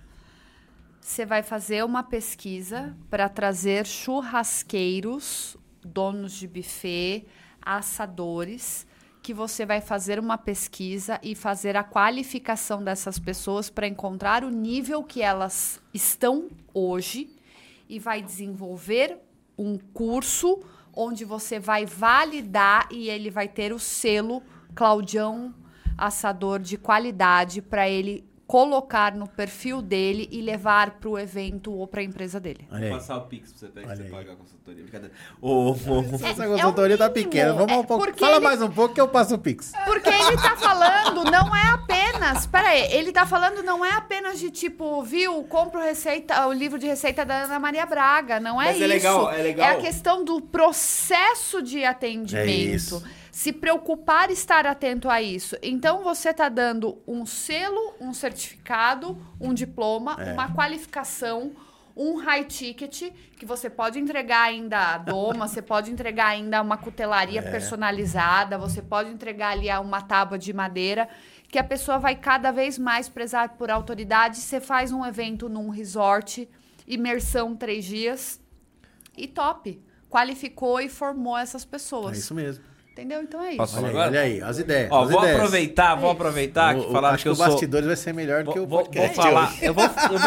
Você vai fazer uma pesquisa para trazer churrasqueiros, donos de buffet, assadores, que você vai fazer uma pesquisa e fazer a qualificação dessas pessoas para encontrar o nível que elas estão hoje e vai desenvolver um curso onde você vai validar e ele vai ter o selo Claudião Assador de qualidade para ele colocar no perfil dele e levar para o evento ou para a empresa dele. Olha Vou aí. passar o Pix pra você, pra Olha você aí. pagar a consultoria. Brincadeira. Essa consultoria tá mínimo. pequena. Vamos um pouco. Porque Fala ele- mais um pouco que eu passo o Pix. Porque ele tá falando, não é apenas. Pera aí, ele tá falando não é apenas de tipo, viu, compra o livro de receita da Ana Maria Braga. Não é Mas isso. é legal, é legal. É a questão do processo de atendimento. É isso. Se preocupar e estar atento a isso. Então você tá dando um selo, um certificado, um diploma, uma qualificação. Um high ticket, que você pode entregar ainda a doma, você pode entregar ainda uma cutelaria personalizada, você pode entregar ali uma tábua de madeira, que a pessoa vai cada vez mais prezar por autoridade. Você faz um evento num resort, imersão 3 dias, e top. Qualificou e formou essas pessoas. É isso mesmo. Entendeu? Então é isso. Posso Olha aí, agora? olha aí, as ideias. Ó, as vou ideias. aproveitar que falaram Acho que eu o sou... bastidores vai ser melhor do que o Vou podcast. falar, hoje. eu vou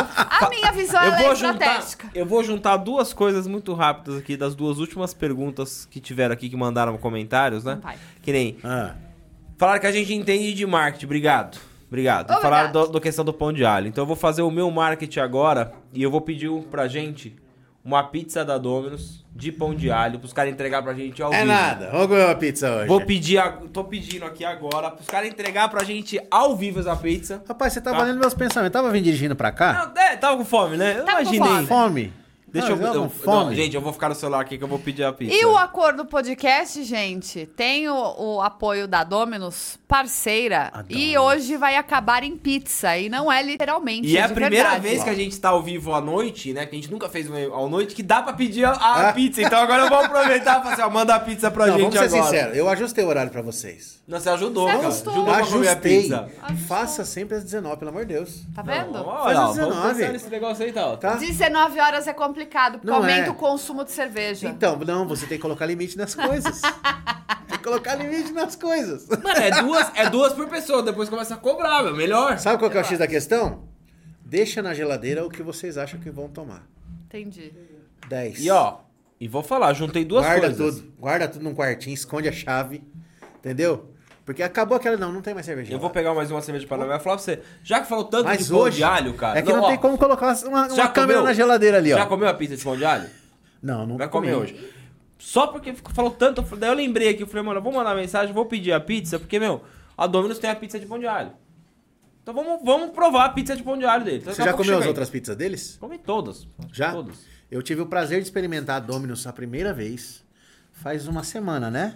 A minha visão eu ela vou é juntar, estratégica. eu vou juntar duas coisas muito rápidas aqui das duas últimas perguntas que tiveram aqui que mandaram comentários, né? Vai. Que nem Ah, falaram que a gente entende de marketing. Obrigado. Obrigado. Falaram da questão do pão de alho. Então eu vou fazer o meu marketing agora e eu vou pedir pra gente uma pizza da Domino's de pão de alho pros caras entregar pra gente ao é vivo. nada. Vamos comer uma pizza hoje. Vou pedir, tô pedindo aqui agora pros caras entregar pra gente ao vivo essa pizza. Rapaz, você tá Tá. valendo meus pensamentos. Tava vindo dirigindo pra cá? Tava com fome, né? Eu Tava com imaginei. fome. Fome. Deixa Não, eu... com fome. Gente, eu vou ficar no celular aqui que eu vou pedir a pizza. E o Acordo Podcast, gente, tem o apoio da Domino's, parceira. A E Domino's. hoje vai acabar em pizza. E não é literalmente. E é a de primeira verdade. vez que a gente tá ao vivo à noite, né? Que a gente nunca fez à noite, que dá pra pedir a pizza. Então agora eu vou aproveitar e falar assim, ó, manda a pizza pra Não, gente vamos ser agora. sinceros. Eu ajustei o horário pra vocês. Não, você ajudou, Você cara. ajustou. Ajudou pra comer a Ajustei. pizza. Faça sempre às 19, pelo amor de Deus. Tá vendo? Faz Olha, às vamos 19. pensar nesse negócio aí, tá? Tá? 19 horas é complicado, porque Não aumenta é. o consumo de cerveja. Então, não, você tem que colocar limite nas coisas. Tem que colocar limite nas coisas. Mano, é duas por pessoa, depois começa a cobrar, meu. Melhor. Sabe qual que é o X da questão? Deixa na geladeira o que vocês acham que vão tomar. Entendi. 10. E ó, e vou falar, juntei duas coisas. Guarda tudo num quartinho, esconde a chave. Entendeu? Porque acabou aquela... Não tem mais cerveja. Eu vou pegar mais uma cerveja pra nós. Eu falar pra você, já que falou tanto Mas de pão hoje... de alho, cara... É que não ó, tem como colocar uma já câmera comeu? na geladeira ali, ó. Já comeu a pizza de pão de alho? Não, não Vai comer hoje. Só porque falou tanto, daí eu lembrei aqui, eu falei, mano, eu vou mandar mensagem, vou pedir a pizza, porque, meu, a Domino's tem a pizza de pão de alho. Então vamos provar a pizza de pão de alho dele. Então, Você daqui a já pouco comeu chega as aí. outras pizzas deles? Comi todas. Já? Todas. Eu tive o prazer de experimentar a Domino's a primeira vez. Faz uma semana, né?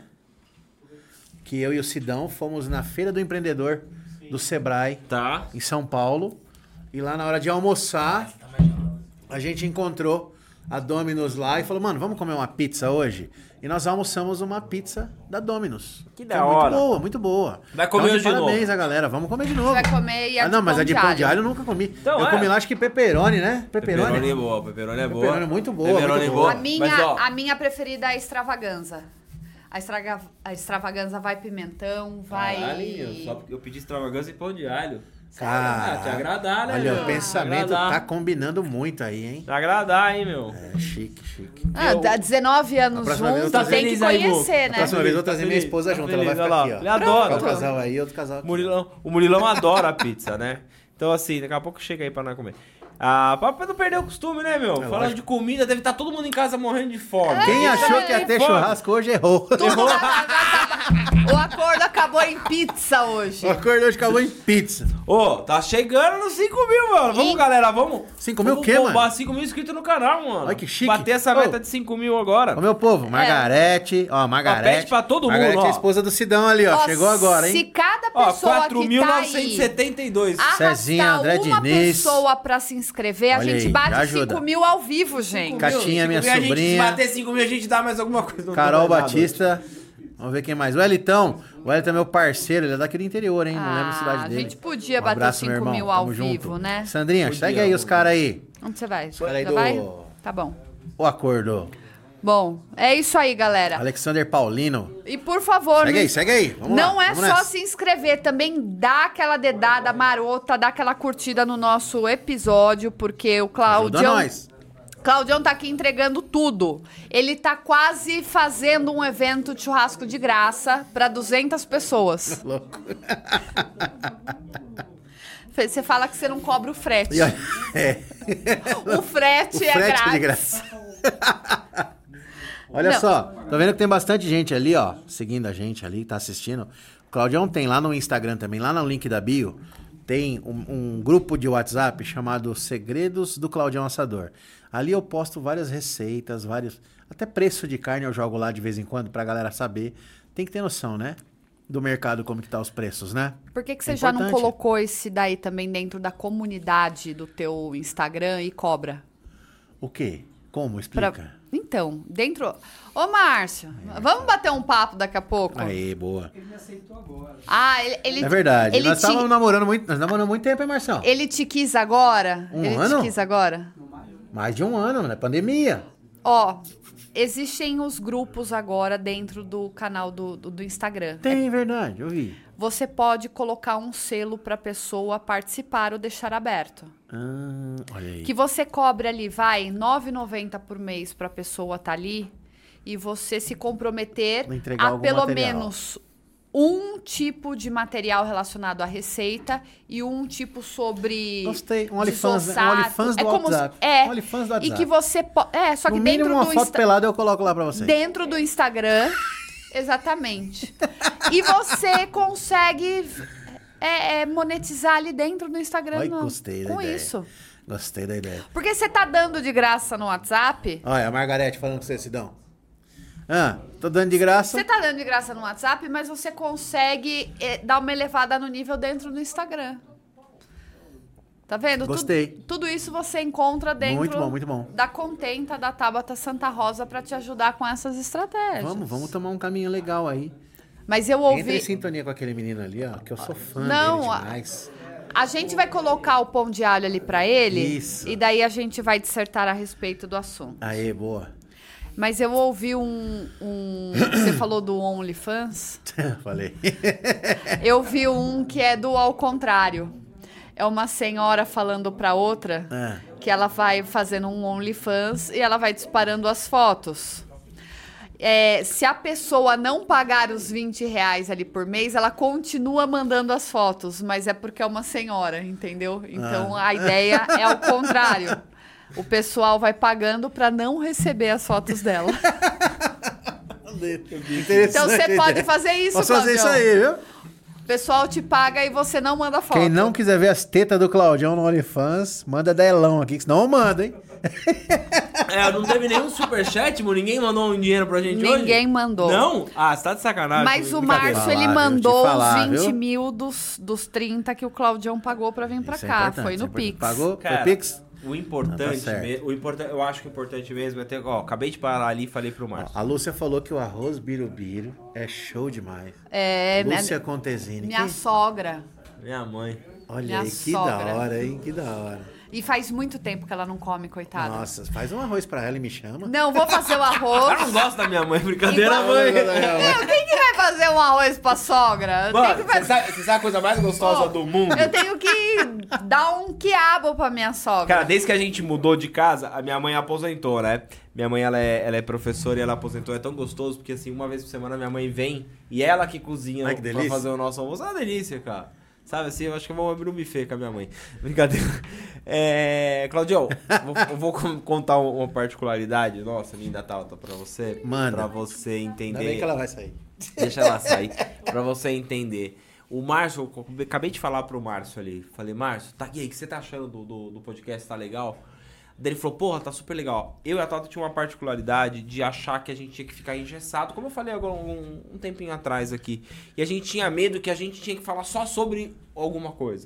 Que eu e o Sidão fomos na Feira do Empreendedor do Sebrae, Tá. em São Paulo. E lá na hora de almoçar, a gente encontrou a Domino's lá e falou, mano, vamos comer uma pizza hoje? E nós almoçamos uma pizza da Domino's. Que da é hora. Muito boa, muito boa. Vai comer Então, hoje de parabéns novo. a galera, vamos comer de novo. Vai comer e a Ah, não, de mas pão a de de pão de alho. alho eu nunca comi. Então, eu é. comi lá, acho que pepperoni, né? Pepperoni é boa, pepperoni é boa. Pepperoni é muito boa, Pepperoni muito é boa. boa. A Mas, ó, minha preferida é a extravaganza. A extravaganza vai pimentão, vai... Caralho, só porque eu pedi extravagância e pão de alho. Cara, te agradar, né, olha, meu? o pensamento Te agradar. tá combinando muito aí, hein? Te agradar, hein, meu? É chique, chique. Ah, dá 19 A anos próxima vez eu juntos, tô tem que feliz aí, Boca. conhecer, A né? próxima vez eu vou trazer minha feliz, esposa tá junto, ela vai feliz, ficar olha aqui, lá. ó. Ele adora. Fica um casal aí, outro casal aqui. O Murilão adora a pizza, né? Então, assim, daqui a pouco chega aí pra nós comer. Ah, pra não perder o costume, né, meu? Falando lógico. de comida, deve estar todo mundo em casa morrendo de fome. Quem achou que ia ter Fome. churrasco hoje errou. O acordo acabou em pizza hoje. O acordo hoje acabou em pizza. Ô, tá chegando nos 5 mil, mano. Vamos, galera, vamos. 5 mil o Vamos quê, bombar mano? 5 mil inscritos no canal, mano. Olha que chique. Bater essa Ô. meta de 5 mil agora. Ô, meu povo, Margarete, ó, Margarete. pede pra todo mundo, Margarete é ó. a esposa do Sidão ali, ó. Ó, Chegou agora, Se hein? cada Ó, pessoa que tá aí 4.972. Cezinha, arrastar André uma Diniz. pessoa pra se inscrever, a Olha gente aí, bate já 5 ajuda. mil ao vivo, gente. Catinha, minha 5 mil, sobrinha. Se bater 5 mil, a gente dá mais alguma coisa. Não Carol dá mais nada. Batista. Vamos ver quem mais. O Elitão. O Elitão é meu parceiro, ele é daqui do interior, hein? Não lembro a cidade dele. A gente podia Um bater abraço, meu 5 irmão. mil ao Tamo junto. vivo, né? Sandrinha, Podia, segue aí os caras aí. Onde você vai? caras aí Já do- vai? Tá bom. O acordo. Bom, é isso aí, galera. Alexander Paulino. E por favor, Segue aí. Vamos lá, não é vamos só nessa. se inscrever, também dá aquela dedada marota, dá aquela curtida no nosso episódio, porque o Ajuda Claudião... nós. Claudião tá aqui entregando tudo. Ele tá quase fazendo um evento de churrasco de graça pra 200 pessoas. Louco. Você fala que você não cobra o frete. E olha, é. O frete, O é frete grátis. de graça. Olha Não. só, tá vendo que tem bastante gente ali, ó, seguindo a gente ali, tá assistindo. O Claudião tem lá no Instagram também, lá no link da bio, tem um grupo de WhatsApp chamado Segredos do Claudião Assador. Ali eu posto várias receitas, até preço de carne eu jogo lá de vez em quando pra galera saber. Tem que ter noção, né? Do mercado, como que tá os preços, né? Por que você É já não importante. colocou esse daí também dentro da comunidade do teu Instagram e cobra? O quê? Como? Pra- Explica. Então, dentro... Ô, Márcio, vamos bater um papo daqui a pouco? Aí, boa. Ele me aceitou agora. Ah, ele É verdade. Ele Nós te, estávamos namorando muito, nós namoramos muito tempo, hein, Marção? ele te quis agora? Um Ele ano? te quis agora? Mais de um ano, né? Pandemia. Ó, existem os grupos agora dentro do canal do Instagram. Tem, verdade, eu vi. Você pode colocar um selo pra pessoa participar ou deixar aberto. Olha aí. Que você cobre ali, vai, R$ 9,90 por mês pra pessoa estar ali e você se comprometer Vou entregar a algum pelo material. menos um tipo de material relacionado à receita e um tipo sobre Gostei. Um OnlyFans, né? desossado. Um OnlyFans do como WhatsApp. é. Um OnlyFans do E WhatsApp. que você só que No dentro mínimo uma do foto pelada eu coloco lá pra vocês. dentro do Instagram, exatamente. E você consegue monetizar ali dentro do Instagram Ai, gostei da com ideia. isso. Gostei da ideia. Porque você tá dando de graça no WhatsApp. Olha, a Margarete falando com você, Sidão. Tô dando de graça. Você tá dando de graça no WhatsApp, mas você consegue dar uma elevada no nível dentro do Instagram. Tá vendo? Gostei. Tudo isso você encontra dentro Muito bom. da Contenta da Tabata Santa Rosa pra te ajudar com essas estratégias. Vamos tomar um caminho legal aí. Mas eu Entra em ouvi... sintonia com aquele menino ali, ó, que eu sou fã Não, dele demais. A gente vai colocar o pão de alho ali pra ele. Isso. E daí a gente vai dissertar a respeito do assunto. Aê, boa. Mas eu ouvi Você falou do OnlyFans? Falei. Eu vi um que é do ao contrário. É uma senhora falando pra outra que ela vai fazendo um OnlyFans e ela vai disparando as fotos. Se a pessoa não pagar os R$20 ali por mês, ela continua mandando as fotos, mas é porque é uma senhora, entendeu? Então a ideia é ao contrário. O pessoal vai pagando pra não receber as fotos dela. Então você pode fazer isso, Posso fazer isso Claudião. aí, viu? O pessoal te paga e você não manda foto. Quem não quiser ver as tetas do Claudião no OnlyFans, manda delão aqui, que senão eu mando, hein? Não teve nenhum superchat, mano? Ninguém mandou um dinheiro pra gente hoje? Ninguém mandou. Não? Ah, você tá de sacanagem. Mas o Brincadeira. Márcio, ele Falar, mandou viu? Te falar, os 20 viu? mil dos 30 que o Claudião pagou pra vir pra Isso é cá. importante, Foi no isso é importante. Pix. Pagou? Cara, Foi Pix? O importante, Não, tá certo. eu acho que o importante mesmo é ter... Ó, acabei de parar ali e falei pro Márcio. A Lúcia falou que o arroz birubiru é show demais. Lúcia Contesini. Minha sogra. Minha mãe. Olha minha aí, que sogra. da hora, hein? Que da hora. E faz muito tempo que ela não come, coitada. Nossa, faz um arroz pra ela e me chama. Não, vou fazer o Ela arroz. não gosta da minha mãe, brincadeira, Igual- mãe. Meu, quem que vai fazer um arroz pra sogra? Mano, Tem que você sabe a coisa mais gostosa do mundo? Eu tenho que dar um quiabo pra minha sogra. Cara, desde que a gente mudou de casa, a minha mãe aposentou, né? Minha mãe, ela é professora e ela aposentou. É tão gostoso, porque assim, uma vez por semana minha mãe vem e ela que cozinha Ai, que pra delícia. fazer o nosso almoço. É uma delícia, cara. Sabe assim, eu acho que eu vou abrir um buffet com a minha mãe. Brincadeira. Claudião, eu vou contar uma particularidade nossa, linda Tauta, pra você. Manda. Pra você entender. Ainda bem que ela vai sair. Deixa ela sair. Pra você entender. O Márcio, eu acabei de falar pro Márcio ali. Falei, Márcio, tá, e aí, o que você tá achando do podcast? Tá legal? Daí ele falou, porra, tá super legal. Eu e a Tauta tinha uma particularidade de achar que a gente tinha que ficar engessado, como eu falei agora um tempinho atrás aqui. E a gente tinha medo que a gente tinha que falar só sobre alguma coisa.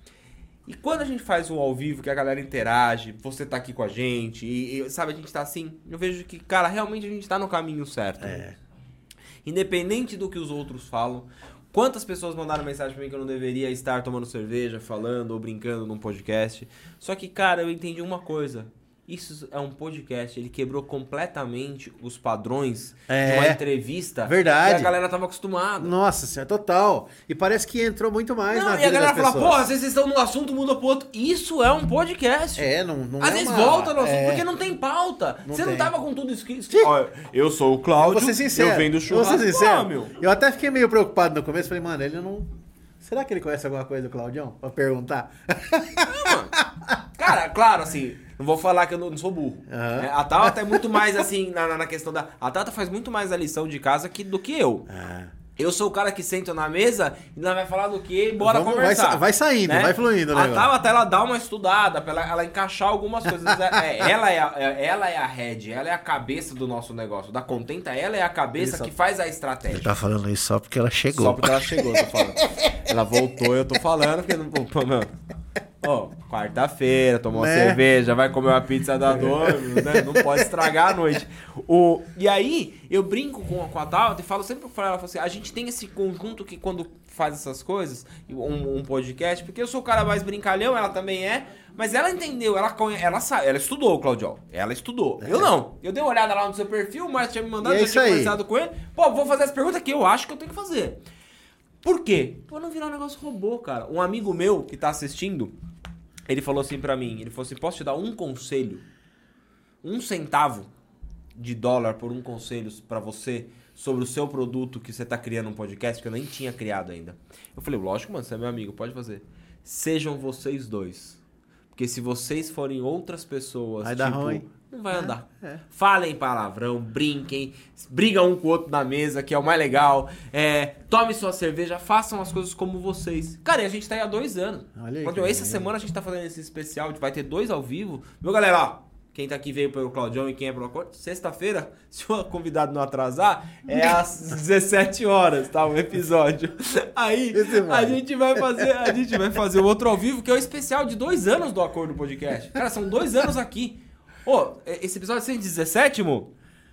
E quando a gente faz o ao vivo, que a galera interage, você tá aqui com a gente, e sabe, a gente tá assim, eu vejo que, cara, realmente a gente tá no caminho certo. Independente do que os outros falam. Quantas pessoas mandaram mensagem pra mim que eu não deveria estar tomando cerveja, falando ou brincando num podcast. Só que, cara, eu entendi uma coisa. Isso é um podcast, ele quebrou completamente os padrões de uma entrevista Verdade. que a galera tava acostumada. Nossa senhora, total. E parece que entrou muito mais na Não, e vida a galera das fala, pessoas. porra, vocês estão num assunto, muda pro outro. Isso é um podcast. Não Às é vezes uma... volta no assunto, É. porque não tem pauta. Não Você tem. não tava com tudo escrito. Olha, eu sou o Eu Cláudio, vou ser sincero. eu venho do Eu churrasco. vou ser sincero. Ah, meu. Eu até fiquei meio preocupado no começo. Falei, mano, ele não... Será que ele conhece alguma coisa do Claudião? Pra perguntar. Cara, claro, assim, não vou falar que eu não sou burro. Aham. Né? A Tauta é muito mais, assim, na questão da... A Tauta faz muito mais a lição de casa do que eu. Eu sou o cara que senta na mesa e não vai falar do que, bora Vamos- conversar. vai saindo, vai fluindo o A negócio. Tauta, ela dá uma estudada pra ela encaixar algumas coisas. Ela é a head, ela é a cabeça do nosso negócio. Da Contenta, ela é a cabeça que faz a estratégia. Tá falando isso só porque ela chegou. Só porque ela chegou, eu tô falando. Ela voltou, eu tô falando, porque não. Pô, mano. Ó, quarta-feira, tomou uma Né? cerveja, vai comer uma pizza da Domino's, né? Não pode estragar a noite. E aí, eu brinco com a Tauta e falo sempre pra ela, assim, a gente tem esse conjunto que quando faz essas coisas, um podcast, porque eu sou o cara mais brincalhão, ela também é, mas ela entendeu, ela sabe, ela estudou, Claudião, ela estudou. Eu não. Eu dei uma olhada lá no seu perfil, o Márcio tinha me mandado, E é já isso tinha aí. conversado com ele. Pô, vou fazer as perguntas que eu acho que eu tenho que fazer. Por quê? Pra não virar um negócio robô, cara. Um amigo meu que tá assistindo, ele falou assim pra mim, ele falou assim, posso te dar um conselho? 1 centavo de dólar por um conselho pra você sobre o seu produto que você tá criando um podcast que eu nem tinha criado ainda. Eu falei, lógico, mano, você é meu amigo, pode fazer. Sejam vocês dois. Porque se vocês forem outras pessoas, Vai dar ruim. não vai andar. Falem palavrão, brinquem, brigam um com o outro na mesa, que é o mais legal. Tome sua cerveja, façam as coisas como vocês. Cara, e a gente tá aí há 2 anos. Olha aí, Claudião, essa semana a gente tá fazendo esse especial, vai ter 2 ao vivo. Viu, galera? Ó, quem tá aqui veio pelo Claudião e quem é pelo Acordo. Sexta-feira, se o convidado não atrasar, é às 17 horas, tá? O episódio. Aí a gente vai fazer o outro ao vivo, que é o especial de 2 anos do Acordo Podcast. Cara, são 2 anos aqui. Ô, esse episódio é 117, Mo?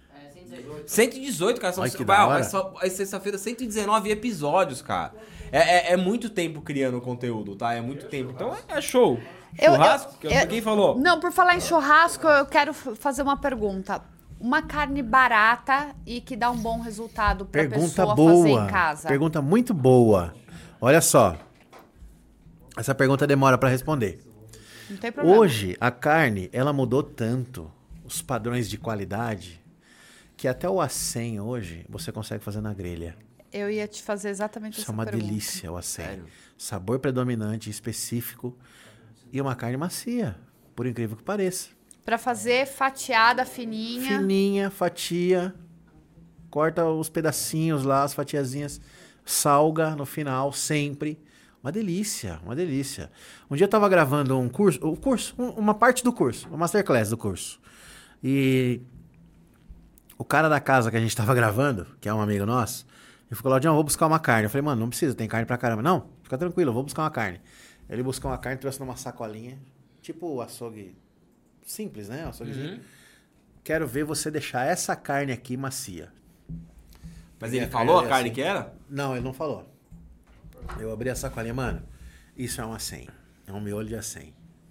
118, cara. Olha que da hora. É sexta-feira, 119 episódios, cara. É muito tempo criando conteúdo, tá? É muito tempo. Então é show. Churrasco? Quem falou? Não, por falar em churrasco, eu quero fazer uma pergunta. Uma carne barata e que dá um bom resultado pra pessoa fazer em casa. Pergunta muito boa. Olha só. Essa pergunta demora pra responder. Não tem problema. Hoje, a carne, ela mudou tanto, os padrões de qualidade, que até o acém hoje, você consegue fazer na grelha. Eu ia te fazer exatamente Isso essa é uma pergunta. delícia, o acém. Sério? Sabor predominante, específico, e uma carne macia, por incrível que pareça. Pra fazer fatiada, fininha. Fininha, fatia, corta os pedacinhos lá, as fatiazinhas, salga no final, sempre. Uma delícia, uma delícia. Um dia eu tava gravando uma parte do curso, uma masterclass do curso. E o cara da casa que a gente tava gravando, que é um amigo nosso, ele falou, Claudião, eu vou buscar uma carne. Eu falei, mano, não precisa, tem carne pra caramba. Não, fica tranquilo, eu vou buscar uma carne. Ele buscou uma carne, trouxe numa sacolinha, tipo açougue simples, né? Açouguezinho. Quero ver você deixar essa carne aqui macia. Mas E ele a falou carne a carne assim? que era? Não, ele não falou. Eu abri a sacolinha, mano, isso é um acém. É um miolho de acém.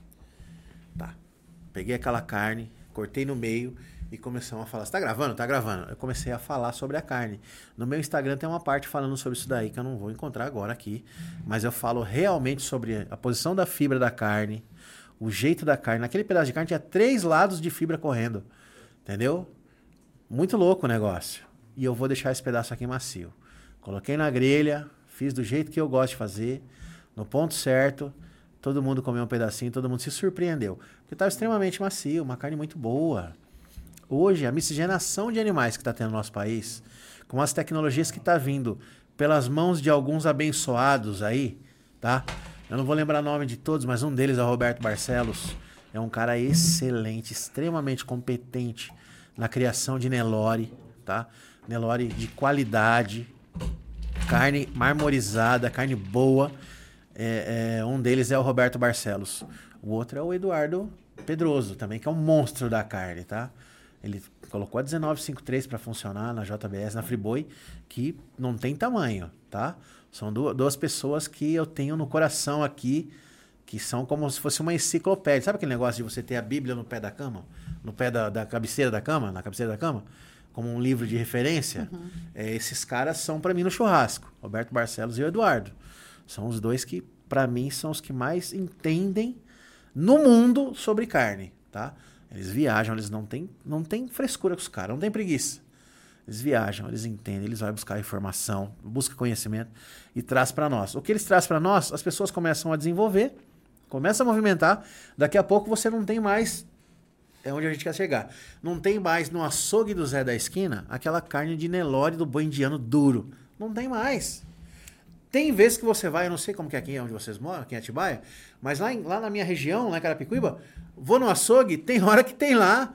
Tá. Peguei aquela carne, cortei no meio e começamos a falar. Você tá gravando? Tá gravando. Eu comecei a falar sobre a carne. No meu Instagram tem uma parte falando sobre isso daí que eu não vou encontrar agora aqui. Mas eu falo realmente sobre a posição da fibra da carne, o jeito da carne. Naquele pedaço de carne tinha 3 lados de fibra correndo. Entendeu? Muito louco o negócio. E eu vou deixar esse pedaço aqui macio. Coloquei na grelha, fiz do jeito que eu gosto de fazer, no ponto certo. Todo mundo comeu um pedacinho, todo mundo se surpreendeu. Porque estava extremamente macio, uma carne muito boa. Hoje, a miscigenação de animais que está tendo no nosso país, com as tecnologias que está vindo pelas mãos de alguns abençoados aí, tá? Eu não vou lembrar o nome de todos, mas um deles é o Roberto Barcelos. É um cara excelente, extremamente competente na criação de Nelore, tá? Nelore de qualidade, carne marmorizada, carne boa. Um deles é o Roberto Barcelos. O outro é o Eduardo Pedroso, também, que é um monstro da carne, tá? Ele colocou a 1953 para funcionar na JBS, na Friboi, que não tem tamanho, tá? São duas pessoas que eu tenho no coração aqui, que são como se fosse uma enciclopédia. Sabe aquele negócio de você ter a Bíblia no pé da cama? No pé da cabeceira da cama? Na cabeceira da cama? Como um livro de referência? Uhum. Esses caras são para mim no churrasco. Roberto Barcelos e o Eduardo. São os dois que, para mim, são os que mais entendem no mundo sobre carne, tá? Eles viajam, eles não têm frescura com os caras, não tem preguiça. Eles viajam, eles entendem, eles vão buscar informação, buscam conhecimento e traz para nós. O que eles trazem para nós, as pessoas começam a desenvolver, começam a movimentar, daqui a pouco você não tem mais, é onde a gente quer chegar, não tem mais no açougue do Zé da Esquina aquela carne de Nelore do boi indiano duro. Não tem mais. Tem vezes que você vai, eu não sei como que é aqui onde vocês moram, aqui em Atibaia, mas lá na minha região, lá em Carapicuíba, vou no açougue, tem hora que tem lá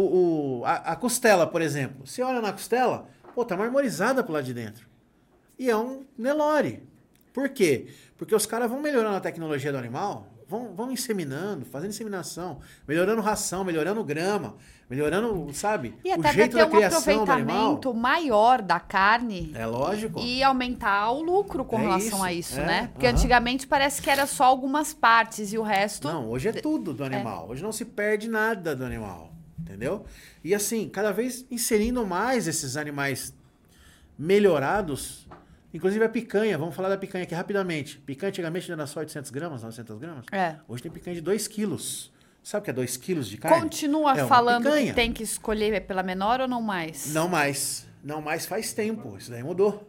a costela, por exemplo. Você olha na costela, pô, tá marmorizada pro lado de dentro. E é um Nelore. Por quê? Porque os caras vão melhorando a tecnologia do animal, vão inseminando, fazendo inseminação, melhorando ração, melhorando grama, melhorando, sabe, E o até jeito pra da ter um criação do animal. aproveitamento maior da carne. É lógico. E aumentar o lucro com É relação isso, a isso, é, né? Porque aham. antigamente parece que era só algumas partes e o resto... Não, hoje é tudo do animal. Hoje não se perde nada do animal, entendeu? E assim, cada vez inserindo mais esses animais melhorados, inclusive a picanha. Vamos falar da picanha aqui rapidamente. Picanha antigamente era só 800 gramas, 900 gramas. É. Hoje tem picanha de 2 quilos. Sabe o que é 2 quilos de carne? Continua É uma falando picanha. que tem que escolher pela menor ou não mais? Não mais. Não mais faz tempo. Isso daí mudou.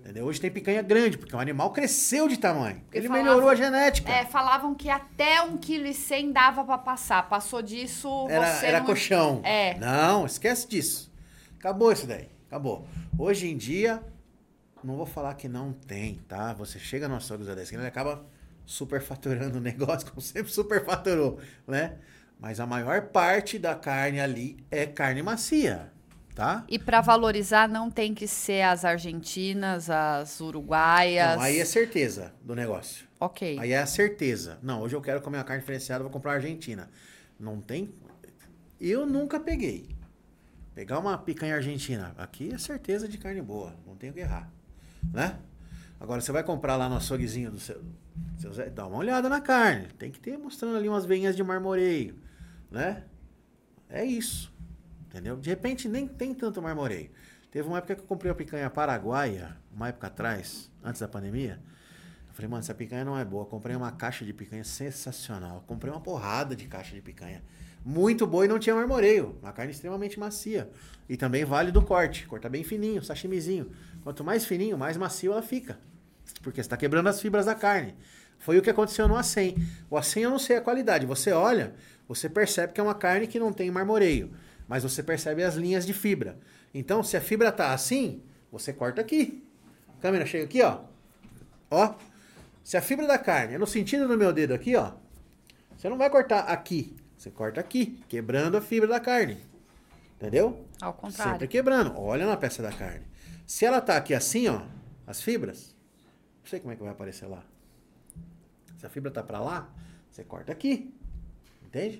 Entendeu? Hoje tem picanha grande, porque o animal cresceu de tamanho. Porque Ele falavam- melhorou a genética. Falavam que até 1,1 kg dava pra passar. Passou disso, você Era não... colchão. É. Não, esquece disso. Acabou isso daí. Acabou. Hoje em dia, não vou falar que não tem, tá? Você chega no açougue da esquina, ele acaba superfaturando o negócio, como sempre superfaturou, né? Mas a maior parte da carne ali é carne macia, tá? E pra valorizar, não tem que ser as argentinas, as uruguaias. Não, aí é certeza do negócio. Ok. Aí é a certeza. Não, hoje eu quero comer uma carne diferenciada, vou comprar Argentina. Não tem... Eu nunca peguei. Pegar uma picanha argentina, aqui é certeza de carne boa, não tem o que errar, né? Agora, você vai comprar lá no açouguezinho do seu Zé, dá uma olhada na carne. Tem que ter mostrando ali umas veinhas de marmoreio, né? É isso, entendeu? De repente, nem tem tanto marmoreio. Teve uma época que eu comprei uma picanha paraguaia, uma época atrás, antes da pandemia. Eu falei, mano, essa picanha não é boa. Eu comprei uma caixa de picanha sensacional. Eu comprei uma porrada de caixa de picanha. Muito boa e não tinha marmoreio. Uma carne extremamente macia. E também vale do corte. Corta bem fininho, sashimizinho. Quanto mais fininho, mais macio ela fica. Porque você está quebrando as fibras da carne. Foi o que aconteceu no acém. O acém eu não sei a qualidade. Você olha, você percebe que é uma carne que não tem marmoreio. Mas você percebe as linhas de fibra. Então, se a fibra tá assim, você corta aqui. A câmera chega aqui, ó. Ó. Se a fibra da carne é no sentido do meu dedo aqui, ó. Você não vai cortar aqui. Você corta aqui, quebrando a fibra da carne. Entendeu? Ao contrário. Sempre quebrando. Olha na peça da carne. Se ela tá aqui assim, ó, as fibras, não sei como é que vai aparecer lá. Se a fibra tá pra lá, você corta aqui. Entende?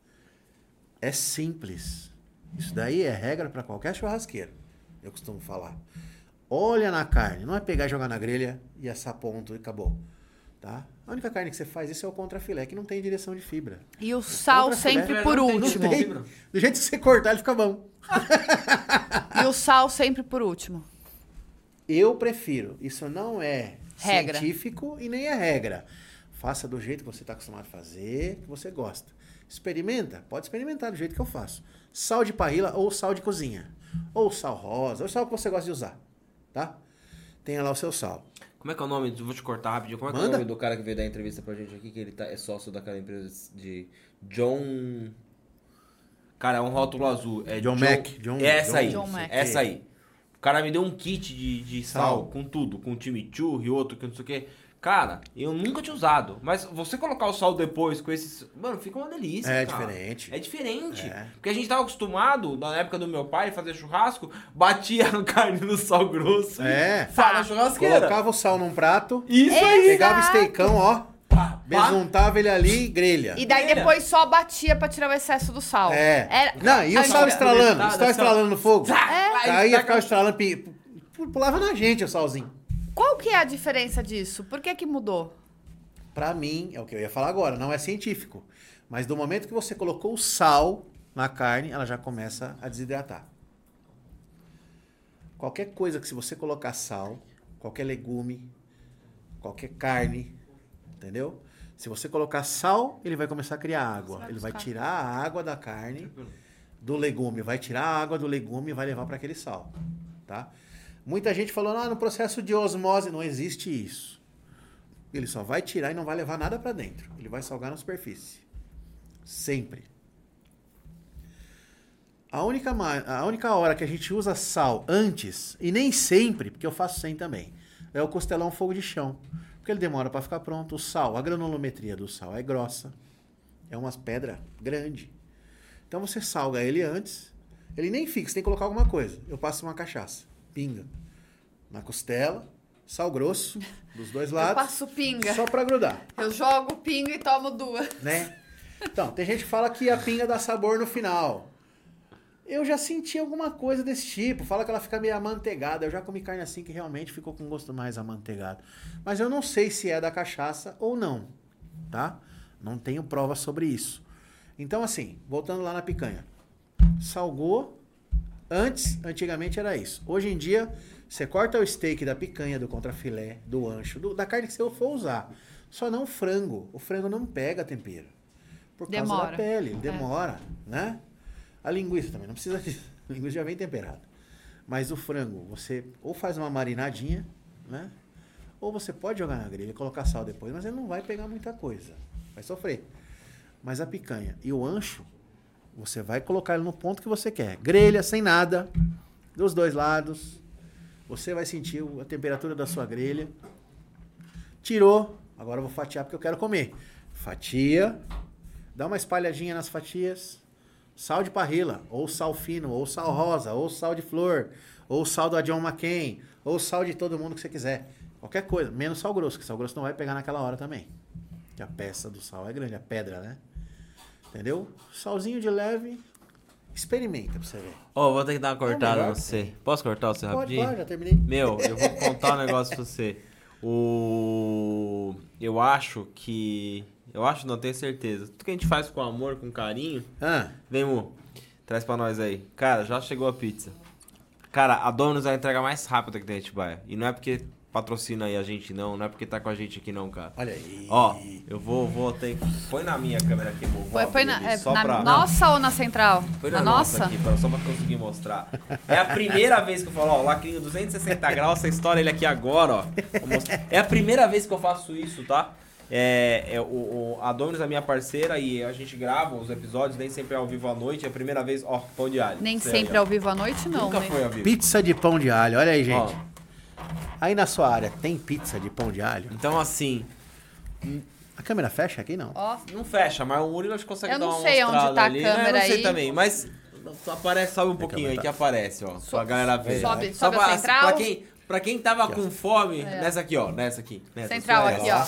É simples. Isso daí é regra pra qualquer churrasqueiro. Eu costumo falar. Olha na carne. Não é pegar e jogar na grelha e assar ponto e acabou. Tá? A única carne que você faz isso é o contrafilé, que não tem direção de fibra. E o sal contrafilé sempre por não tem último. Tem. Do jeito que você cortar, ele fica bom. E o sal sempre por último. Eu prefiro. Isso não é Regra. científico e nem é regra. Faça do jeito que você está acostumado a fazer, que você gosta. Experimenta. Pode experimentar do jeito que eu faço. Sal de parrilla ou sal de cozinha. Ou sal rosa, ou sal que você gosta de usar. Tá? Tenha lá o seu sal. Como é que é o nome? Vou te cortar rapidinho. Como é que é o Manda. nome do cara que veio dar entrevista pra gente aqui? Que ele é sócio daquela empresa de John... Cara, é um rótulo azul. É John Mac. Essa aí. John Mac. Essa aí. O cara me deu um kit de sal Sal. com tudo. Com chimichurri, outro que não sei o que. Cara, eu nunca tinha usado. Mas você colocar o sal depois com esses... Mano, fica uma delícia, É cara. diferente. É diferente. É. Porque a gente tava acostumado, na época do meu pai, fazer churrasco, batia a carne no sal grosso. É. Fala churrasqueira. Colocava o sal num prato, Isso Exato. aí. pegava o steakão, ó, Pá, pá. besuntava ele ali e grelha. E daí Grelha. depois só batia pra tirar o excesso do sal. É. Não, e o a sal gente- estralando? Detada, O sal estralando no fogo. É. Aí ia ficar estralando, pulava na gente o salzinho. Qual que é a diferença disso? Por que que mudou? Pra mim, é o que eu ia falar agora, não é científico. Mas do momento que você colocou o sal na carne, ela já começa a desidratar. Qualquer coisa que se você colocar sal, qualquer legume, qualquer carne, entendeu? Se você colocar sal, ele vai começar a criar água. vai Ele vai buscar. tirar a água da carne, do legume, vai tirar a água do legume e vai levar para aquele sal, tá? Muita gente falou, no processo de osmose não existe isso. Ele só vai tirar e não vai levar nada para dentro. Ele vai salgar na superfície. Sempre. A única hora que a gente usa sal antes, e nem sempre, porque eu faço sem também, é o costelão fogo de chão. Porque ele demora para ficar pronto. O sal, a granulometria do sal é grossa. É umas pedras grandes. Então você salga ele antes. Ele nem fica, você tem que colocar alguma coisa. Eu passo uma cachaça. Pinga. Na costela. Sal grosso. Dos dois Eu lados. passo pinga. Só pra grudar, Eu jogo pinga e tomo duas. né? Então, tem gente que fala que a pinga dá sabor no final. Eu já senti alguma coisa desse tipo. Fala que ela fica meio amanteigada. Eu já comi carne assim que realmente ficou com gosto mais amanteigado. Mas eu não sei se é da cachaça ou não, tá? Não tenho prova sobre isso. Então, assim, voltando lá na picanha. Salgou. Antigamente era isso. Hoje em dia, você corta o steak da picanha, do contrafilé, do ancho, da carne que você for usar. Só não o frango. O frango não pega tempero. Por causa Demora. da pele. Ele demora, né? A linguiça também, não precisa disso. A linguiça já vem temperada. Mas o frango, você ou faz uma marinadinha, né? Ou você pode jogar na grelha e colocar sal depois, mas ele não vai pegar muita coisa. Vai sofrer. Mas a picanha e o ancho, você vai colocar ele no ponto que você quer. Grelha, sem nada, dos dois lados. Você vai sentir a temperatura da sua grelha. Tirou. Agora eu vou fatiar porque eu quero comer. Fatia. Dá uma espalhadinha nas fatias. Sal de parrilla, ou sal fino, ou sal rosa, ou sal de flor, ou sal do John McCain, ou sal de todo mundo que você quiser. Qualquer coisa, menos sal grosso, que sal grosso não vai pegar naquela hora também. Que a peça do sal é grande, a pedra, né? Entendeu? Salzinho de leve, experimenta pra você ver. Vou ter que dar uma cortada no você. Posso cortar você rapidinho? Pode, já terminei. Meu, eu vou contar um negócio pra você. Eu acho, não tenho certeza. Tudo que a gente faz com amor, com carinho. Vem, Mu, traz pra nós aí. Cara, já chegou a pizza. Cara, a Domino's é a entrega mais rápida que tem em Atibaia. E não é porque patrocina aí a gente, não é porque tá com a gente aqui, não, cara. Olha aí. Ó, eu vou ter. Põe na minha câmera aqui, Mu. Põe na nossa ou na central? Põe na nossa aqui, só pra conseguir mostrar. É a primeira vez que eu falo, ó, lacrinho 260 graus, você estoura ele aqui agora, ó. É a primeira vez que eu faço isso, tá? A Domino's é minha parceira e a gente grava os episódios, nem sempre é ao vivo à noite. É a primeira vez, ó, pão de alho. Nem sempre é ao vivo à noite, não. Nunca foi ao vivo. Pizza de pão de alho, olha aí, gente. Aí na sua área tem pizza de pão de alho? Então, assim... A câmera fecha aqui, não? Ó. Não fecha, mas o Murilo acho que consegue dar uma mostrada ali. Eu não sei onde tá a câmera aí. Eu não sei também, mas aparece, sobe um pouquinho aí que aparece, ó. Pra galera ver. Sobe pra, a central. Pra quem tava com fome, nessa aqui, ó. Nessa aqui. Central aqui, ó.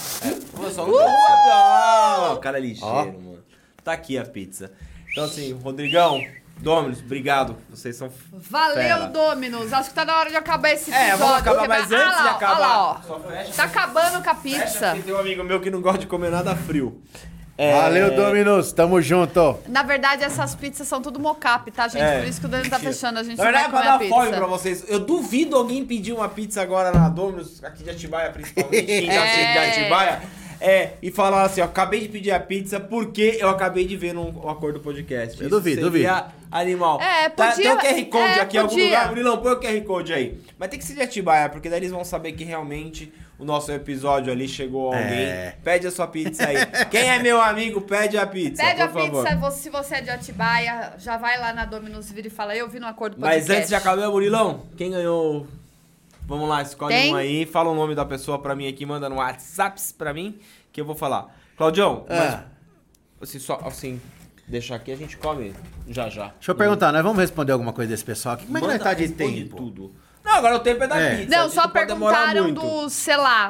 Cara ligeiro, mano. Tá aqui a pizza. Então, assim, Rodrigão, Domino's, obrigado. Vocês são Valeu, fera. Domino's. Acho que tá na hora de acabar esse episódio. Vamos acabar, mas antes de acabar... Lá, ó. Só fecha. Tá acabando com a pizza. Tem um amigo meu que não gosta de comer nada frio. Valeu, Domino's. Tamo junto. Na verdade, essas pizzas são tudo mocap, tá, gente? Por isso que o Dani tá fechando. A gente Na não vai verdade, comer a pra dar fome pizza. pra vocês. Eu duvido alguém pedir uma pizza agora na Domino's, aqui de Atibaia, principalmente, quem tá de Atibaia, e falar assim, ó, acabei de pedir a pizza porque eu acabei de ver no Acordo Podcast. Eu duvido. Animal. Podia... Tem o QR Code aqui em algum podia. lugar. Murilão, põe o QR Code aí. Mas tem que ser de Atibaia, porque daí eles vão saber que realmente o nosso episódio ali chegou a alguém. Pede a sua pizza aí. Quem é meu amigo, pede a pizza, Pede a por favor. pizza, se você é de Atibaia, já vai lá na Domino's, vira e fala, eu vi no Acordo Mas Podcast. antes de acabar, Murilão, quem ganhou? Vamos lá, escolhe um aí, fala o nome da pessoa pra mim aqui, manda no WhatsApp pra mim, que eu vou falar. Claudião, mas assim, só assim, deixa aqui, a gente come já. Deixa eu perguntar, nós vamos responder alguma coisa desse pessoal aqui? Como é que nós tá de tempo? Tudo. Não, agora o tempo é da pizza. Não, só pode demorar perguntaram muito. do selar,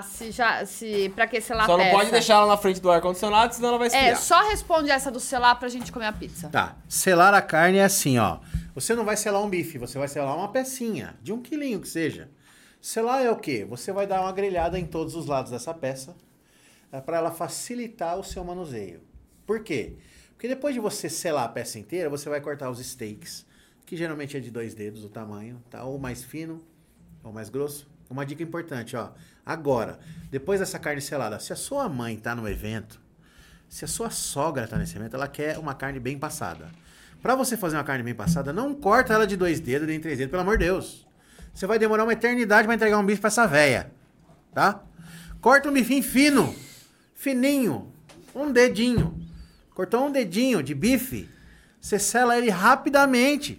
pra que selar a Só peça. não pode deixar ela na frente do ar-condicionado, senão ela vai esfriar. Só responde essa do selar pra gente comer a pizza. Tá, selar a carne é assim, ó. Você não vai selar um bife, você vai selar uma pecinha, de 1 quilinho que seja. Selar é o quê? Você vai dar uma grelhada em todos os lados dessa peça, para ela facilitar o seu manuseio. Por quê? Porque depois de você selar a peça inteira, você vai cortar os steaks, que geralmente é de 2 dedos o tamanho, tá? Ou mais fino, ou mais grosso. Uma dica importante, ó. Agora, depois dessa carne selada, se a sua mãe tá no evento, se a sua sogra tá nesse evento, ela quer uma carne bem passada. Para você fazer uma carne bem passada, não corta ela de 2 dedos, nem 3 dedos, pelo amor de Deus. Você vai demorar uma eternidade para entregar um bife pra essa véia, tá? Corta um bifinho fino, fininho, 1 dedinho. Cortou 1 dedinho de bife, você sela ele rapidamente.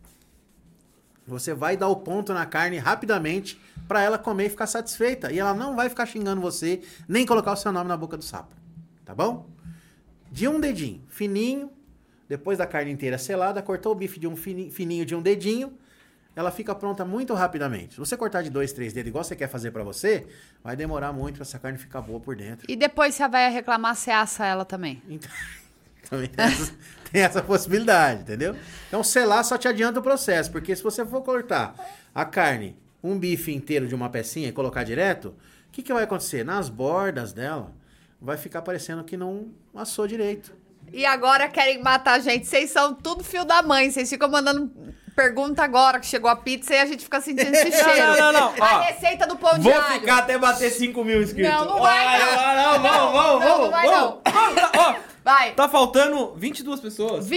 Você vai dar o ponto na carne rapidamente para ela comer e ficar satisfeita. E ela não vai ficar xingando você, nem colocar o seu nome na boca do sapo. Tá bom? De 1 dedinho, fininho. Depois da carne inteira selada, cortou o bife de um fininho de 1 dedinho. Ela fica pronta muito rapidamente. Se você cortar de 2, 3 dedos, igual você quer fazer pra você, vai demorar muito pra essa carne ficar boa por dentro. E depois, se a véia reclamar, você assa ela também. Então, também tem essa possibilidade, entendeu? Então, selar só te adianta o processo, porque se você for cortar a carne, um bife inteiro de uma pecinha e colocar direto, o que vai acontecer? Nas bordas dela, vai ficar parecendo que não assou direito. E agora querem matar a gente. Vocês são tudo fio da mãe. Vocês ficam mandando pergunta agora que chegou a pizza e a gente fica sentindo esse cheiro. Não. A receita do pão de alho. Vou ficar até bater 5 mil inscritos. Não vai não. Vamos. Vai. Tá faltando 22 pessoas.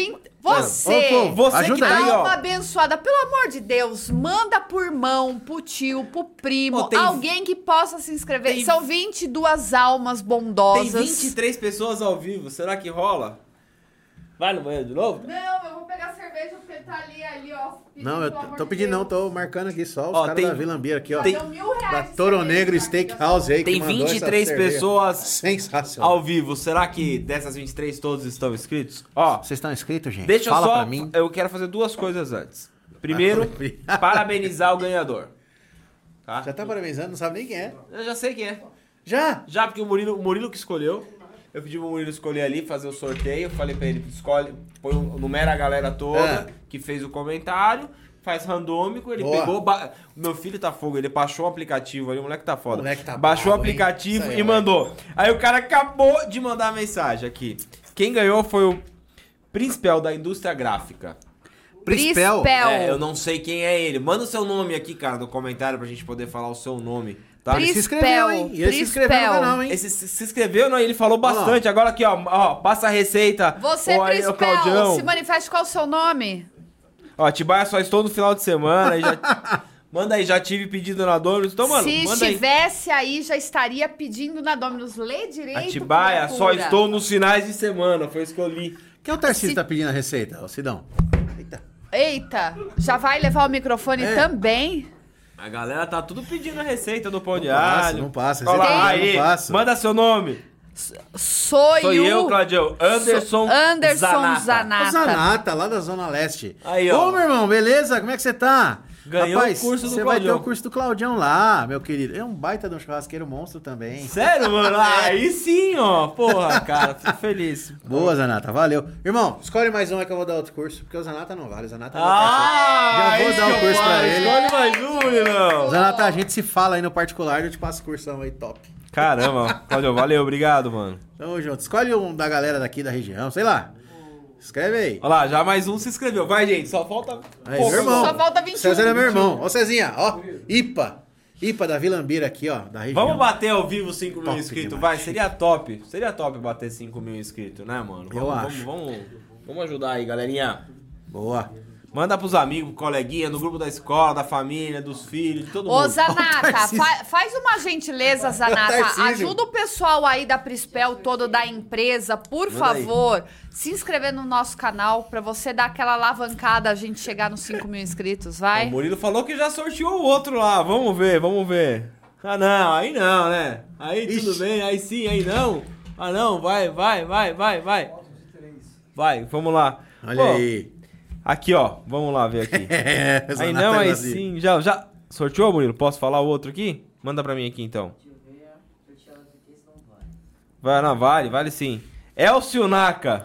Você, Ô, pô, você ajuda que tá aí, aí, ó. alma abençoada, pelo amor de Deus, manda pro irmão, pro tio, pro primo, Ô, tem- alguém que possa se inscrever. tem- São 22 almas Tem bondosas. 23 pessoas ao vivo, será que rola? Vai no banheiro de novo? Não, eu vou pegar cerveja porque tá ali, ó. Não, eu tô pedindo não, tô marcando aqui só os Ó, caras tem- da Vila Ambira aqui, ó. Tem R$1.000 Da de Toro cerveja, Negro tá? Steakhouse aí que Tem mandou 23 essa cerveja. pessoas Sensacional. ao vivo. Será que dessas 23 todos estão inscritos? Ó, Vocês estão inscritos, gente? deixa eu Fala só... pra mim. Eu quero fazer duas coisas antes. Primeiro, parabenizar o ganhador. Tá? Já tá parabenizando, não sabe nem quem é. Eu já sei quem é. Já? Já, porque o Murilo que escolheu. Eu pedi pro Murilo escolher ali, fazer o sorteio. Falei pra ele, escolhe, numera a galera toda que fez o comentário, faz randômico. Ele Boa. pegou. Meu filho tá fogo, ele baixou o aplicativo ali, o moleque tá foda. O moleque tá baixou bravo, o hein? aplicativo Isso aí, e moleque. mandou. Aí o cara acabou de mandar a mensagem aqui. Quem ganhou foi o Principal da indústria gráfica. Prispel. É, eu não sei quem é ele. Manda o seu nome aqui, cara, no comentário pra gente poder falar o seu nome. Tá? Ele se inscreveu, hein? E ele se inscreveu no canal, hein? Esse se inscreveu, não? Ele falou bastante. Agora aqui, ó, passa a receita. Você, Ó, aí, ô, Prispel, Claudião. se manifeste qual é o seu nome? Ó, Atibaia só estou no final de semana. Aí manda aí, já tive pedido na Dominus. Então, mano, se manda aí. estivesse aí, já estaria pedindo na Dominus. Lê direito, Atibaia, só criatura. estou nos finais de semana. Foi isso que eu li. Quem é o Tarcísio que tá pedindo a receita? Ô, Sidão. Eita. Eita, já vai levar o microfone também? A galera tá tudo pedindo a receita do pão de passa, alho. não passa. Olha lá, Receita aí, não passa. manda seu nome. Sou Sou eu, Claudião. Anderson Zanata. Zanata. O Zanata, lá da Zona Leste. Aí, ó. Ô, meu irmão, beleza? Como é que você tá? Ganhou Rapaz, o curso do você vai ter Claudião. o curso do Claudião lá, meu querido. É um baita de um churrasqueiro monstro também. Sério, mano? Aí sim, ó. Porra, cara, fico feliz. Boa, Zanata, valeu. Irmão, escolhe mais um aí que eu vou dar outro curso, porque o Zanata não vale. O Zanata é meu Ah! parceiro. Já vou dar o curso pra ele. Escolhe mais um, Murilão. Zanata, a gente se fala aí no particular, eu te passo cursão aí, top. Caramba, Claudio, valeu, obrigado, mano. Tamo junto. Escolhe um da galera daqui da região, sei lá. Escreve aí. Olha lá, já mais um se inscreveu. Vai, gente, só falta Aí, pouco meu irmão. Só falta 21. César é meu irmão. Ó, Cezinha, ó. IPA da Vila Ambira aqui, ó, da região. Vamos bater ao vivo 5 mil Top inscritos, demais. vai. Seria top. Seria top bater 5 mil inscritos, né, mano? Eu acho. Vamos ajudar aí, galerinha. Boa. Manda pros amigos, pro coleguinha, no grupo da escola, da família, dos filhos, de todo Ô, mundo. Zanata, Tarcísio. faz uma gentileza, Zanata. Tarcísio. Ajuda o pessoal aí da Prispel, todo da empresa, por Manda aí. favor, se inscrever no nosso canal pra você dar aquela alavancada, a gente chegar nos 5 mil inscritos, O vai? Murilo falou que já sorteou o outro lá. Vamos ver, vamos ver. Ah, não, aí não, né? Aí tudo Ixi. bem, aí sim, aí não. Ah, não, vai. Vai, vamos lá. Olha Pô, aí. Aqui, ó, vamos lá ver aqui. É, Aí Zanata não, aí vazio. sim. Já sorteou, Murilo? Posso falar o outro aqui? Manda pra mim aqui, então. Vai, não, vale sim. Elcio Naka.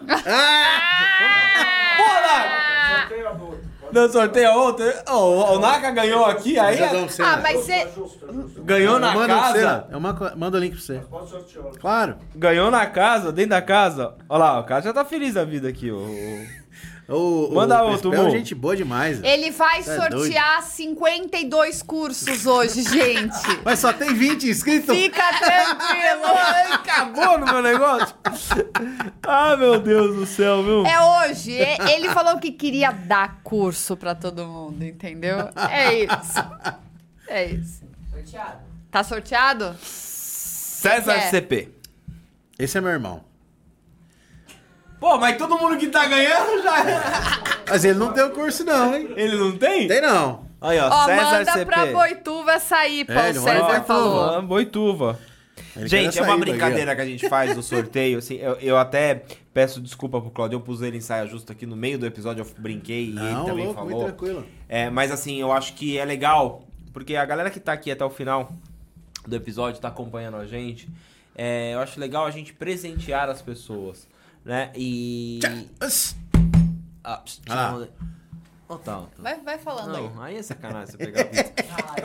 Sorteio a boa. Não sorteia outro? O Naka ganhou aqui, aí Já damos pra você, Ah, né? mas você... ganhou na Manda pra você, casa. manda o link pra você. Pode sortear. Claro. Ganhou na casa, dentro da casa. Olha lá, o cara já tá feliz da vida aqui. Manda outro, Prispel é Mu. gente boa demais. Ele vai Tá sortear 52 cursos hoje, gente. Mas só tem 20 inscritos? Fica tranquilo. Acabou no meu negócio. Ah, meu Deus do céu, viu? É hoje. Ele falou que queria dar curso pra todo mundo, entendeu? É isso. É isso. Sorteado. Tá sorteado? César que é? CP. Esse é meu irmão. Pô, mas todo mundo que tá ganhando já... Mas ele não tem o curso não, hein? Ele não tem? Tem não. Aí, ó, Ó, César manda CP. pra Boituva sair, Paulo ele manda César pra falou. Ah, Boituva. Ele Gente, quer é uma sair brincadeira daqui, que a gente faz do sorteio, assim, eu até peço desculpa pro Claudio, eu pus ele em saia justa aqui no meio do episódio, eu brinquei e ó. ele Não, também louco, muito falou. tranquilo. É, mas assim, eu acho que é legal, porque a galera que tá aqui até o final do episódio, tá acompanhando a gente, eu acho legal a gente presentear as pessoas, né? E... Ah, pss, Olha lá. Ó, tá. Vai falando aí. Não, aí é sacanagem você pegar a pizza.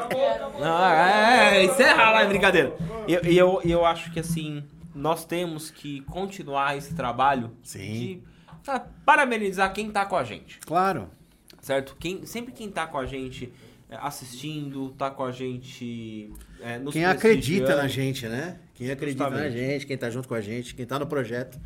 Não, encerra a live, brincadeira. E eu acho que assim, nós temos que continuar esse trabalho Sim. de parabenizar quem tá com a gente, Claro. certo? Sempre quem tá com a gente assistindo, tá com a gente nos Quem acredita prestigiando. na gente, né? Quem acredita na Justamente. gente, quem tá junto com a gente, quem tá no projeto.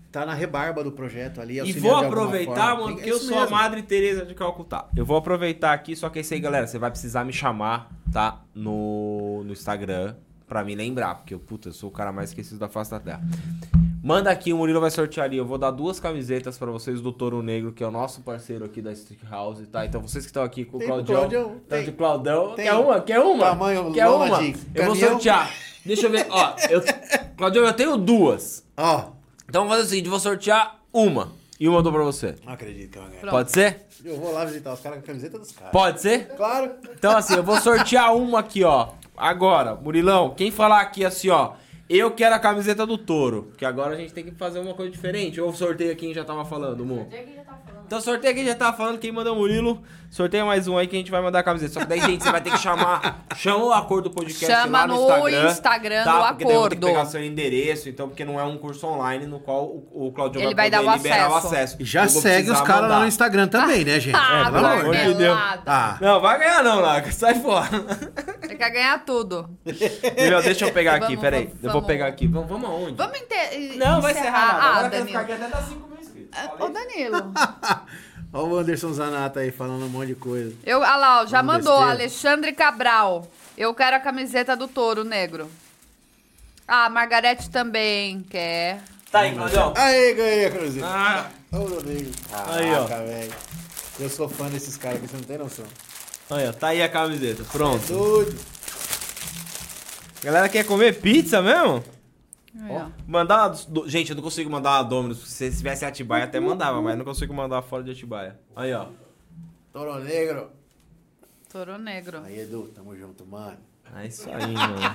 tá na rebarba do projeto ali. E auxiliando vou de alguma aproveitar, forma. mano, É que eu isso sou a mesmo. Madre Teresa de Calcutá. Eu vou aproveitar aqui, só que é isso aí, galera. Você vai precisar me chamar, tá? No Instagram, pra me lembrar. Porque, eu sou o cara mais esquecido da face da terra. Manda aqui, o Murilo vai sortear ali. Eu vou dar 2 camisetas pra vocês do Touro Negro, que é o nosso parceiro aqui da Stick House, tá? Então vocês que estão aqui com o Tem pro Claudião. Claudião? Tá Tem. de Claudão. Tem. Quer uma? Quer uma? Tamanho Quer lona uma? de Eu vou caminhão. sortear. Deixa eu ver. Ó, Claudião, eu tenho 2. Ó, Então vamos fazer o seguinte, vou sortear uma. E uma eu dou pra você. não acredito que eu vou ganhar. Pronto. Pode ser? Eu vou lá visitar os caras com a camiseta dos caras. Pode ser? Claro. Então assim, eu vou sortear uma aqui, ó. Agora, Murilão, quem falar aqui assim, ó, eu quero a camiseta do Touro. Porque agora a gente tem que fazer uma coisa diferente. Ou sorteia quem já tava falando, Mu? Então sorteia quem já tava falando, quem mandou o Murilo. Sorteia mais um aí que a gente vai mandar a camiseta. Só que daí, gente, você vai ter que chamar. Chama o Acordo Podcast Chama lá no no Instagram. Instagram tá? do Porque daí eu vou ter que Acordo. pegar seu endereço, então, porque não é um curso online no qual o Claudio Ele vai dar o liberar acesso. E já Eu vou segue os precisar caras lá mandar. no Instagram também, né, gente? Ah, Pelo amor de Deus. marmelada. Ah, Não, vai ganhar não, Laca. Sai fora. Você quer ganhar tudo. Meu, deixa eu pegar aqui, Vamos, peraí. vamos, Eu vou vamos. pegar aqui. Vamos aonde? Vamos Não, vai encerrar nada. Ah, Agora eu quero ficar Danilo. aqui até dar 5 mil inscritos. Ô, Danilo. Olha o Anderson Zanata aí falando um monte de coisa. Ah lá, ó, já Vamos mandou. besteira. Alexandre Cabral. Eu quero a camiseta do Touro Negro. Ah, a Margarete também quer. Tá aí, Claudião. Aê, ganhei a cruzeiro. Ah, Ô, meu Deus. Aí, ó. Caraca, velho. Eu sou fã desses caras aqui, você não tem noção. olha, tá aí a camiseta. Pronto. Doido. Galera quer comer pizza mesmo? Aí, ó. Mandar. Gente, eu não consigo mandar a Domino's. Se tivesse Atibaia, até mandava, mas não consigo mandar fora de Atibaia. Aí, ó. Toro Negro. Touro Negro. Aí, Edu, tamo junto, mano. É isso aí, mano.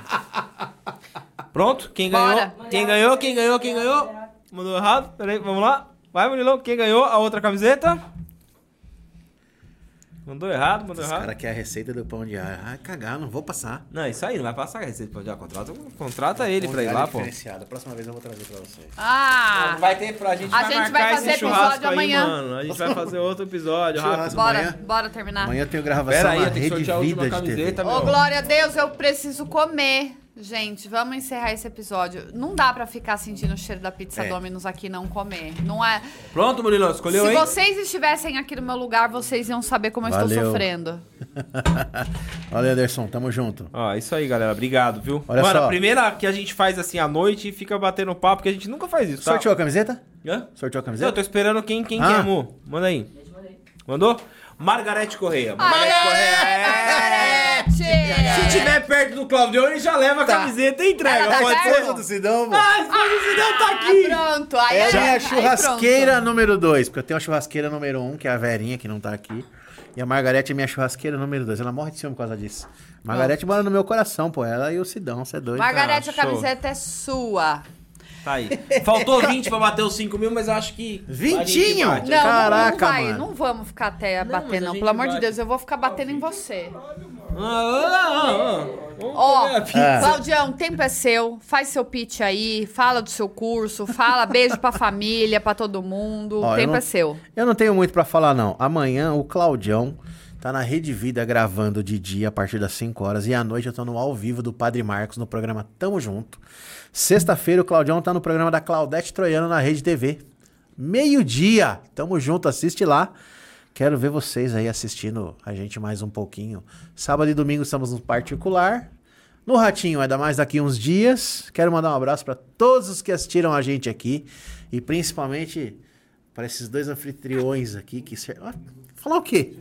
Pronto? Quem ganhou? Bora. Quem ganhou? Quem ganhou? Quem ganhou? Mandou errado? Peraí, vamos lá. Vai, Murilão. Quem ganhou a outra camiseta? Mandou errado, mandou Os errado. caras querem a receita do pão de alho. Ah, cagar, não vou passar. Não, isso aí, não vai passar a receita de contrata ele Pão pra de ir alho lá, pô. diferenciado. A próxima vez eu vou trazer pra você. Ah! Vai ter pra gente. A gente vai marcar fazer esse churrasco episódio aí, amanhã. mano. A gente vai fazer outro episódio Churrasco. rápido. Bora, amanhã- bora terminar. Amanhã eu tenho gravação Pera aí, na eu tenho que Rede sortear a última Vida de TV. camiseta, Ô, meu. glória a Deus, eu preciso comer. Gente, vamos encerrar esse episódio. Não dá pra ficar sentindo o cheiro da pizza É. Domino's aqui e não comer. Não é. Pronto, Murilão, escolheu, Se hein? vocês estivessem aqui no meu lugar, vocês iam saber como eu estou Valeu. sofrendo. Valeu, Anderson. Tamo junto. Ó, isso aí, galera. Obrigado, viu? Olha Mano, só. a primeira que a gente faz assim à noite e fica batendo papo, porque a gente nunca faz isso, tá? Sorteou a camiseta? Hã? Sorteou a Não, camiseta? eu tô esperando quem quer, Ah. Mu. Manda aí. Mandou? Margarete Correia. Margarete Correia. Se tiver perto do Claudio, ele já leva a Tá. camiseta e entrega. Ela tá Pode perto? ser? do Sidão, pô. Ah, esse Cidão tá aqui. Pronto, aí Ela é aí a churrasqueira pronto. número 2, porque eu tenho a churrasqueira número 1, que é a Verinha, que não tá aqui. E a Margarete é minha churrasqueira número 2. Ela morre de ciúme por causa disso. Margarete mora no meu coração, pô. Ela e o Sidão, você é doido. Margarete, a show. camiseta é sua. Tá aí. Faltou 20 pra bater os 5 mil, mas eu acho que... Vintinho? a gente bate. Não, Caraca, não vai, mano. não vamos ficar até Não, bater, mas a não. gente Pelo amor de bate. Deus, eu vou ficar batendo em você. Vamos Ó, comer a pizza. É. Claudião, o tempo é seu. Faz seu pitch aí, fala do seu curso, fala beijo pra família, pra todo mundo. Ó, O eu tempo não- é seu. Eu não tenho muito pra falar, não. Amanhã o Claudião tá na Rede Vida gravando de dia a partir das 5 horas. E à noite eu tô no ao vivo do Padre Marcos no programa Tamo Junto. Sexta-feira o Claudião tá no programa da Claudete Troiano na Rede TV. Meio-dia. Tamo junto, assiste lá. Quero ver vocês aí assistindo a gente mais um pouquinho. Sábado e domingo estamos no particular. No Ratinho é mais daqui uns dias. Quero mandar um abraço para todos os que assistiram a gente aqui. E principalmente para esses dois anfitriões aqui que... Falar o quê?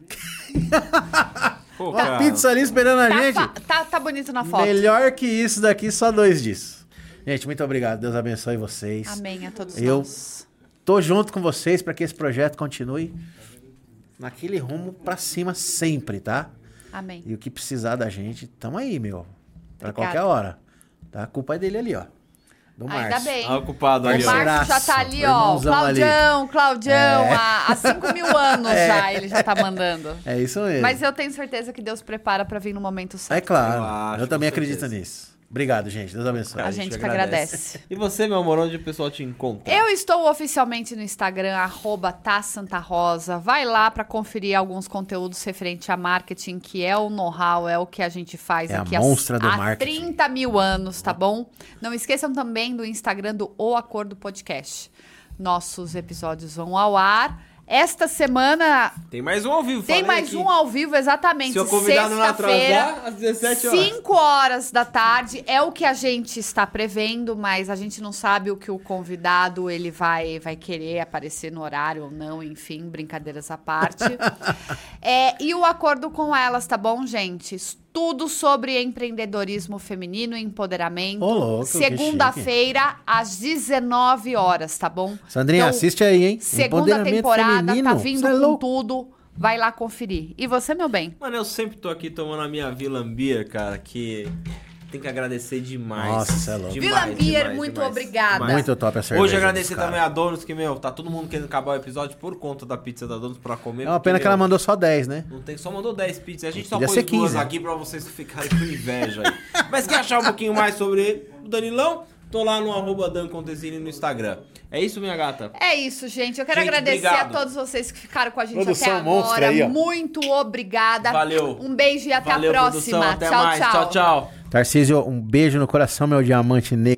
Pô, Uma cara. pizza ali esperando a gente. Tá bonito na foto. Melhor que isso daqui, só 2 disso. Gente, muito obrigado. Deus abençoe vocês. Amém a todos Eu- nós. Tô junto com vocês para que esse projeto continue naquele rumo pra cima sempre, tá? Amém. E o que precisar da gente, tamo aí, meu. Pra Obrigada. qualquer hora. Tá? A culpa é dele ali, ó. Do Ainda Márcio. bem. Ah, o culpado ali, O ó. Marcos já tá ali, ó. Irmãozão ali. Claudião, há 5.000 anos já ele já tá mandando. É isso mesmo. Mas eu tenho certeza que Deus prepara pra vir no momento É certo. claro. Eu acho, Eu também com acredito certeza. nisso. Obrigado, gente. Deus abençoe. A gente que agradece. E você, meu amor, onde o pessoal te encontra? Eu estou oficialmente no Instagram, @tasantarosa. Vai lá para conferir alguns conteúdos referente a marketing, que é o know-how, é o que a gente faz É a aqui monstra do há marketing. 30 mil anos, tá bom? Não esqueçam também do Instagram do O Acordo Podcast. Nossos episódios vão ao ar. Esta semana Tem mais um ao vivo. tem falei mais aqui. um ao vivo, exatamente. Se o convidado não Sexta-feira, atrasar, às 17 horas. 5 horas da tarde é o que a gente está prevendo, mas a gente não sabe o que o convidado ele vai querer aparecer no horário ou não, enfim, brincadeiras à parte. E o acordo com elas, tá bom, gente? Tudo sobre empreendedorismo feminino e empoderamento. Ô, louco, que Segunda-feira, às 19 horas, tá bom? Sandrinha, Então, assiste aí, hein? Segunda Empoderamento temporada, feminino. tá vindo Cê é com louco. tudo. Vai lá conferir. E você, meu bem? Mano, eu sempre tô aqui tomando a minha Beer, cara, que tem que agradecer demais. Nossa, cê é louco. Beer, demais, muito demais, obrigada. demais. Muito top a cerveja. Hoje agradecer dos caras. também a Donuts, que, meu, tá todo mundo querendo acabar o episódio por conta da pizza da Donuts pra comer. É uma pena que ela mandou só 10, né? Não tem, só mandou 10 pizzas. A gente só Podia pôs ser 2 15. aqui pra vocês ficarem com inveja aí. Mas quer achar um pouquinho mais sobre o Danilão? Tô lá no @dancontesini no Instagram. É isso, minha gata? É isso, gente. Eu quero Gente, agradecer obrigado. a todos vocês que ficaram com a gente Produção até monstro agora. aí, ó. Muito obrigada. Valeu. Um beijo e até Valeu, a produção. próxima. Até Tchau, mais. tchau. Tchau, tchau. Tarcísio, um beijo no coração, meu diamante negro.